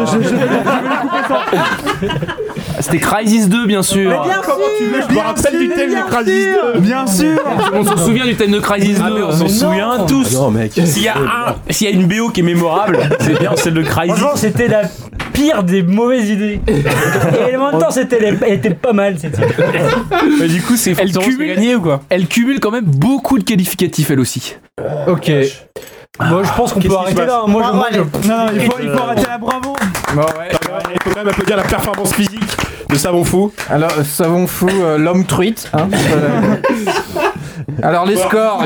C'était Crysis 2, bien sûr. Mais bien sûr. Je me rappelle du thème de Crysis 2. Bien sûr. On se souvient du thème de Crysis 2. Ah, mais on s'en souvient tous. Non, mec. S'il y a une BO qui est mémorable, c'est bien celle de Crysis. Franchement, c'était la pire des mauvaises idées. Et en même temps, elle était pas mal cette idée. Mais du coup, c'est gagné ou quoi? Elle cumule quand même beaucoup de qualificatifs, elle aussi. Ok. Moi, je pense qu'on peut arrêter là. Moi, Non, il faut arrêter là, bravo. Bon, ouais. Il faut quand même applaudir la performance physique de Savon Fou. Alors, Savon Fou, l'homme truite. Hein. Alors les scores.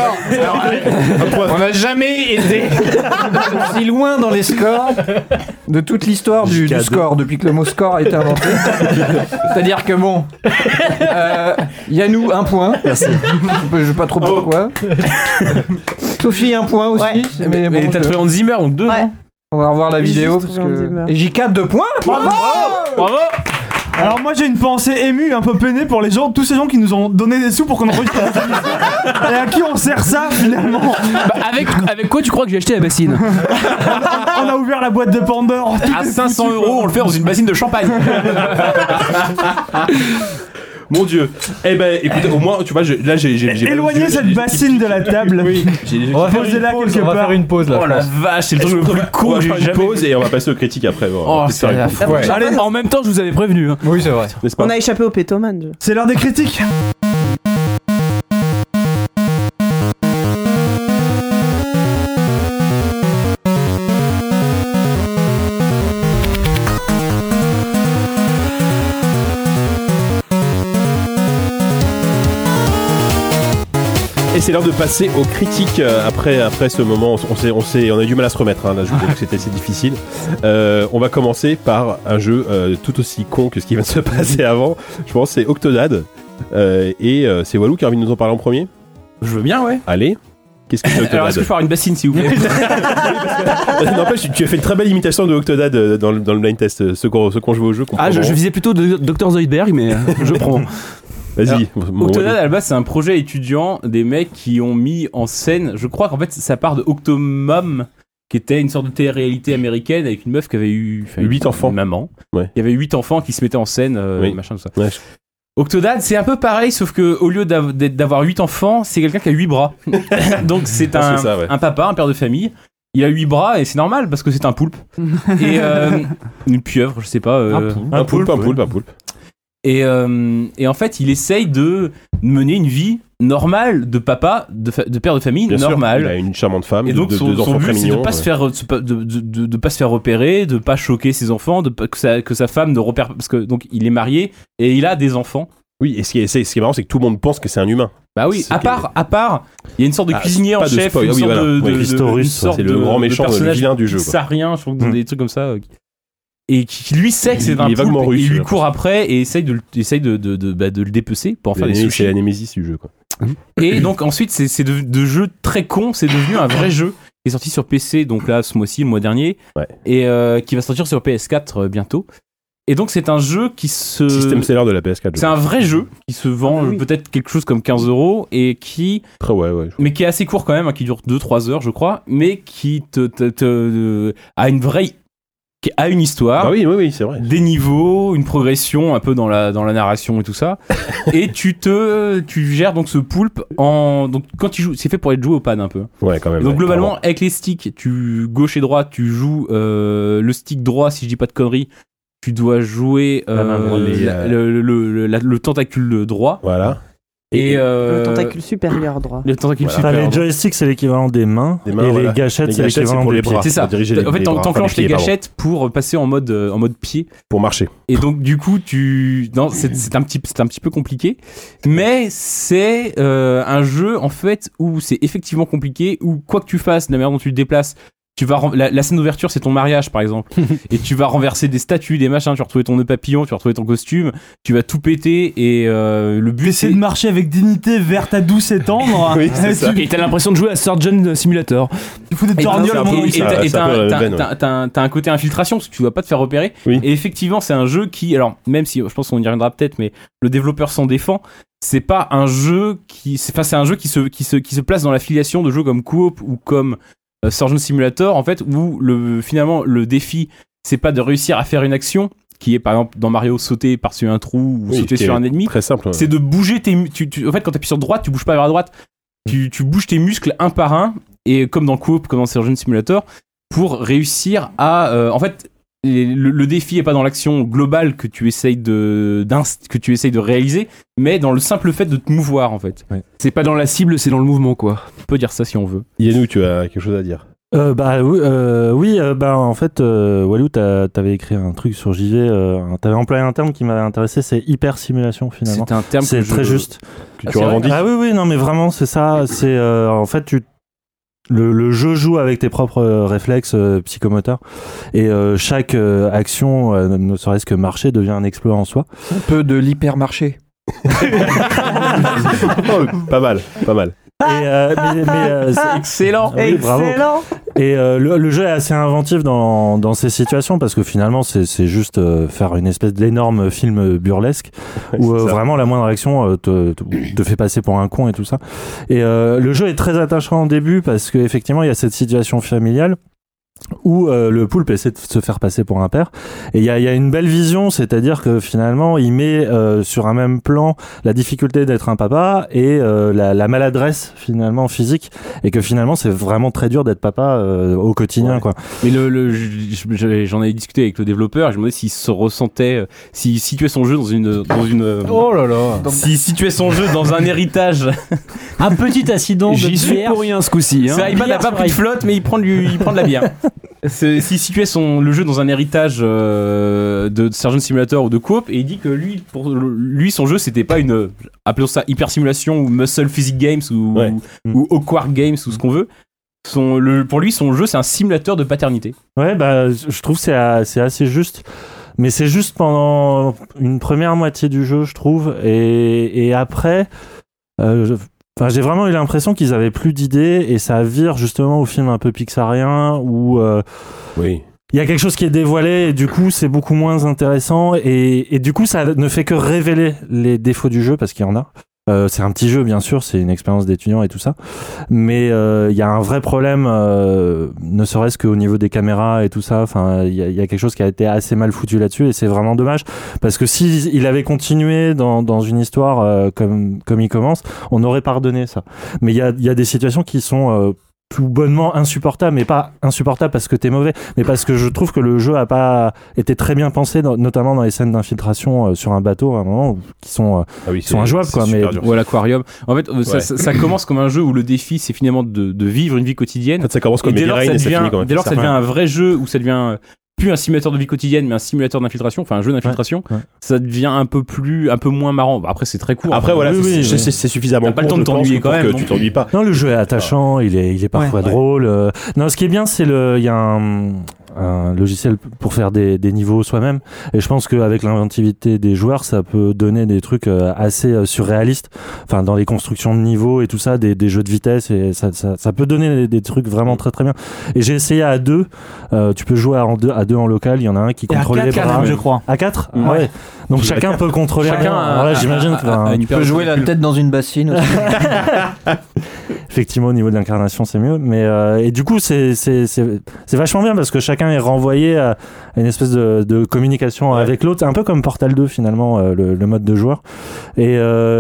On n'a jamais été aussi loin dans les scores de toute l'histoire du score depuis que le mot score a été inventé. C'est-à-dire que bon, Yannou 1 point. Merci. Je sais pas trop pourquoi. Sophie 1 point aussi. Ouais. Mais t'as trouvé Hans Zimmer donc 2. Ouais. On va revoir la vidéo parce que. Et J4 2 points. Bravo. Alors moi j'ai une pensée émue, un peu peinée pour tous ces gens qui nous ont donné des sous pour qu'on enregistre. Et à qui on sert ça finalement? Avec quoi tu crois que j'ai acheté la bassine? On a ouvert la boîte de Pandore. À 500 €, on le fait dans une bassine de champagne. Mon Dieu. Eh ben, écoutez, au moins, tu vois, j'ai éloignez cette bassine de la table. Oui. On va faire une pause là. Oh la vache, c'est le truc le plus cool. On va faire une pause et on va passer aux critiques après. Allez, en même temps, je vous avais prévenu. Hein. Oui, c'est vrai. On a échappé au pétoman. C'est l'heure des critiques. Et c'est l'heure de passer aux critiques après ce moment. On a eu du mal à se remettre. Hein, là, je vous dis que c'était assez difficile. On va commencer par un jeu tout aussi con que ce qui vient de se passer avant. Je pense que c'est Octodad. Et c'est Walou qui a envie de nous en parler en premier. Je veux bien, ouais. Allez. Qu'est-ce que c'est Octodad? Alors, est-ce que je peux avoir une bassine, s'il vous plaît? N'empêche, tu as fait une très belle imitation de Octodad dans le blind test. Ceux qui ont joué au jeu. Je visais plutôt Dr Zoidberg, mais je prends. Vas-y. Octodad, à la base, c'est un projet étudiant des mecs qui ont mis en scène. Je crois qu'en fait, ça part de Octomom, qui était une sorte de télé-réalité américaine avec une meuf qui avait eu 8 enfants. Une maman. Ouais. Il y avait 8 enfants qui se mettaient en scène, machin, tout ça. Ouais. Octodad, c'est un peu pareil, sauf que au lieu d'avoir 8 enfants, c'est quelqu'un qui a 8 bras. Donc c'est un papa, un père de famille. Il a 8 bras et c'est normal parce que c'est un poulpe. Et une pieuvre, je sais pas. Un poulpe. Et en fait, il essaye de mener une vie normale de papa, de père de famille. Bien normale. Sûr, il a une charmante femme. Et donc deux son enfants but, très c'est mignons, de pas se faire repérer, de pas choquer ses enfants, que sa femme ne repère, parce que donc il est marié et il a des enfants. Oui, et ce qui est marrant, c'est que tout le monde pense que c'est un humain. Bah oui, à part, il y a une sorte de cuisinier en chef, une sorte c'est le grand méchant, le vilain du jeu. Ça rien, je trouve des trucs comme ça. Et qui lui sait que c'est un poulpe, russe, il lui court après et essaye de le dépecer pour en faire des sushis. C'est la némésis du jeu, quoi. Et donc ensuite c'est de jeu très con, c'est devenu un vrai jeu qui est sorti sur PC donc là ce mois-ci, le mois dernier, et qui va sortir sur PS4 bientôt. Et donc c'est un jeu qui se système seller de la PS4. C'est un vrai jeu qui se vend peut-être quelque chose comme 15 € et qui mais qui est assez court quand même, hein, qui dure 2-3 heures je crois, mais qui a une vraie a une histoire, oui, c'est vrai. Des niveaux, une progression un peu dans la narration et tout ça. Et tu gères donc ce poulpe donc quand tu joues, c'est fait pour être joué au pad un peu. Ouais, quand même. Donc globalement avec les sticks, gauche et droite, tu joues le stick droit si je dis pas de conneries. Tu dois jouer le tentacule droit. Voilà. Et le tentacule supérieur droit. Les joysticks, c'est l'équivalent des mains. Et les gâchettes, c'est l'équivalent des bras. C'est ça. En fait, t'enclenches les gâchettes pour passer en mode pied. Pour marcher. Et donc, du coup, c'est un petit peu compliqué. Mais c'est un jeu, en fait, où c'est effectivement compliqué, où quoi que tu fasses, de la manière dont tu te déplaces, tu vas la scène d'ouverture, c'est ton mariage par exemple, et tu vas renverser des statues, des machins, tu vas retrouver ton nœud papillon, tu vas retrouver ton costume, tu vas tout péter, et le but c'est de marcher avec dignité vers ta douce et tendre. Oui, c'est ça. Et t'as l'impression de jouer à Surgeon Simulator. Tu fous des torgnoles au moment où t'as un côté infiltration parce que tu dois pas te faire repérer. Et effectivement, c'est un jeu qui, alors même si je pense qu'on y reviendra peut-être, mais le développeur s'en défend. C'est pas un jeu c'est un jeu qui se place dans la filiation de jeux comme Coop ou comme Surgeon Simulator, en fait, où finalement le défi c'est pas de réussir à faire une action qui est par exemple dans Mario sauter par-dessus un trou ou sauter sur un ennemi, très simple, c'est de bouger en fait quand t'appuies sur droite tu bouges pas vers la droite, tu bouges tes muscles un par un, et comme dans Coop, comme dans Surgeon Simulator, pour réussir à en fait le défi est pas dans l'action globale que tu essayes de réaliser, mais dans le simple fait de te mouvoir en fait. C'est pas dans la cible, c'est dans le mouvement quoi. On peut dire ça si on veut. Yannou, tu as quelque chose à dire? En fait, Walou, t'avais écrit un truc sur JV, t'avais employé un terme qui m'avait intéressé, c'est hyper simulation finalement. C'est un terme c'est très juste. Que tu revendiques. Ah oui, non, mais vraiment, c'est ça. C'est en fait, le jeu joue avec tes propres réflexes psychomoteurs et chaque action, ne serait-ce que marcher, devient un exploit en soi. Un peu de l'hypermarché. Pas mal. C'est excellent. Oui, bravo. Et le jeu est assez inventif dans ces situations parce que finalement c'est juste faire une espèce d'énorme film burlesque où vraiment la moindre action te fait passer pour un con et tout ça. Et le jeu est très attachant au début parce qu'effectivement il y a cette situation familiale où le poulpe essaie de se faire passer pour un père et il y a une belle vision, c'est-à-dire que finalement il met sur un même plan la difficulté d'être un papa et la maladresse finalement physique et que finalement c'est vraiment très dur d'être papa au quotidien quoi. Mais j'en ai discuté avec le développeur, je me demandais s'il se ressentait s'il situait son jeu dans une oh là là, s'il situait son jeu dans un héritage. Un petit acidon de J'y suis bière. pour rien ce coup-ci. C'est iPad n'a pas pris de flotte mais il prend de la bière. S'il situait le jeu dans un héritage de Surgeon Simulator ou de Coop et il dit que pour lui son jeu c'était pas une, appelons ça hyper simulation ou muscle physique games ou awkward games ou ce qu'on veut. Pour lui son jeu c'est un simulateur de paternité. Ouais, je trouve que c'est assez juste. Mais c'est juste pendant une première moitié du jeu, je trouve. Et après, j'ai vraiment eu l'impression qu'ils avaient plus d'idées et ça vire justement au film un peu pixarien où il y a quelque chose qui est dévoilé et du coup c'est beaucoup moins intéressant et du coup ça ne fait que révéler les défauts du jeu parce qu'il y en a. C'est un petit jeu bien sûr, c'est une expérience d'étudiant et tout ça, mais il y a un vrai problème, ne serait-ce qu'au niveau des caméras et tout ça. Enfin, il y a quelque chose qui a été assez mal foutu là-dessus et c'est vraiment dommage parce que si il avait continué dans une histoire comme il commence, on aurait pardonné ça. Mais il y a des situations qui sont tout bonnement insupportable, mais pas insupportable parce que t'es mauvais, mais parce que je trouve que le jeu a pas été très bien pensé, notamment dans les scènes d'infiltration sur un bateau à un moment qui sont injouables quoi. Mais ou à l'aquarium. En fait, ça commence comme un jeu où le défi c'est finalement de vivre une vie quotidienne. En fait, ça commence comme Heavy Rain et ça finit comme dès lors ça devient un vrai jeu où ça devient plus un simulateur de vie quotidienne mais un simulateur d'infiltration, enfin un jeu d'infiltration, ça devient un peu moins marrant. Après c'est très court. Après voilà, c'est suffisamment court. Pas le temps de t'ennuyer quand même. Tu t'ennuies pas. Non, le jeu est attachant, il est parfois drôle. Non, ce qui est bien c'est il y a un logiciel pour faire des niveaux soi-même et je pense qu'avec l'inventivité des joueurs ça peut donner des trucs assez surréalistes, enfin dans les constructions de niveaux et tout ça, des jeux de vitesse et ça peut donner des trucs vraiment très très bien. Et j'ai essayé à 2, tu peux jouer à deux en local, il y en a un qui contrôle les bras, je crois. à 4 ouais. Donc chacun peut contrôler j'imagine tu peux jouer la tête dans une bassine aussi. Effectivement au niveau de l'incarnation c'est mieux, mais et du coup c'est vachement bien parce que chacun est renvoyé à une espèce de communication avec l'autre, un peu comme Portal 2 finalement, le mode de joueur, et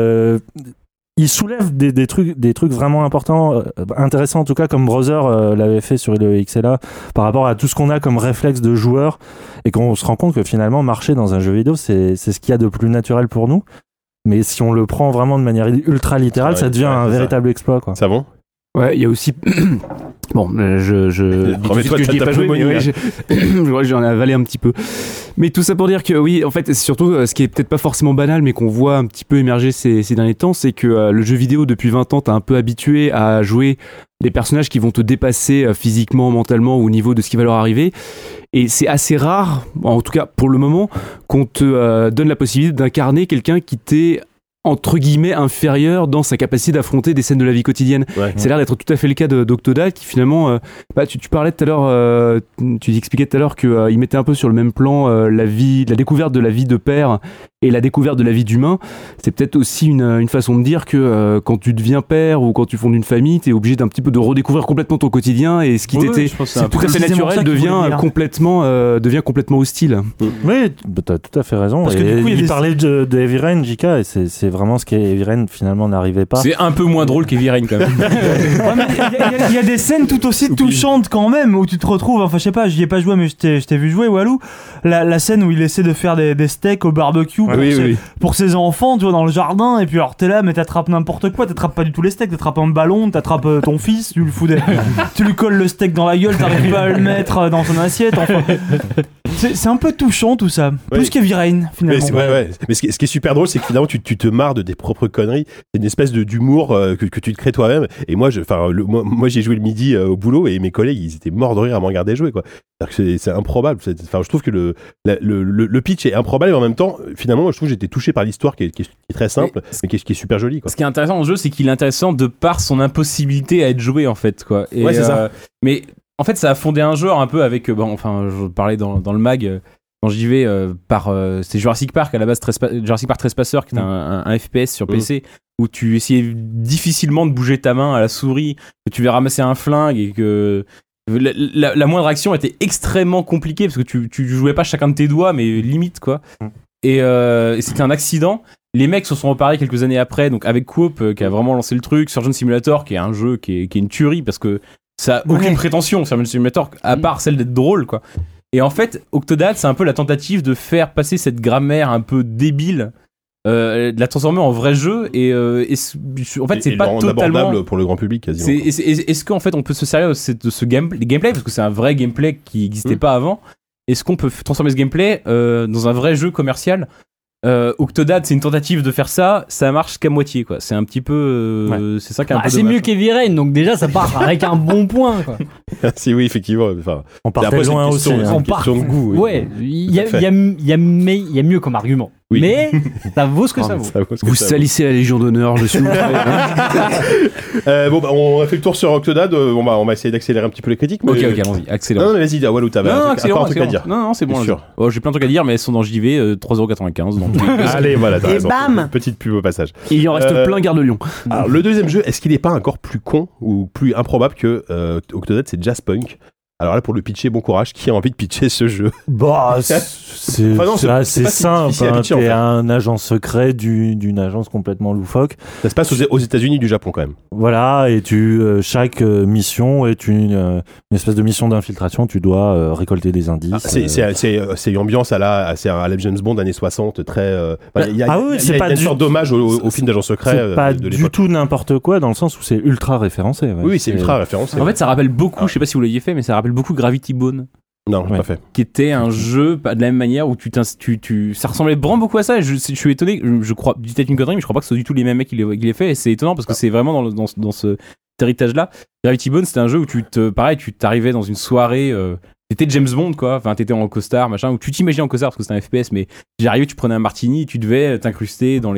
il soulève des trucs vraiment importants, intéressants en tout cas, comme Brother l'avait fait sur le XLA par rapport à tout ce qu'on a comme réflexe de joueur et qu'on se rend compte que finalement marcher dans un jeu vidéo c'est ce qu'il y a de plus naturel pour nous, mais si on le prend vraiment de manière ultra littérale ça devient un véritable exploit quoi. Ça bon. Ouais, il y a aussi. Bon, remets-toi que j'y ai pas joué, mais j'en ai avalé un petit peu. Mais tout ça pour dire que oui, en fait, c'est surtout ce qui est peut-être pas forcément banal, mais qu'on voit un petit peu émerger ces derniers temps, c'est que le jeu vidéo depuis 20 ans t'a un peu habitué à jouer des personnages qui vont te dépasser physiquement, mentalement, au niveau de ce qui va leur arriver. Et c'est assez rare, en tout cas pour le moment, qu'on te donne la possibilité d'incarner quelqu'un qui t'est entre guillemets inférieur dans sa capacité d'affronter des scènes de la vie quotidienne. Ça a l'air d'être tout à fait le cas d'Octodad qui finalement tu parlais tout à l'heure, tu expliquais tout à l'heure que il mettait un peu sur le même plan la découverte de la vie de père et la découverte de la vie d'humain. C'est peut-être aussi une façon de dire que quand tu deviens père ou quand tu fondes une famille, t'es obligé d'un petit peu de redécouvrir complètement ton quotidien et ce qui t'était tout à fait naturel devient complètement hostile. Oui, t'as tout à fait raison. Parce que du coup, il parlait de Heavy Rain, JK, et c'est vraiment ce qu'Heavy Rain finalement n'arrivait pas. C'est un peu moins drôle qu'Heavy Rain quand même. Il y a des scènes tout aussi touchantes quand même où tu te retrouves, enfin je sais pas, j'y ai pas joué mais je t'ai vu jouer Walou, la scène où il essaie de faire des steaks au barbecue pour ses enfants, tu vois, dans le jardin, et puis alors t'es là, mais t'attrapes n'importe quoi, t'attrapes pas du tout les steaks, t'attrapes un ballon, t'attrapes ton fils, tu lui colles le steak dans la gueule, t'arrives pas à le mettre dans son assiette, enfin. C'est un peu touchant tout ça, plus qu'Heavy Rain finalement. Mais ce qui est super drôle, c'est que finalement tu te marres de tes propres conneries. C'est une espèce d'humour que tu te crées toi-même. Et moi, j'ai joué le midi au boulot et mes collègues, ils étaient morts de rire à me regarder jouer, quoi. C'est improbable. Je trouve que le pitch est improbable et en même temps, finalement, moi, je trouve que j'étais touché par l'histoire qui est très simple, mais qui est super jolie, quoi. Ce qui est intéressant dans le jeu, c'est qu'il est intéressant de par son impossibilité à être joué, en fait, quoi. Et, c'est ça. Mais en fait, ça a fondé un genre un peu avec. Je parlais dans le mag. Quand j'y vais c'est Jurassic Park à la base, Jurassic Park Trespasseur, qui est un FPS sur PC où tu essayais difficilement de bouger ta main à la souris, que tu devais ramasser un flingue et que la moindre action était extrêmement compliquée parce que tu jouais pas chacun de tes doigts, mais limite, quoi. Et c'était un accident. Les mecs se sont reparés quelques années après, donc avec Coop qui a vraiment lancé le truc, Surgeon Simulator qui est un jeu qui est une tuerie parce que ça a aucune prétention, Surgeon Simulator, à part celle d'être drôle, quoi. Et en fait, Octodad, c'est un peu la tentative de faire passer cette grammaire un peu débile, de la transformer en vrai jeu. Et en fait, c'est pas totalement abordable pour le grand public, quasiment. Est-ce qu'en fait, on peut se servir de ce gameplay, parce que c'est un vrai gameplay qui n'existait pas avant. Est-ce qu'on peut transformer ce gameplay dans un vrai jeu commercial? Octodad, c'est une tentative de faire ça, ça marche qu'à moitié, quoi. C'est un petit peu, c'est ça qui est un peu c'est dommage. mieux qu'Heavy Rain, donc déjà ça part avec un bon point, quoi. Si oui, effectivement. On partait loin aussi. C'est une question de goût. Ouais, il y a mieux comme argument. Oui. Mais ça vaut ce que ça vaut. Vous salissez la Légion d'honneur, je suis. On a fait le tour sur Octodad. On va essayer d'accélérer un petit peu les critiques. Ok, allons-y, accélérons. Non, mais vas-y, Walou, t'avais un truc à dire. Non, c'est bon. J'ai plein de trucs à dire, mais elles sont dans JV 3,95€. Allez, voilà, t'as raison. Bam. Petite pub au passage. Et il en reste plein, Gare de Lyon. Alors, le deuxième jeu, est-ce qu'il n'est pas encore plus con ou plus improbable que Octodad? C'est Jazzpunk. Alors là, pour le pitcher, bon courage. Qui a envie de pitcher ce jeu? C'est assez simple. T'es un agent secret d'une agence complètement loufoque. Ça se passe aux États-Unis du Japon, quand même. Voilà, et chaque mission est une espèce de mission d'infiltration. Tu dois récolter des indices. C'est une ambiance à la James Bond années 60, très. Il y a une sorte d'hommage au film d'agent secret. C'est pas du tout n'importe quoi, dans le sens où c'est ultra référencé. Ouais. Oui, c'est ultra référencé. En fait, ça rappelle beaucoup, je sais pas si vous l'aviez fait, mais ça rappelle beaucoup Gravity Bone. Non, pas fait. Qui était un jeu de la même manière où ça ressemblait vraiment beaucoup à ça. Et je suis étonné, je crois, dis peut-être une connerie, mais je crois pas que ce soit du tout les mêmes mecs qui l'aient fait. Et c'est étonnant parce que c'est vraiment dans cet héritage-là. Gravity Bone, c'était un jeu où tu t'arrivais dans une soirée. T'étais James Bond, quoi. Enfin, t'étais en costard, machin. Où tu t'imaginais en costard parce que c'était un FPS, mais j'arrivais, tu prenais un martini, et tu devais t'incruster dans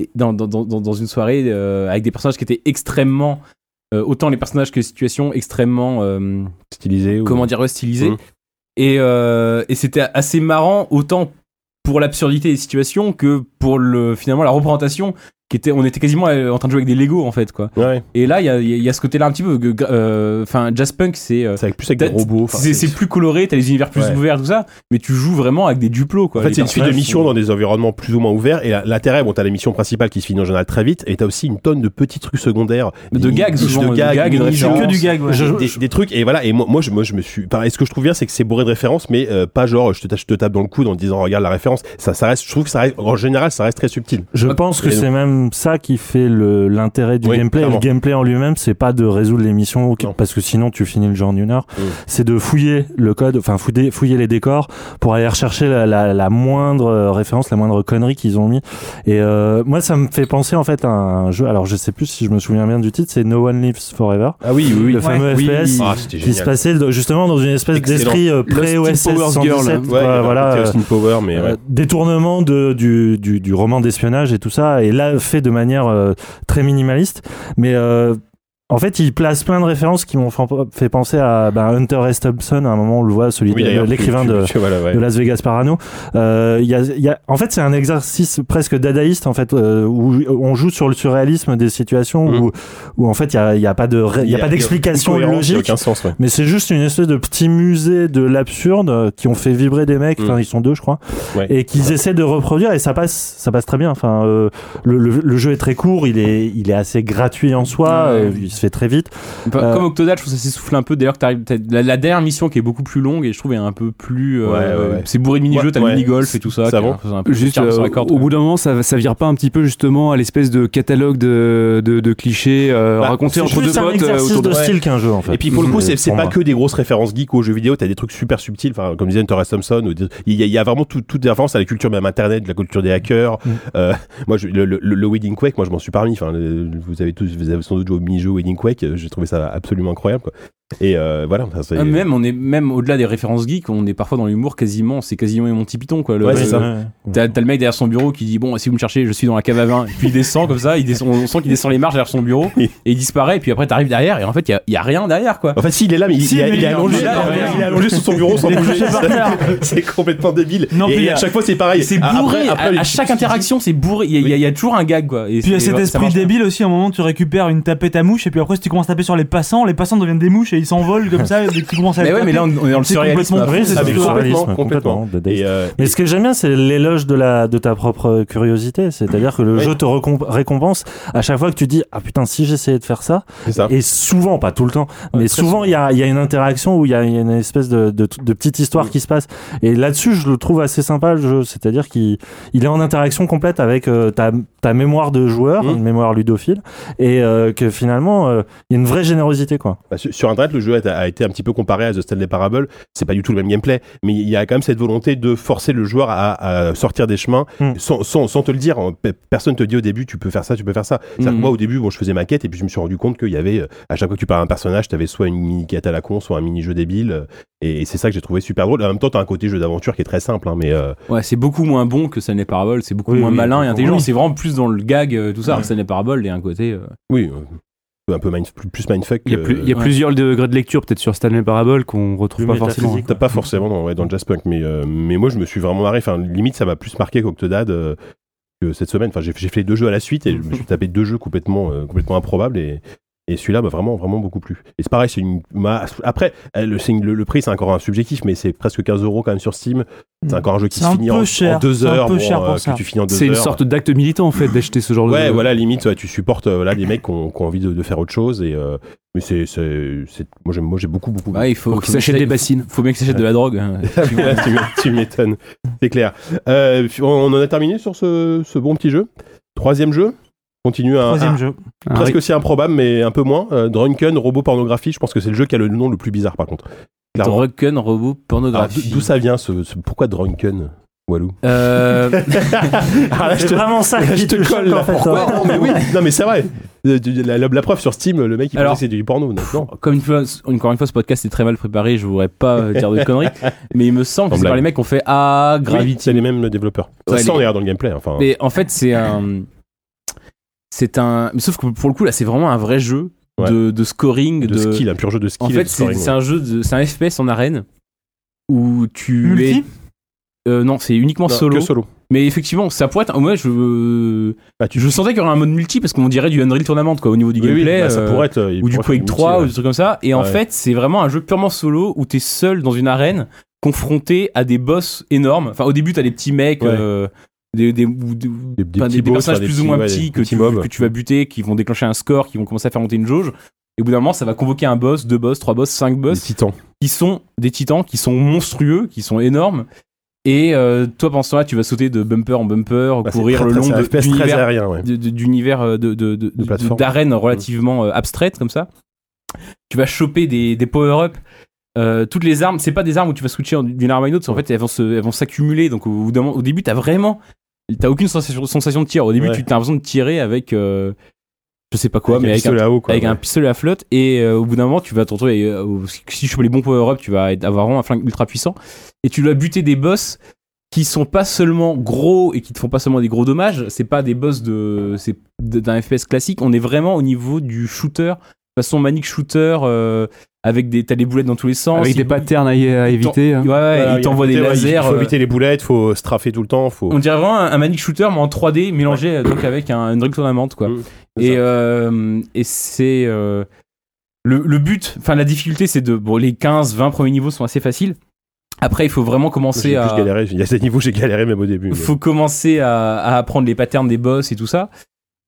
une soirée avec des personnages qui étaient extrêmement autant les personnages que les situations extrêmement stylisés. Comment dire, stylisés. Et c'était assez marrant, autant pour l'absurdité des situations que pour finalement la représentation. On était quasiment en train de jouer avec des Lego, en fait, quoi. Ouais. Et là, il y a ce côté-là un petit peu. Jazzpunk, c'est plus avec des robots. C'est plus coloré, t'as les univers plus ouverts, tout ça, mais tu joues vraiment avec des duplos, quoi. En fait, c'est une suite de missions dans des environnements plus ou moins ouverts. Et l'intérêt, t'as la mission principale qui se finit en général très vite, et t'as aussi une tonne de petits trucs secondaires. De gags, souvent. De gags, de références. Que du gag, ouais. Des trucs, et voilà. Et moi, je me suis. Et ce que je trouve bien, c'est que c'est bourré de références, mais pas genre, je te tape dans le coude en te disant, regarde la référence. Ça reste, je trouve que ça reste, en général, ça reste très subtil. Je pense que c'est même ça qui fait l'intérêt du gameplay. Le gameplay en lui-même, c'est pas de résoudre les missions, parce que sinon tu finis le jeu en 1 heure. C'est de fouiller le code, enfin fouiller les décors pour aller rechercher la moindre référence, la moindre connerie qu'ils ont mis. Et moi, ça me fait penser en fait à un jeu. Alors je sais plus si je me souviens bien du titre. C'est No One Lives Forever. Ah oui, le fameux FPS qui se passait justement dans une espèce d'esprit pré-OSS 117. Voilà, Austin Power, mais détournement du roman d'espionnage et tout ça. Et là, fait de manière très minimaliste, mais en fait, il place plein de références qui m'ont fait penser à Hunter S. Thompson. À un moment, on le voit, l'écrivain de Las Vegas Parano. En fait, c'est un exercice presque dadaïste, en fait, où on joue sur le surréalisme des situations où en fait, il y a pas d'explication logique. Aucun sens, mais c'est juste une espèce de petit musée de l'absurde qui ont fait vibrer des mecs. Enfin, ils sont 2, je crois, et qu'ils essaient de reproduire, et ça passe très bien. Enfin, le jeu est très court, il est assez gratuit en soi. Il se fait très vite. Comme Octodad, je trouve que ça s'essouffle un peu dès lors que t'arrives. La dernière mission qui est beaucoup plus longue et je trouve est un peu plus. C'est bourré de mini-jeux, t'as le mini-golf et tout ça. Juste au bout d'un moment, ça vire pas un petit peu justement à l'espèce de catalogue de clichés racontés entre deux potes autour de style qu'un jeu en fait. Et puis pour le coup, c'est pas que des grosses références geeks aux jeux vidéo, t'as des trucs super subtils, enfin comme disait Hunter S. Thompson, il y a vraiment toutes des références à la culture même internet, la culture des hackers. Moi le Wedding Quake, moi je m'en suis parmi, enfin vous avez sans doute joué au mini-jeu Wedding Quake, j'ai trouvé ça absolument incroyable quoi. Et voilà, on est même au-delà des références geeks, on est parfois dans l'humour c'est quasiment Monty Python quoi. C'est ça. T'as le mec derrière son bureau qui dit bon si vous me cherchez je suis dans la cave à vin, et puis il descend comme ça, on sent qu'il descend les marches derrière son bureau et il disparaît, et puis après t'arrives derrière et en fait il y a rien derrière quoi. En fait si il est là mais il est allongé sur son bureau sans bouger. C'est complètement débile. Et à chaque fois c'est pareil. C'est bourré. À chaque interaction c'est bourré. Il y a toujours un gag quoi. Et puis il y a cet esprit débile aussi. À un moment tu récupères une tapette à mouche et puis après si tu commences à taper sur les passants deviennent des mouches et ils s'envolent comme ça dès que tu commences à. Mais ouais, mais là on est dans le surréalisme. Complètement. Mais ce que j'aime bien, c'est l'éloge de ta propre curiosité. C'est-à-dire que le jeu te récompense à chaque fois que tu dis ah putain si j'essayais de faire ça. Et souvent, pas tout le temps, mais souvent il y a une interaction où il y a une espèce de petite histoire qui se passe. Et là-dessus, je le trouve assez sympa le jeu. C'est-à-dire qu'il est en interaction complète avec ta mémoire de joueur, une mémoire ludophile, et que finalement il y a une vraie générosité quoi. Sur Internet, le jeu a été un petit peu comparé à The Stanley Parable. C'est pas du tout le même gameplay, mais il y a quand même cette volonté de forcer le joueur à sortir des chemins sans te le dire. Personne te dit au début tu peux faire ça. C'est-à-dire que moi au début je faisais ma quête et puis je me suis rendu compte qu'il y avait à chaque fois que tu parles à un personnage, tu avais soit une mini quête à la con, soit un mini jeu débile, et c'est ça que j'ai trouvé super drôle. En même temps t'as un côté jeu d'aventure qui est très simple mais ouais, c'est beaucoup moins bon que Stanley Parable, c'est beaucoup moins malin et intelligent. C'est vraiment plus dans le gag tout ça. Stanley Parable il y a un côté un peu plus mindfuck. Il y a plusieurs degrés de lecture peut-être sur Stanley Parable qu'on retrouve pas forcément. T'as pas forcément dans Jazzpunk, mais moi je me suis vraiment marré. Enfin, limite ça m'a plus marqué qu'Octodad que cette semaine. Enfin, j'ai fait 2 jeux à la suite et je me suis tapé 2 jeux complètement improbables et celui-là m'a vraiment beaucoup plu. Et c'est pareil, après le prix c'est encore un subjectif, mais c'est presque 15€ quand même sur Steam. C'est encore un jeu qui se finit en 2 heures, que tu finis en 2 heures. C'est une sorte d'acte militant en fait d'acheter ce genre de jeu. Ouais, voilà, limite tu supportes des mecs qui ont envie de faire autre chose et mais moi j'ai beaucoup il faut qu'ils s'achètent des bassines. Faut bien qu'ils s'achètent de la drogue. Tu m'étonnes, c'est clair. On en a terminé sur ce bon petit jeu. 3e jeu. Continue jeu. Presque aussi improbable, mais un peu moins. Drunken, robot pornographie. Je pense que c'est le jeu qui a le nom le plus bizarre, par contre. Drunken, robot pornographie. D'où ça vient pourquoi Drunken, Walou C'est vraiment ça je te colle là. Pourquoi non, mais c'est vrai. La preuve sur Steam, le mec il pensait que c'est du porno. Non. Comme encore une fois, ce podcast est très mal préparé. Je voudrais pas dire de conneries, mais il me semble que c'est par les mecs qui ont fait Gravity. Oui, c'est les mêmes développeurs. Ça sent d'ailleurs dans le gameplay. Enfin. Mais en fait, c'est mais sauf que pour le coup là c'est vraiment un vrai jeu de scoring, de skill, un pur jeu de skill. En fait c'est un jeu c'est un FPS en arène où tu non, c'est uniquement solo. Que solo. Mais effectivement, ça pourrait être. Moi, je sentais qu'il y aurait un mode multi parce qu'on dirait du Unreal Tournament quoi au niveau du gameplay. Ça pourrait être. Ou du Quake 3 ou des trucs comme ça. Et en fait, c'est vraiment un jeu purement solo où t'es seul dans une arène confronté à des boss énormes. Enfin, au début, t'as des petits mecs. Des personnages plus ou moins petits que tu vas buter, qui vont déclencher un score, qui vont commencer à faire monter une jauge. Et au bout d'un moment, ça va convoquer un boss, 2 boss, 3 boss, 5 boss. Des titans. Qui sont des titans, qui sont monstrueux, qui sont énormes. Et toi, pendant ce temps-là, tu vas sauter de bumper en bumper, courir le long d'univers d'arènes relativement abstraites comme ça. Tu vas choper des power-up. Toutes les armes, c'est pas des armes où tu vas switcher d'une arme à une autre, en fait elles vont s'accumuler. Donc au début, t'as aucune sensation de tir. Au début, tu as l'impression de tirer avec je sais pas quoi, mais avec un pistolet à flotte. Et au bout d'un moment, tu vas te retrouver si tu chopes les bons power-up, tu vas avoir vraiment un flingue ultra puissant. Et tu dois buter des boss qui sont pas seulement gros et qui te font pas seulement des gros dommages. C'est pas des boss d'un FPS classique. On est vraiment au niveau du shooter, façon manic shooter. T'as des boulettes dans tous les sens. Avec des patterns à éviter. Il t'envoie des lasers. Il faut éviter les boulettes, il faut straffer tout le temps. On dirait vraiment un manic shooter, mais en 3D, mélangé donc avec un Unreal Tournament, quoi. Et c'est. Le but, enfin la difficulté, c'est les 15-20 premiers niveaux sont assez faciles. Après, il faut vraiment commencer à. Il y a ces niveaux, j'ai galéré même au début. Il faut commencer à apprendre les patterns des boss et tout ça.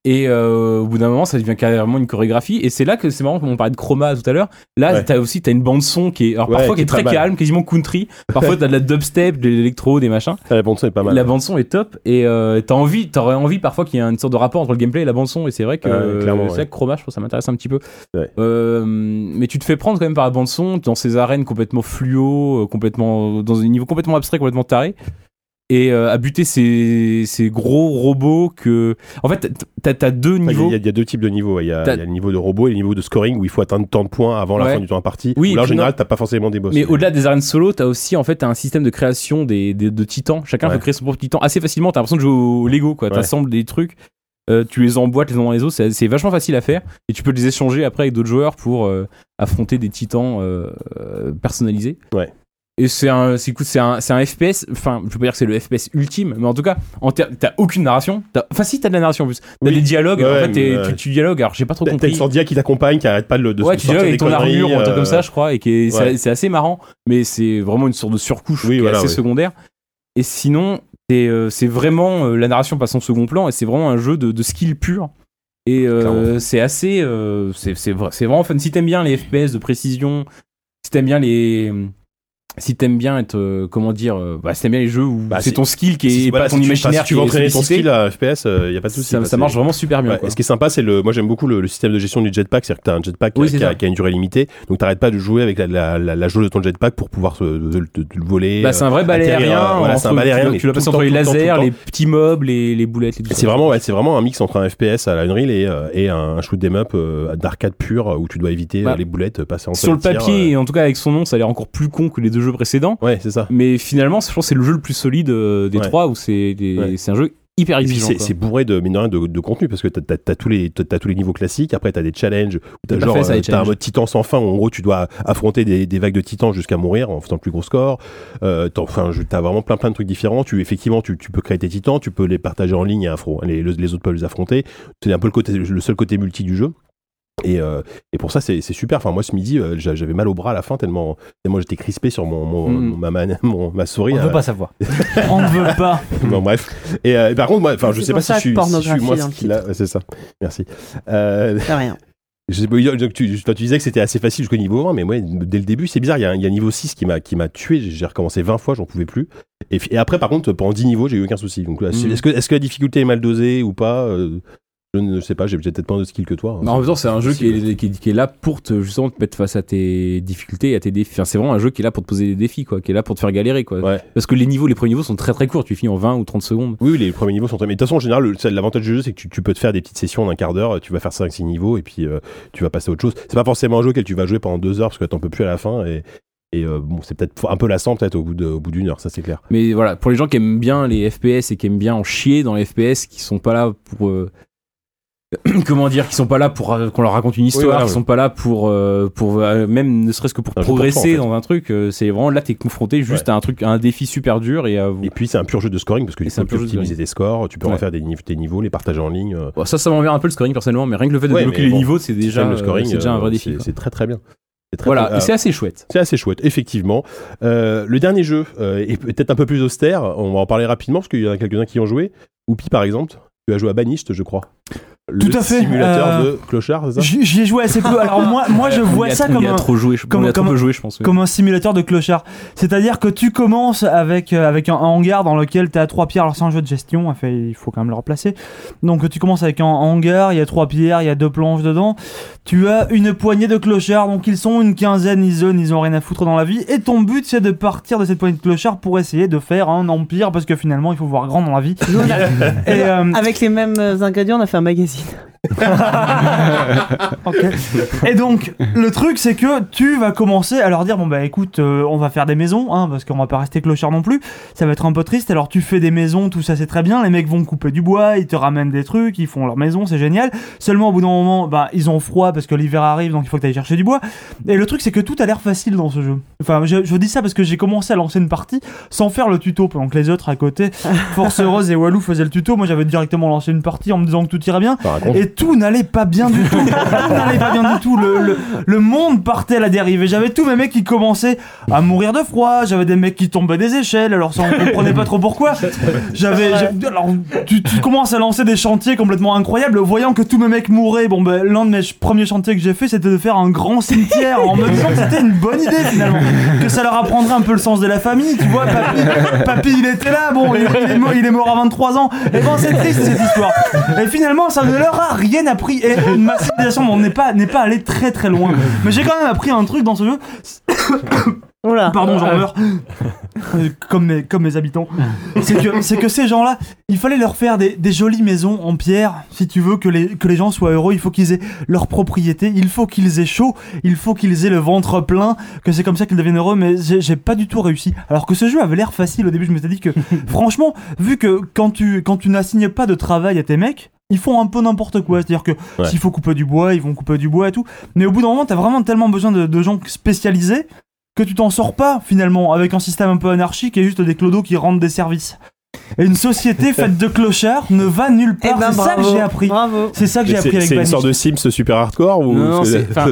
Et au bout d'un moment, ça devient carrément une chorégraphie. Et c'est là que c'est marrant, comme on parlait de chroma tout à l'heure. Là, t'as une bande son qui est, alors parfois qui est très calme, quasiment country. Parfois, t'as de la dubstep, de l'électro, des machins. La bande son est pas mal. La bande son est top. Et t'aurais envie parfois qu'il y ait une sorte de rapport entre le gameplay et la bande son. Et c'est vrai que c'est vrai que chroma, je trouve, ça m'intéresse un petit peu. Mais tu te fais prendre quand même par la bande son dans ces arènes complètement fluo, complètement dans un niveau complètement abstrait, complètement taré. Et à buter ces gros robots que... En fait, t'as deux niveaux. Il y a deux types de niveaux. Il y a le niveau de robot et le niveau de scoring où il faut atteindre tant de points avant la fin du temps imparti. Oui, là, en général, t'as pas forcément des boss. Mais au-delà des arènes solo, t'as aussi en fait un système de création de titans. Chacun peut créer son propre titan assez facilement. T'as l'impression de jouer au Lego, quoi. T'assembles des trucs, tu les emboîtes les uns dans les autres. C'est vachement facile à faire. Et tu peux les échanger après avec d'autres joueurs pour affronter des titans personnalisés. Ouais. Et c'est un FPS, enfin, je peux pas dire que c'est le FPS ultime, mais en tout cas, t'as aucune narration. Enfin, si, t'as de la narration en plus. T'as des dialogues, en fait, tu dialogues, alors j'ai pas trop compris. T'as une sorte d'IA qui t'accompagne, qui arrête pas de ouais, tu dialogues avec ton armure ou un truc comme ça, je crois, et c'est assez marrant, mais c'est vraiment une sorte de surcouche qui est assez secondaire. Et sinon, c'est vraiment la narration passe en second plan, et c'est vraiment un jeu de skill pur. Et c'est assez. C'est vraiment fun. Si t'aimes bien les FPS de précision, si t'aimes bien si t'aimes bien être si t'aimes bien les jeux où c'est ton skill qui est pas ton imaginaire, si tu veux entraîner ton skill à FPS, y a pas de souci. Ça marche vraiment super bien. Et ce qui est sympa, c'est moi j'aime beaucoup le système de gestion du jetpack, c'est-à-dire que t'as un jetpack qui a une durée limitée, donc t'arrêtes pas de jouer avec la jauge de ton jetpack pour pouvoir le voler. C'est un vrai balai aérien. Voilà, c'est un balai aérien. Tu le passes entre les lasers, les petits mobs, les boulettes, les tout ça. C'est vraiment un mix entre un FPS à la Unreal et un shoot 'em up d'arcade pur où tu dois éviter les boulettes, passer en sur le papier et en tout cas avec son nom, ça a l'air encore plus con que les deux jeux précédents. Ouais, c'est ça. Mais finalement, je pense que c'est le jeu le plus solide des trois, où c'est un jeu hyper exigeant. C'est bourré de contenu parce que t'as tous les niveaux classiques. Après, t'as des challenges. T'as un mode titan sans fin où en gros tu dois affronter des vagues de titans jusqu'à mourir en faisant le plus gros score. T'as vraiment plein de trucs différents. Tu peux créer tes titans, tu peux les partager en ligne et les autres peuvent les affronter. C'est un peu le seul côté multi du jeu. Et pour ça c'est super. Enfin moi ce midi j'avais mal au bras à la fin tellement j'étais crispé sur ma souris. On ne veut pas savoir. On ne veut pas. Bon bref. Et par contre moi je sais pas si je suis moi ce qu'il a. C'est ça. Merci. C'est rien. Tu disais que c'était assez facile jusqu'au niveau 1, mais moi dès le début c'est bizarre, il y a niveau 6 qui m'a tué, j'ai recommencé 20 fois, j'en pouvais plus. Et après par contre pendant 10 niveaux j'ai eu aucun souci. Donc est-ce que la difficulté est mal dosée ou pas je ne sais pas, j'ai peut-être pas de skill que toi. En même temps, c'est un jeu qui est là pour justement te mettre face à tes difficultés et à tes défis. Enfin, c'est vraiment un jeu qui est là pour te poser des défis, quoi, qui est là pour te faire galérer, quoi. Ouais. Parce que les premiers niveaux sont très très courts, tu finis en 20 ou 30 secondes. Oui, les premiers niveaux sont très... Mais de toute façon, en général, l'avantage du jeu, c'est que tu peux te faire des petites sessions d'un quart d'heure, tu vas faire 5-6 niveaux et puis tu vas passer à autre chose. C'est pas forcément un jeu auquel tu vas jouer pendant 2 heures parce que t'en peux plus à la fin et bon, c'est peut-être un peu lassant peut-être au bout d'une heure, ça c'est clair. Mais voilà, pour les gens qui aiment bien les FPS et qui aiment bien en chier dans les FPS, qui sont pas là pour... comment dire, qui sont pas là pour qu'on leur raconte une histoire, qui sont pas là pour même ne serait-ce que pour progresser dans un truc, c'est vraiment là t'es confronté juste à un défi super dur et puis c'est un pur jeu de scoring parce que tu peux optimiser tes scores, tu peux refaire tes niveaux, les partager en ligne. Bon, ça m'emmerde un peu le scoring personnellement, mais rien que le fait de débloquer les niveaux, c'est déjà un vrai défi. C'est très très bien. Voilà, et c'est assez chouette. C'est assez chouette, effectivement. Le dernier jeu est peut-être un peu plus austère, on va en parler rapidement parce qu'il y en a quelques-uns qui ont joué. Oupi par exemple, tu as joué à Banished, je crois. Tout à fait. Simulateur de clochard, c'est ça ? J'y ai joué assez peu. Alors moi je vois ça comme un simulateur de clochard. C'est-à-dire que tu commences avec un hangar dans lequel tu as 3 pierres. Alors c'est un jeu de gestion, enfin, il faut quand même le replacer. Donc tu commences avec un hangar, il y a 3 pierres, il y a 2 planches dedans. Tu as une poignée de clochards, donc ils sont une quinzaine, ils ont rien à foutre dans la vie. Et ton but c'est de partir de cette poignée de clochards pour essayer de faire un empire parce que finalement il faut voir grand dans la vie. Avec les mêmes ingrédients on a fait un magazine. Okay. Et donc le truc c'est que tu vas commencer à leur dire bon bah écoute on va faire des maisons parce qu'on va pas rester clochard non plus, ça va être un peu triste, alors tu fais des maisons, tout ça c'est très bien, les mecs vont couper du bois, ils te ramènent des trucs, ils font leur maison, c'est génial, seulement au bout d'un moment ils ont froid parce que l'hiver arrive donc il faut que tu ailles chercher du bois, et le truc c'est que tout a l'air facile dans ce jeu, enfin je dis ça parce que j'ai commencé à lancer une partie sans faire le tuto pendant que les autres à côté Force Rose et Walou faisaient le tuto, moi j'avais directement lancé une partie en me disant que tout irait bien, et tout n'allait pas bien du tout. Tout n'allait pas bien du tout. Le monde partait à la dérive. Et j'avais tous mes mecs qui commençaient à mourir de froid. J'avais des mecs qui tombaient des échelles. Alors ça, on comprenait pas trop pourquoi. Alors, tu commences à lancer des chantiers complètement incroyables, voyant que tous mes mecs mouraient. Bon, ben, l'un de mes premiers chantiers que j'ai fait, c'était de faire un grand cimetière, en me disant que c'était une bonne idée finalement, que ça leur apprendrait un peu le sens de la famille. Tu vois, papy il était là. Bon, il est mort à 23 ans. Et bon, c'est triste cette histoire. Et finalement, ça ne leur a rien appris. Et ma civilisation, on n'est pas allé très très loin. Mais j'ai quand même appris un truc dans ce jeu. Oula. Pardon, j'en meurs. Comme mes habitants. C'est que ces gens-là, il fallait leur faire des jolies maisons en pierre. Si tu veux que les gens soient heureux, il faut qu'ils aient leur propriété, il faut qu'ils aient chaud, il faut qu'ils aient le ventre plein, que c'est comme ça qu'ils deviennent heureux. Mais j'ai pas du tout réussi. Alors que ce jeu avait l'air facile au début, je me suis dit que franchement, vu que quand tu n'assignes pas de travail à tes mecs, ils font un peu n'importe quoi, c'est-à-dire que s'il faut couper du bois, ils vont couper du bois et tout. Mais au bout d'un moment, t'as vraiment tellement besoin de gens spécialisés que tu t'en sors pas finalement avec un système un peu anarchique et juste des clodos qui rendent des services. Et une société faite de clochards ne va nulle part. C'est ça que j'ai appris. Bravo. C'est ça que j'ai appris avec C'est Banished. une sorte de Sims super hardcore ou non,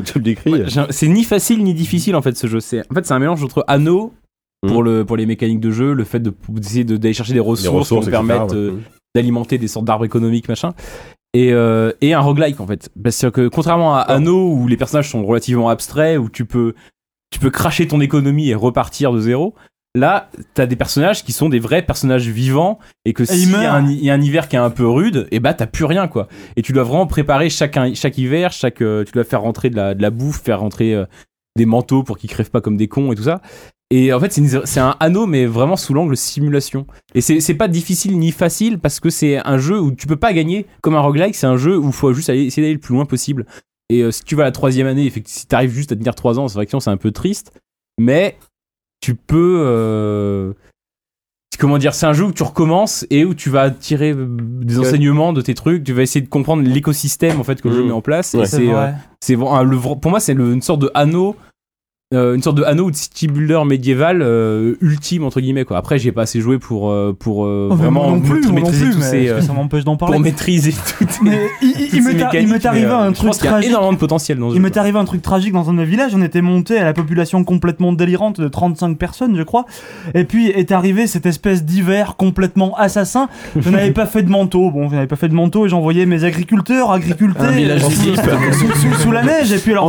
c'est ni facile ni difficile en fait ce jeu. C'est un mélange entre Anno pour les mécaniques de jeu, le fait d'essayer d'aller chercher des ressources qui vont permettre d'alimenter des sortes d'arbres économiques machin. Et un roguelike en fait. Parce que contrairement à Anno où les personnages sont relativement abstraits, où tu peux cracher ton économie et repartir de zéro. Là, t'as des personnages qui sont des vrais personnages vivants et que s'il y a un hiver qui est un peu rude, et bah t'as plus rien quoi. Et tu dois vraiment préparer chaque hiver, tu dois faire rentrer de la bouffe, faire rentrer des manteaux pour qu'ils crèvent pas comme des cons et tout ça. Et en fait, c'est un anneau mais vraiment sous l'angle simulation. Et c'est pas difficile ni facile parce que c'est un jeu où tu peux pas gagner comme un roguelike, c'est un jeu où il faut juste essayer d'aller le plus loin possible. Et si tu vas à la 3e année, si t'arrives juste à tenir 3 ans, c'est vrai que c'est un peu triste, mais tu peux... comment dire, c'est un jeu où tu recommences et où tu vas tirer des enseignements de tes trucs, tu vas essayer de comprendre l'écosystème en fait que le jeu met en place. Ouais. Et pour moi, c'est une sorte de anneau. Une sorte de anneau ou de city builder médiéval ultime entre guillemets quoi. Après j'ai pas assez joué pour vraiment maîtriser tous ces ça m'empêche d'en parler. Pour maîtriser toutes mais il m'est arrivé un truc tragique. Il y a énormément de potentiel dans ce jeu. Il m'est arrivé un truc tragique dans un de mes villages. On était monté à la population complètement délirante de 35 personnes je crois. Et puis est arrivé cette espèce d'hiver complètement assassin. Je n'avais pas fait de manteau. Et j'envoyais mes agriculteurs Un village sous la neige. Et puis alors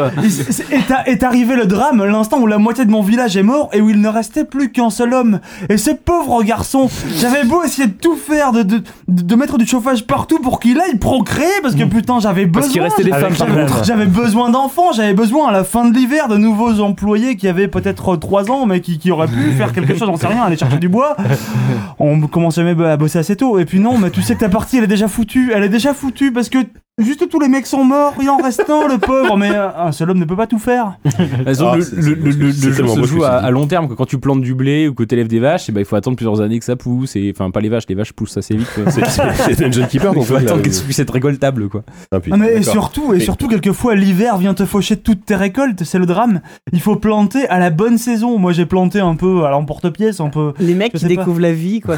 est arrivé le drame, l'instant où la moitié de mon village est mort et où il ne restait plus qu'un seul homme. Et ce pauvre garçon, j'avais beau essayer de tout faire, de mettre du chauffage partout pour qu'il aille procréer, parce que putain j'avais besoin. Parce qu'il restait des femmes par contre. J'avais besoin d'enfants, j'avais besoin à la fin de l'hiver de nouveaux employés qui avaient peut-être 3 ans mais qui auraient pu faire quelque chose, j'en sais rien, aller chercher du bois. On commençait même à bosser assez tôt. Et puis non, mais tu sais que ta partie elle est déjà foutue parce que juste tous les mecs sont morts, il en reste un, le pauvre, mais un seul homme ne peut pas tout faire. Le jeu se joue à long terme, que quand tu plantes du blé ou que tu élèves des vaches, il faut attendre plusieurs années que ça pousse, enfin pas les vaches poussent assez vite. C'est une jeune keeper, donc il faut attendre qu'elles puissent être récoltables quoi. Mais surtout quelquefois l'hiver vient te faucher toutes tes récoltes, c'est le drame. Il faut planter à la bonne saison. Moi j'ai planté un peu à l'emporte-pièce, un peu. Les mecs qui découvrent la vie quoi.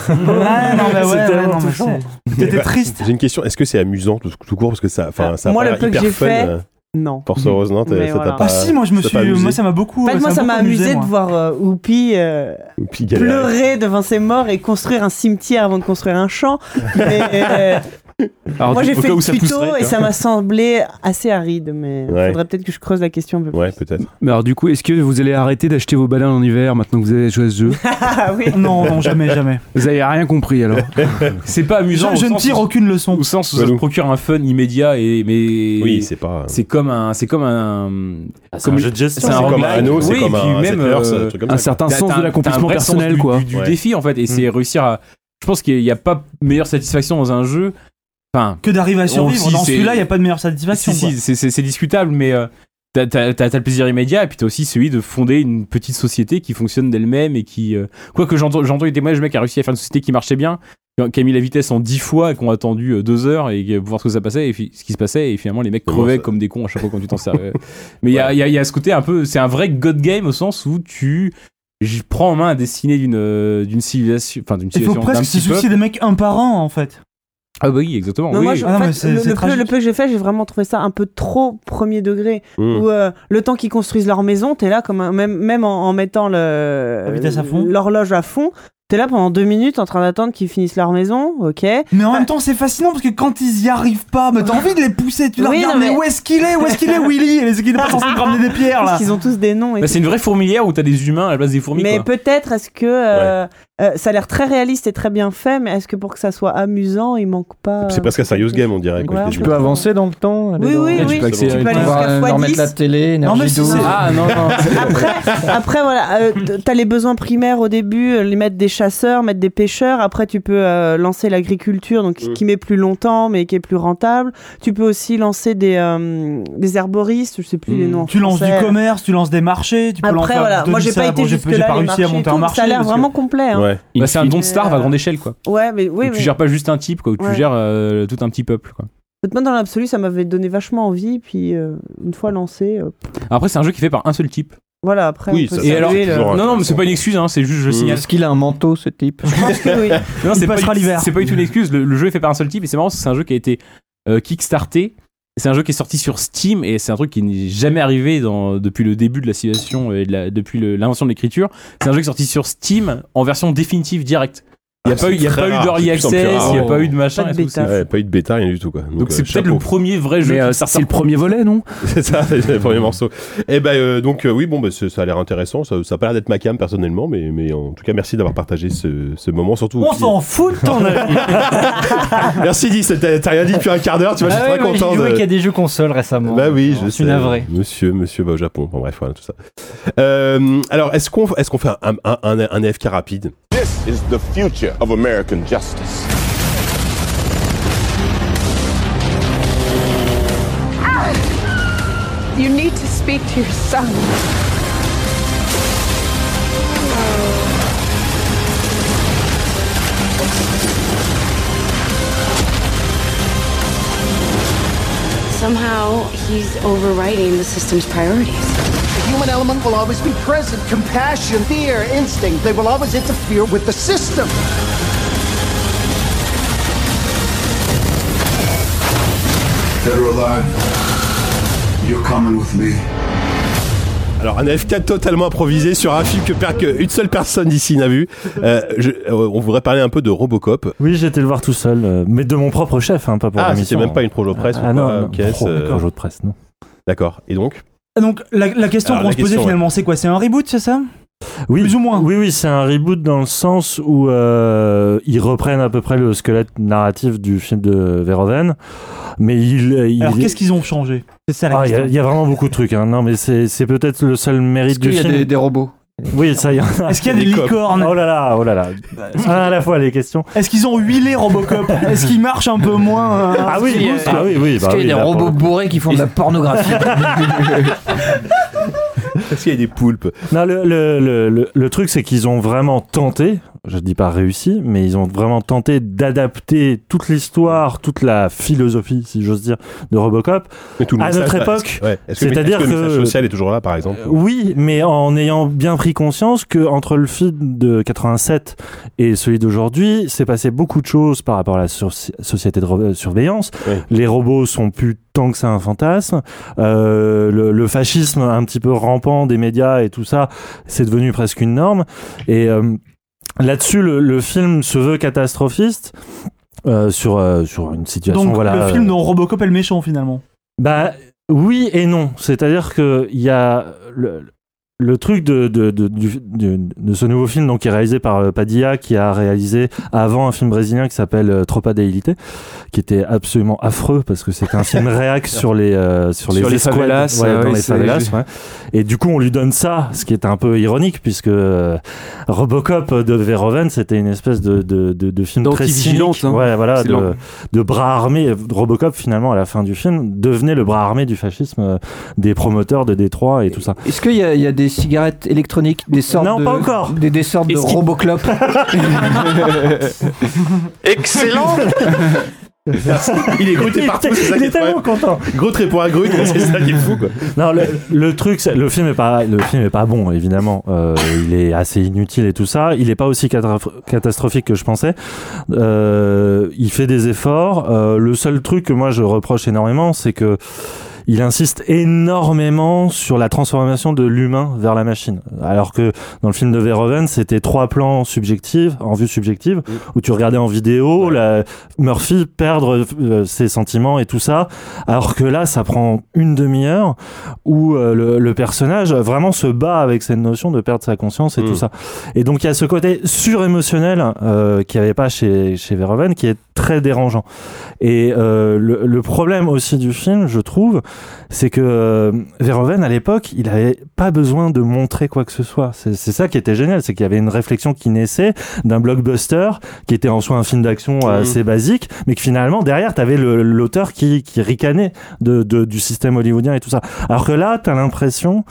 C'était triste. J'ai une question, est-ce que c'est amusant tout court parce que ça moi le peu que j'ai fait non. Force heureuse, non, ça t'a pas. Ah si, moi ça m'a beaucoup. En fait, moi ça m'a amusé de voir Whoopi pleurer devant ses morts et construire un cimetière avant de construire un champ. Mais moi j'ai fait le tuto et ça m'a semblé assez aride, mais faudrait peut-être que je creuse la question un peu plus. Ouais, peut-être. Mais alors du coup, est-ce que vous allez arrêter d'acheter vos bananes en hiver maintenant que vous avez joué à ce jeu? Oui. Non, jamais. Vous avez rien compris alors. C'est pas amusant. Je ne tire aucune leçon. Au sens où ça te procure un fun immédiat mais oui, c'est pas. C'est comme un jeu de gestion. C'est comme un anneau, c'est comme un même un certain sens de l'accomplissement personnel quoi. Du défi en fait, et c'est réussir à. Je pense qu'il n'y a pas meilleure satisfaction dans un jeu. Que d'arriver à survivre. Dans celui-là, il n'y a pas de meilleure satisfaction. C'est discutable, mais t'as le plaisir immédiat, et puis t'as aussi celui de fonder une petite société qui fonctionne d'elle-même et qui. Quoique j'entends des témoignages, le mec a réussi à faire une société qui marchait bien, qui a mis la vitesse en 10 fois et qu'on a attendu 2 heures et pour voir ce que ça passait, et ce qui se passait, et finalement les mecs crevaient comme des cons à chaque fois quand tu t'en servais. Mais il y a ce côté un peu. C'est un vrai God game au sens où je prends en main la destinée d'une civilisation. Enfin, d'une civilisation. Il faut presque se soucier des mecs un par un en fait. Ah bah oui, exactement. Non, oui. moi, le peu que j'ai fait, j'ai vraiment trouvé ça un peu trop premier degré. Où le temps qu'ils construisent leur maison, t'es là comme même en mettant la vitesse à fond, l'horloge à fond. T'es là pendant 2 minutes en train d'attendre qu'ils finissent leur maison, ok. Mais en même temps, c'est fascinant parce que quand ils y arrivent pas, mais t'as envie de les pousser. Tu leur regardes, mais où est-ce qu'il est Willy? Est-ce qu'il est pas censé me ramener des pierres là? Parce qu'ils ont tous des noms. C'est une vraie fourmilière où t'as des humains à la place des fourmis. Mais quoi. Peut-être, est-ce que ça a l'air très réaliste et très bien fait, mais est-ce que pour que ça soit amusant, il manque pas. C'est presque un serious game, on dirait. Ouais, tu peux avancer dans le temps. Oui. Tu peux aller jusqu'à x10. Remettre la télé, énergie 12. Ah non. Après voilà, t'as les besoins primaires au début, les mettre des chasseurs, mettre des pêcheurs. Après, tu peux lancer l'agriculture, donc qui met plus longtemps, mais qui est plus rentable. Tu peux aussi lancer des herboristes, je sais plus les noms. Tu lances du commerce, tu lances des marchés. Tu peux après, voilà, moi j'ai pas été jusque là. J'ai pas réussi à monter un marché. Ça a l'air vraiment complet. Hein. Ouais. Bah, c'est un Don't Starve à grande échelle, quoi. Ouais, mais oui. Tu gères pas juste un type, quoi. Où tu gères tout un petit peuple, quoi. Moi, dans l'absolu, ça m'avait donné vachement envie. Puis une fois lancé. Après, c'est un jeu qui est fait par un seul type. Voilà, après. Oui, on peut et alors, le... non, mais c'est pas une excuse, hein, c'est juste je signale. Est-ce qu'il a un manteau, ce type? Je pense que oui. Non, c'est pas l'hiver. C'est pas du tout une excuse. Le jeu est fait par un seul type et c'est marrant, c'est un jeu qui a été kickstarté. C'est un jeu qui est sorti sur Steam et c'est un truc qui n'est jamais arrivé depuis le début de la civilisation et depuis l'invention de l'écriture. C'est un jeu qui est sorti sur Steam en version définitive directe. Il n'y a pas eu d'early access, il n'y a pas eu de machin. Pas de bêta. Pas eu de bêta, rien du tout, quoi. Donc c'est peut-être le premier vrai jeu. Mais c'est le premier volet, non? C'est ça, c'est le premier morceau. Et donc oui, bon, ça a l'air intéressant. Ça a pas l'air d'être ma cam personnellement, mais en tout cas, merci d'avoir partagé ce moment, surtout. On s'en fout de ton avis. Merci, Dis, t'as rien dit depuis un quart d'heure, tu vois, je suis très content. J'ai joué qu'il y a des jeux consoles récemment. Bah oui, je suis navré. Monsieur va au Japon. Bon, bref, voilà, tout ça. Alors, est-ce qu'on fait un AFK rapide? This is the future of American justice. You need to speak to your son. Somehow, he's overriding the system's priorities. The human element will always be present. Compassion, fear, instinct, they will always interfere with the system. Dead or alive, you're coming with me. Alors un AFK totalement improvisé sur un film qu'une seule personne d'ici n'a vu. On voudrait parler un peu de Robocop. Oui, j'ai été le voir tout seul, mais de mon propre chef, hein, pas pour l'émission. C'était même pas une projo presse ou non, projo de presse, non. D'accord. Et donc la question qu'on se posait finalement, c'est quoi? C'est un reboot, c'est ça? Oui, plus ou moins. Oui, c'est un reboot dans le sens où ils reprennent à peu près le squelette narratif du film de Verhoeven, mais alors qu'est-ce qu'ils ont changé? C'est ça la question. Il y a vraiment beaucoup de trucs, hein. Non, mais c'est peut-être le seul mérite du film. Est-ce qu'il y a des robots? Oui, ça y est. Est-ce qu'il y a des licornes? Oh là là. Un à la fois les questions. Est-ce qu'ils ont huilé Robocop? Est-ce qu'il marche un peu moins? Ah oui. Est-ce qu'il y a des robots bourrés qui font de la pornographie? Est-ce qu'il y a des poulpes? Non, le truc, c'est qu'ils ont vraiment tenté, je dis pas réussi, mais ils ont vraiment tenté d'adapter toute l'histoire, toute la philosophie, si j'ose dire, de Robocop à notre époque. C'est-à-dire que le message social est toujours là, par exemple. Oui, mais en ayant bien pris conscience que entre le film de 87 et celui d'aujourd'hui, s'est passé beaucoup de choses par rapport à la société de surveillance. Oui. Les robots sont plus tant que c'est un fantasme. Le fascisme un petit peu rampant des médias et tout ça, c'est devenu presque une norme. Et là-dessus, le film se veut catastrophiste sur une situation. Donc le film dont Robocop est le méchant finalement. Bah oui et non. C'est-à-dire que il y a le truc de ce nouveau film, donc qui est réalisé par Padilla, qui a réalisé avant un film brésilien qui s'appelle Tropa de Elite, qui était absolument affreux parce que c'était un film réac sur les favelas, dans les favelas. Ouais. Et du coup, on lui donne ça, ce qui est un peu ironique puisque Robocop de Verhoeven, c'était une espèce de film très cynique, hein. Ouais, voilà, de bras armés. Robocop, finalement, à la fin du film, devenait le bras armé du fascisme des promoteurs de Détroit et tout ça. Est-ce qu'il y a des cigarettes électroniques, des sortes non, pas encore. Des sortes de Roboclop? Excellent. Il est Groot est partout, c'est ça qui est tellement content. Groot répond à Groot, c'est ça qui est fou quoi. Non, le truc, le film est pas bon évidemment. Il est assez inutile et tout ça. Il est pas aussi catastrophique que je pensais. Il fait des efforts. Le seul truc que moi je reproche énormément, c'est que il insiste énormément sur la transformation de l'humain vers la machine. Alors que dans le film de Verhoeven, c'était 3 plans subjectifs, en vue subjective, où tu regardais en vidéo Murphy perdre ses sentiments et tout ça. Alors que là, ça prend une demi-heure où le personnage vraiment se bat avec cette notion de perdre sa conscience et tout ça. Et donc, il y a ce côté surémotionnel qu'il n'y avait pas chez Verhoeven, qui est très dérangeant. Et le problème aussi du film, je trouve, c'est que Verhoeven à l'époque, il avait pas besoin de montrer quoi que ce soit. C'est ça qui était génial, c'est qu'il y avait une réflexion qui naissait d'un blockbuster qui était en soi un film d'action assez basique, mais que finalement derrière t'avais l'auteur qui ricanait du système hollywoodien et tout ça. Alors que là, t'as l'impression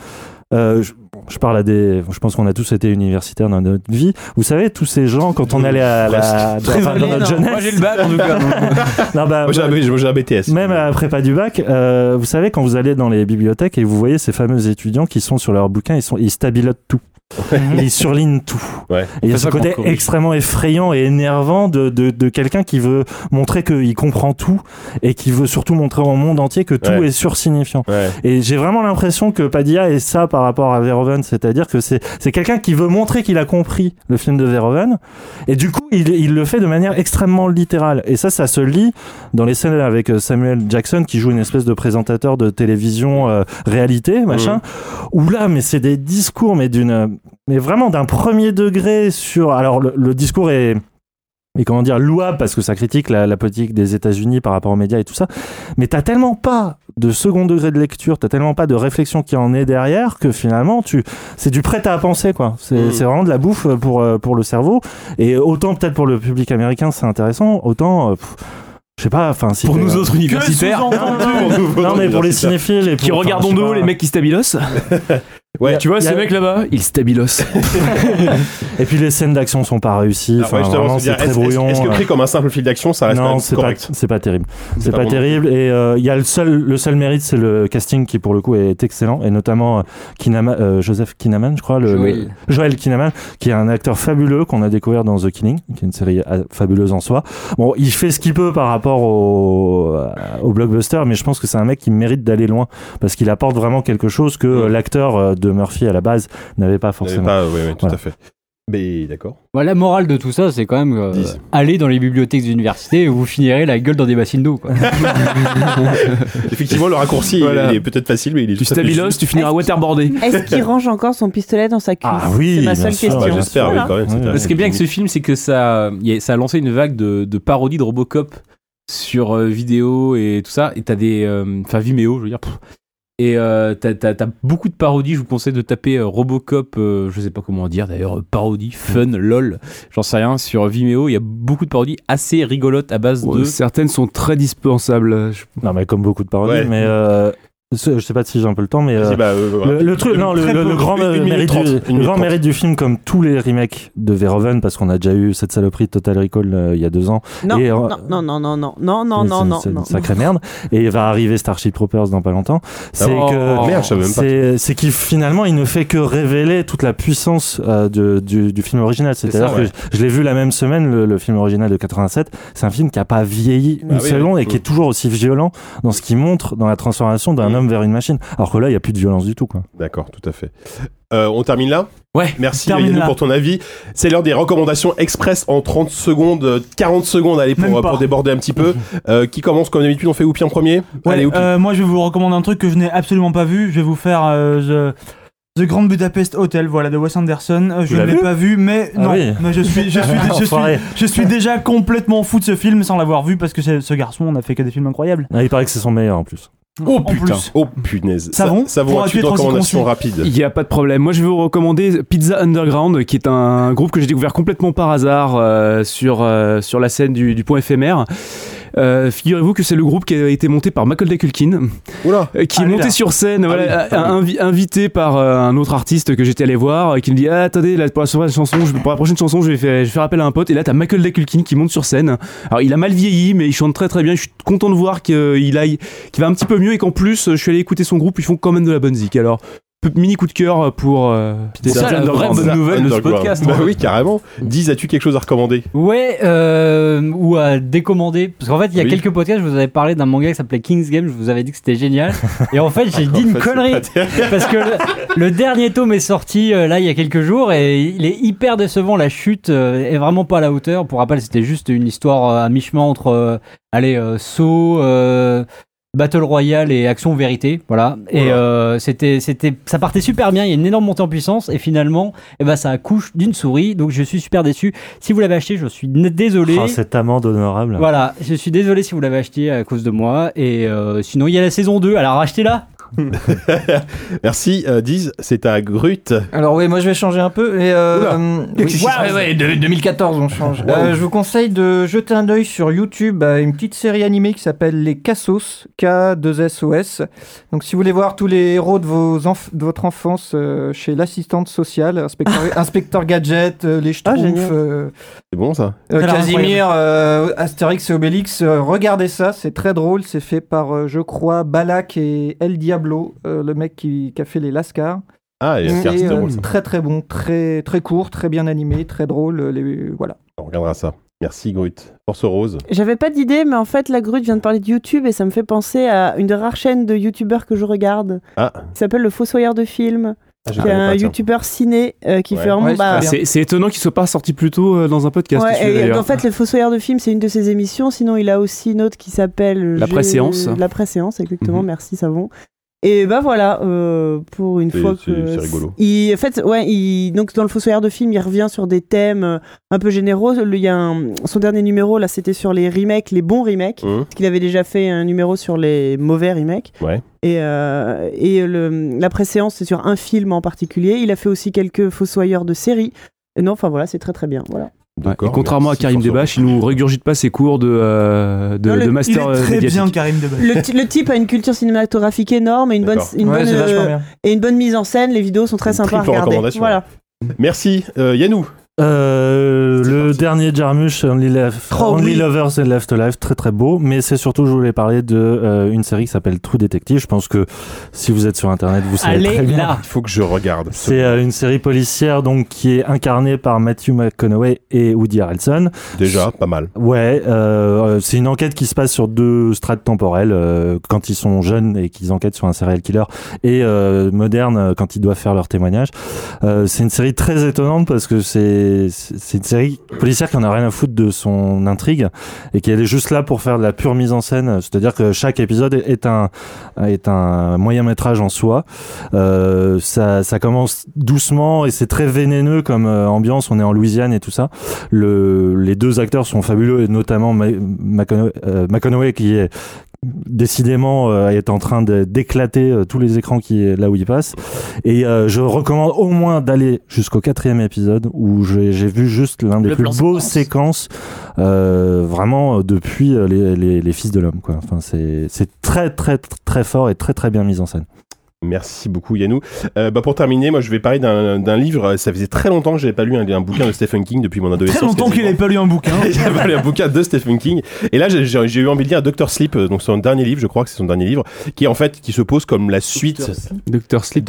je parle je pense qu'on a tous été universitaires dans notre vie. Vous savez, tous ces gens, quand on allait dans notre jeunesse. Moi, j'ai le bac, en tout cas. Moi, j'ai un BTS. Même à la prépa du bac, vous savez, quand vous allez dans les bibliothèques et vous voyez ces fameux étudiants qui sont sur leurs bouquins, ils stabilotent tout. Ils surlignent tout. Et il y a ce côté extrêmement effrayant et énervant de quelqu'un qui veut montrer qu'il comprend tout et qui veut surtout montrer au monde entier que tout est sursignifiant. Et j'ai vraiment l'impression que Padilla est ça par rapport à Verhoeven, c'est-à-dire que c'est quelqu'un qui veut montrer qu'il a compris le film de Verhoeven et du coup il le fait de manière extrêmement littérale. Et ça se lit dans les scènes avec Samuel Jackson qui joue une espèce de présentateur de télévision réalité, machin, où là, mais c'est des discours, mais vraiment d'un premier degré sur... Alors, le discours est comment dire, louable parce que ça critique la politique des États-Unis par rapport aux médias et tout ça. Mais t'as tellement pas de second degré de lecture, t'as tellement pas de réflexion qui en est derrière que finalement, c'est du prêt à penser, quoi. C'est vraiment de la bouffe pour le cerveau. Et autant peut-être pour le public américain, c'est intéressant, autant... je sais pas, enfin, si pour nous autres universitaires, non mais pour les cinéphiles et qui regardons d'eau les mecs qui stabilosent. Ouais, tu vois, ces mecs là-bas, ils stabilosent. Et puis les scènes d'action sont pas réussies. Enfin, vraiment, c'est très brouillon. Est-ce que pris comme un simple film d'action, ça reste non, correct? C'est pas terrible. C'est pas terrible. Et il y a le seul mérite, c'est le casting qui pour le coup est excellent, et notamment Joseph Kinnaman, je crois, Joel Kinnaman, qui est un acteur fabuleux qu'on a découvert dans The Killing, qui est une série fabuleuse en soi. Bon, il fait ce qu'il peut par rapport au blockbuster, mais je pense que c'est un mec qui mérite d'aller loin parce qu'il apporte vraiment quelque chose que l'acteur de Murphy à la base n'avait pas forcément. Oui, tout à fait. Mais d'accord. La morale de tout ça, c'est quand même aller dans les bibliothèques des universités et vous finirez la gueule dans des bassines d'eau. Effectivement, le raccourci il est peut-être facile, mais il est tu stabiloses, tu finiras waterboardé. Est-ce qu'il range encore son pistolet dans sa cuisse? Ah oui, c'est ma seule question. Ouais, j'espère, oui, quand même. Ce qui est bien avec ce film, c'est que ça a lancé une vague de parodies de Robocop sur vidéo et tout ça. Et t'as Vimeo, je veux dire. Et t'as beaucoup de parodies. Je vous conseille de taper Robocop, je sais pas comment dire d'ailleurs, parodie, fun, lol, j'en sais rien, sur Vimeo. Il y a beaucoup de parodies assez rigolotes à base de... Certaines sont très dispensables. Non mais comme beaucoup de parodies, mais... je sais pas si j'ai un peu le temps, mais le truc, non, le grand mérite du film, comme tous les remakes de Verhoeven, parce qu'on a déjà eu cette saloperie de Total Recall il y a 2 ans. Non, et, non. C'est une sacrée merde. Et il va arriver Starship Troopers dans pas longtemps. C'est qu'il finalement il ne fait que révéler toute la puissance du film original. C'est-à-dire que je l'ai vu la même semaine, le film original de 87. C'est un film qui a pas vieilli une seconde et qui est toujours aussi violent dans ce qu'il montre dans la transformation d'un homme vers une machine. Alors que là, il n'y a plus de violence du tout, quoi. D'accord, tout à fait. On termine là? Ouais. Merci Yannou pour ton avis. C'est l'heure des recommandations express en 30 secondes, 40 secondes, allez, pour déborder un petit peu. Qui commence comme d'habitude? On fait Whoopi en premier? Allez, Whoopi. Moi, je vais vous recommander un truc que je n'ai absolument pas vu. Je vais vous faire The Grand Budapest Hotel, de Wes Anderson. Je ne l'ai pas vu, mais non. Oui. Mais je suis déjà complètement fou de ce film sans l'avoir vu parce que ce garçon n'a fait que des films incroyables. Il paraît que c'est son meilleur en plus. Oh putain, oh punaise. Savon, as-tu une recommandation rapide? Il n'y a pas de problème. Moi, je vais vous recommander Pizza Underground, qui est un groupe que j'ai découvert complètement par hasard sur la scène du Point éphémère. Figurez-vous que c'est le groupe qui a été monté par Macaulay Culkin, qui est monté sur scène, invité par un autre artiste que j'étais allé voir, qui me dit attendez, là, pour la prochaine chanson, je vais faire appel à un pote. Et là, t'as Macaulay Culkin qui monte sur scène. Alors, il a mal vieilli, mais il chante très très bien. Je suis content de voir qu'il va un petit peu mieux et qu'en plus, je suis allé écouter son groupe. Ils font quand même de la bonne zik. Alors, mini coup de cœur pour c'est ça la vraie bonne nouvelle de ce podcast. Bah oui, carrément. Diz, as-tu quelque chose à recommander? Ouais, ou à décommander, parce qu'en fait il y a quelques podcasts, je vous avais parlé d'un manga qui s'appelait King's Game, je vous avais dit que c'était génial, et en fait j'ai dit une connerie, parce que le dernier tome est sorti là il y a quelques jours, et il est hyper décevant, la chute est vraiment pas à la hauteur. Pour rappel, c'était juste une histoire à mi-chemin entre Saw, Battle Royale et Action Vérité, voilà. Et ça partait super bien, il y a une énorme montée en puissance et finalement, ça accouche d'une souris, donc je suis super déçu. Si vous l'avez acheté, je suis désolé. Oh, cette amende honorable. Voilà, je suis désolé si vous l'avez acheté à cause de moi. Et sinon, il y a la saison 2, alors achetez-la. Merci, Diz, c'est à Grut. Alors oui, moi je vais changer un peu. 2014 on change. Je vous conseille de jeter un œil sur YouTube à une petite série animée qui s'appelle Les Cassos, K2SOS. Donc si vous voulez voir tous les héros de votre enfance chez l'assistante sociale, Inspecteur Gadget, les Schtroumpfs, c'est bon ça. Casimir, Astérix et Obélix, regardez ça, c'est très drôle, c'est fait par je crois Balak et El Diablo, le mec qui a fait les Lascars. Ah, et c'est drôle, ça. Très très bon, très très court, très bien animé, très drôle, voilà. On regardera ça. Merci Grut. Force Rose. J'avais pas d'idée, mais en fait la Grut vient de parler de YouTube et ça me fait penser à une des rares chaînes de youtubeurs que je regarde, qui s'appelle le Fossoyeur de films. Qui est un youtubeur ciné qui fait vraiment. C'est étonnant qu'il soit pas sorti plus tôt dans un podcast. En fait, le Fossoyeur de films, c'est une de ses émissions. Sinon, il a aussi une autre qui s'appelle La Préséance. La Préséance, exactement. Merci Savon. Et voilà, pour une fois que c'est rigolo. En fait, donc dans le Fossoyeur de film, il revient sur des thèmes un peu généraux. Il y a son dernier numéro là, c'était sur les remakes, les bons remakes, parce qu'il avait déjà fait un numéro sur les mauvais remakes. Ouais. Et la préséance, c'est sur un film en particulier. Il a fait aussi quelques Fossoyeurs de séries. Et non, enfin voilà, c'est très très bien. Voilà. Et contrairement à Karim Debache, il nous régurgite pas ses cours de master. Il est très bien, Karim Debache. Le type a une culture cinématographique énorme et une bonne mise en scène. Les vidéos sont très sympas à regarder. Voilà. Merci, Yannou. Le dernier Jarmusch, Only Lovers and Left Alive, très très beau, mais c'est surtout, je voulais parler de une série qui s'appelle True Detective. Je pense que si vous êtes sur internet, vous savez très bien. Il faut que je regarde. C'est une série policière donc qui est incarnée par Matthew McConaughey et Woody Harrelson. Déjà, pas mal. Ouais, c'est une enquête qui se passe sur 2 strates temporelles, quand ils sont jeunes et qu'ils enquêtent sur un serial killer, et modernes quand ils doivent faire leur témoignage. C'est une série très étonnante parce que c'est une série policière qui en a rien à foutre de son intrigue et qui est juste là pour faire de la pure mise en scène, c'est-à-dire que chaque épisode est un moyen métrage en soi. Ça commence doucement et c'est très vénéneux comme ambiance. On est en Louisiane et tout ça. Les 2 acteurs sont fabuleux, et notamment McConaughey qui est décidément est en train d'éclater tous les écrans là où il passe, et je recommande au moins d'aller jusqu'au 4e épisode où j'ai vu juste l'un des plus beaux séquences vraiment depuis les Fils de l'Homme, quoi. Enfin, c'est très très très fort et très très bien mis en scène. Merci beaucoup Yannou. Pour terminer, moi je vais parler d'un livre. Ça faisait très longtemps que j'avais pas lu un bouquin de Stephen King depuis mon adolescence. Très longtemps qu'il n'avait pas lu un bouquin. J'avais pas lu un bouquin de Stephen King. Et là j'ai eu envie de lire Dr. Sleep, donc son dernier livre, je crois que c'est son dernier livre, qui se pose comme la suite. Dr. Sleep.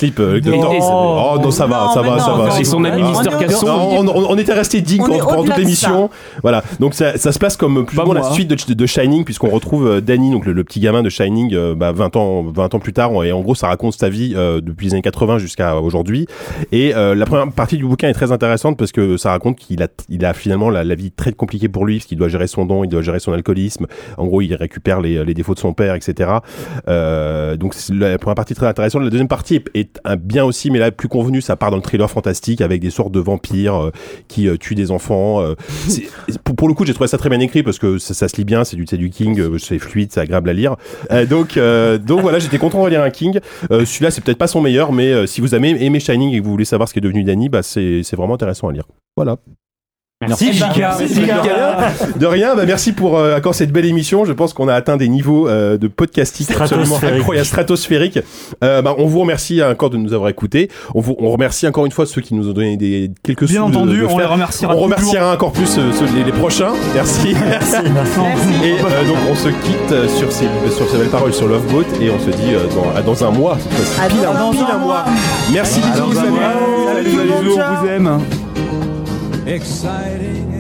Oh non, ça va. C'est son ami Mr. Casson. On était resté digne pendant toute l'émission. Voilà, donc ça se place comme plus ou moins la suite de Shining, puisqu'on retrouve Danny, donc le petit gamin de Shining, 20 ans plus tard, et en gros ça raconte sa vie depuis les années 80 jusqu'à aujourd'hui. Et la première partie du bouquin est très intéressante parce que ça raconte qu'il a finalement la vie très compliquée pour lui, parce qu'il doit gérer son don, il doit gérer son alcoolisme. En gros, il récupère les défauts de son père, etc. Donc c'est la première partie très intéressante. La deuxième partie est bien aussi, mais là plus convenue. Ça part dans le thriller fantastique avec des sortes de vampires qui tuent des enfants. Pour le coup, j'ai trouvé ça très bien écrit parce que ça se lit bien. C'est du King, c'est fluide, c'est agréable à lire. Donc voilà, j'étais content de lire un King. Celui-là, c'est peut-être pas son meilleur, mais si vous avez aimé Shining et que vous voulez savoir ce qui est devenu Danny, c'est vraiment intéressant à lire. Voilà. Merci Jika. De rien, merci pour encore cette belle émission. Je pense qu'on a atteint des niveaux de podcastique absolument incroyables, stratosphériques. On vous remercie encore de nous avoir écoutés. On remercie encore une fois ceux qui nous ont donné quelques sous. Bien entendu, on les remerciera. On remerciera encore plus les prochains. Merci. Et donc on se quitte sur ces belles paroles sur Love Boat et on se dit dans un mois. Pile un mois. Merci, bisous, salut, on vous aime. Exciting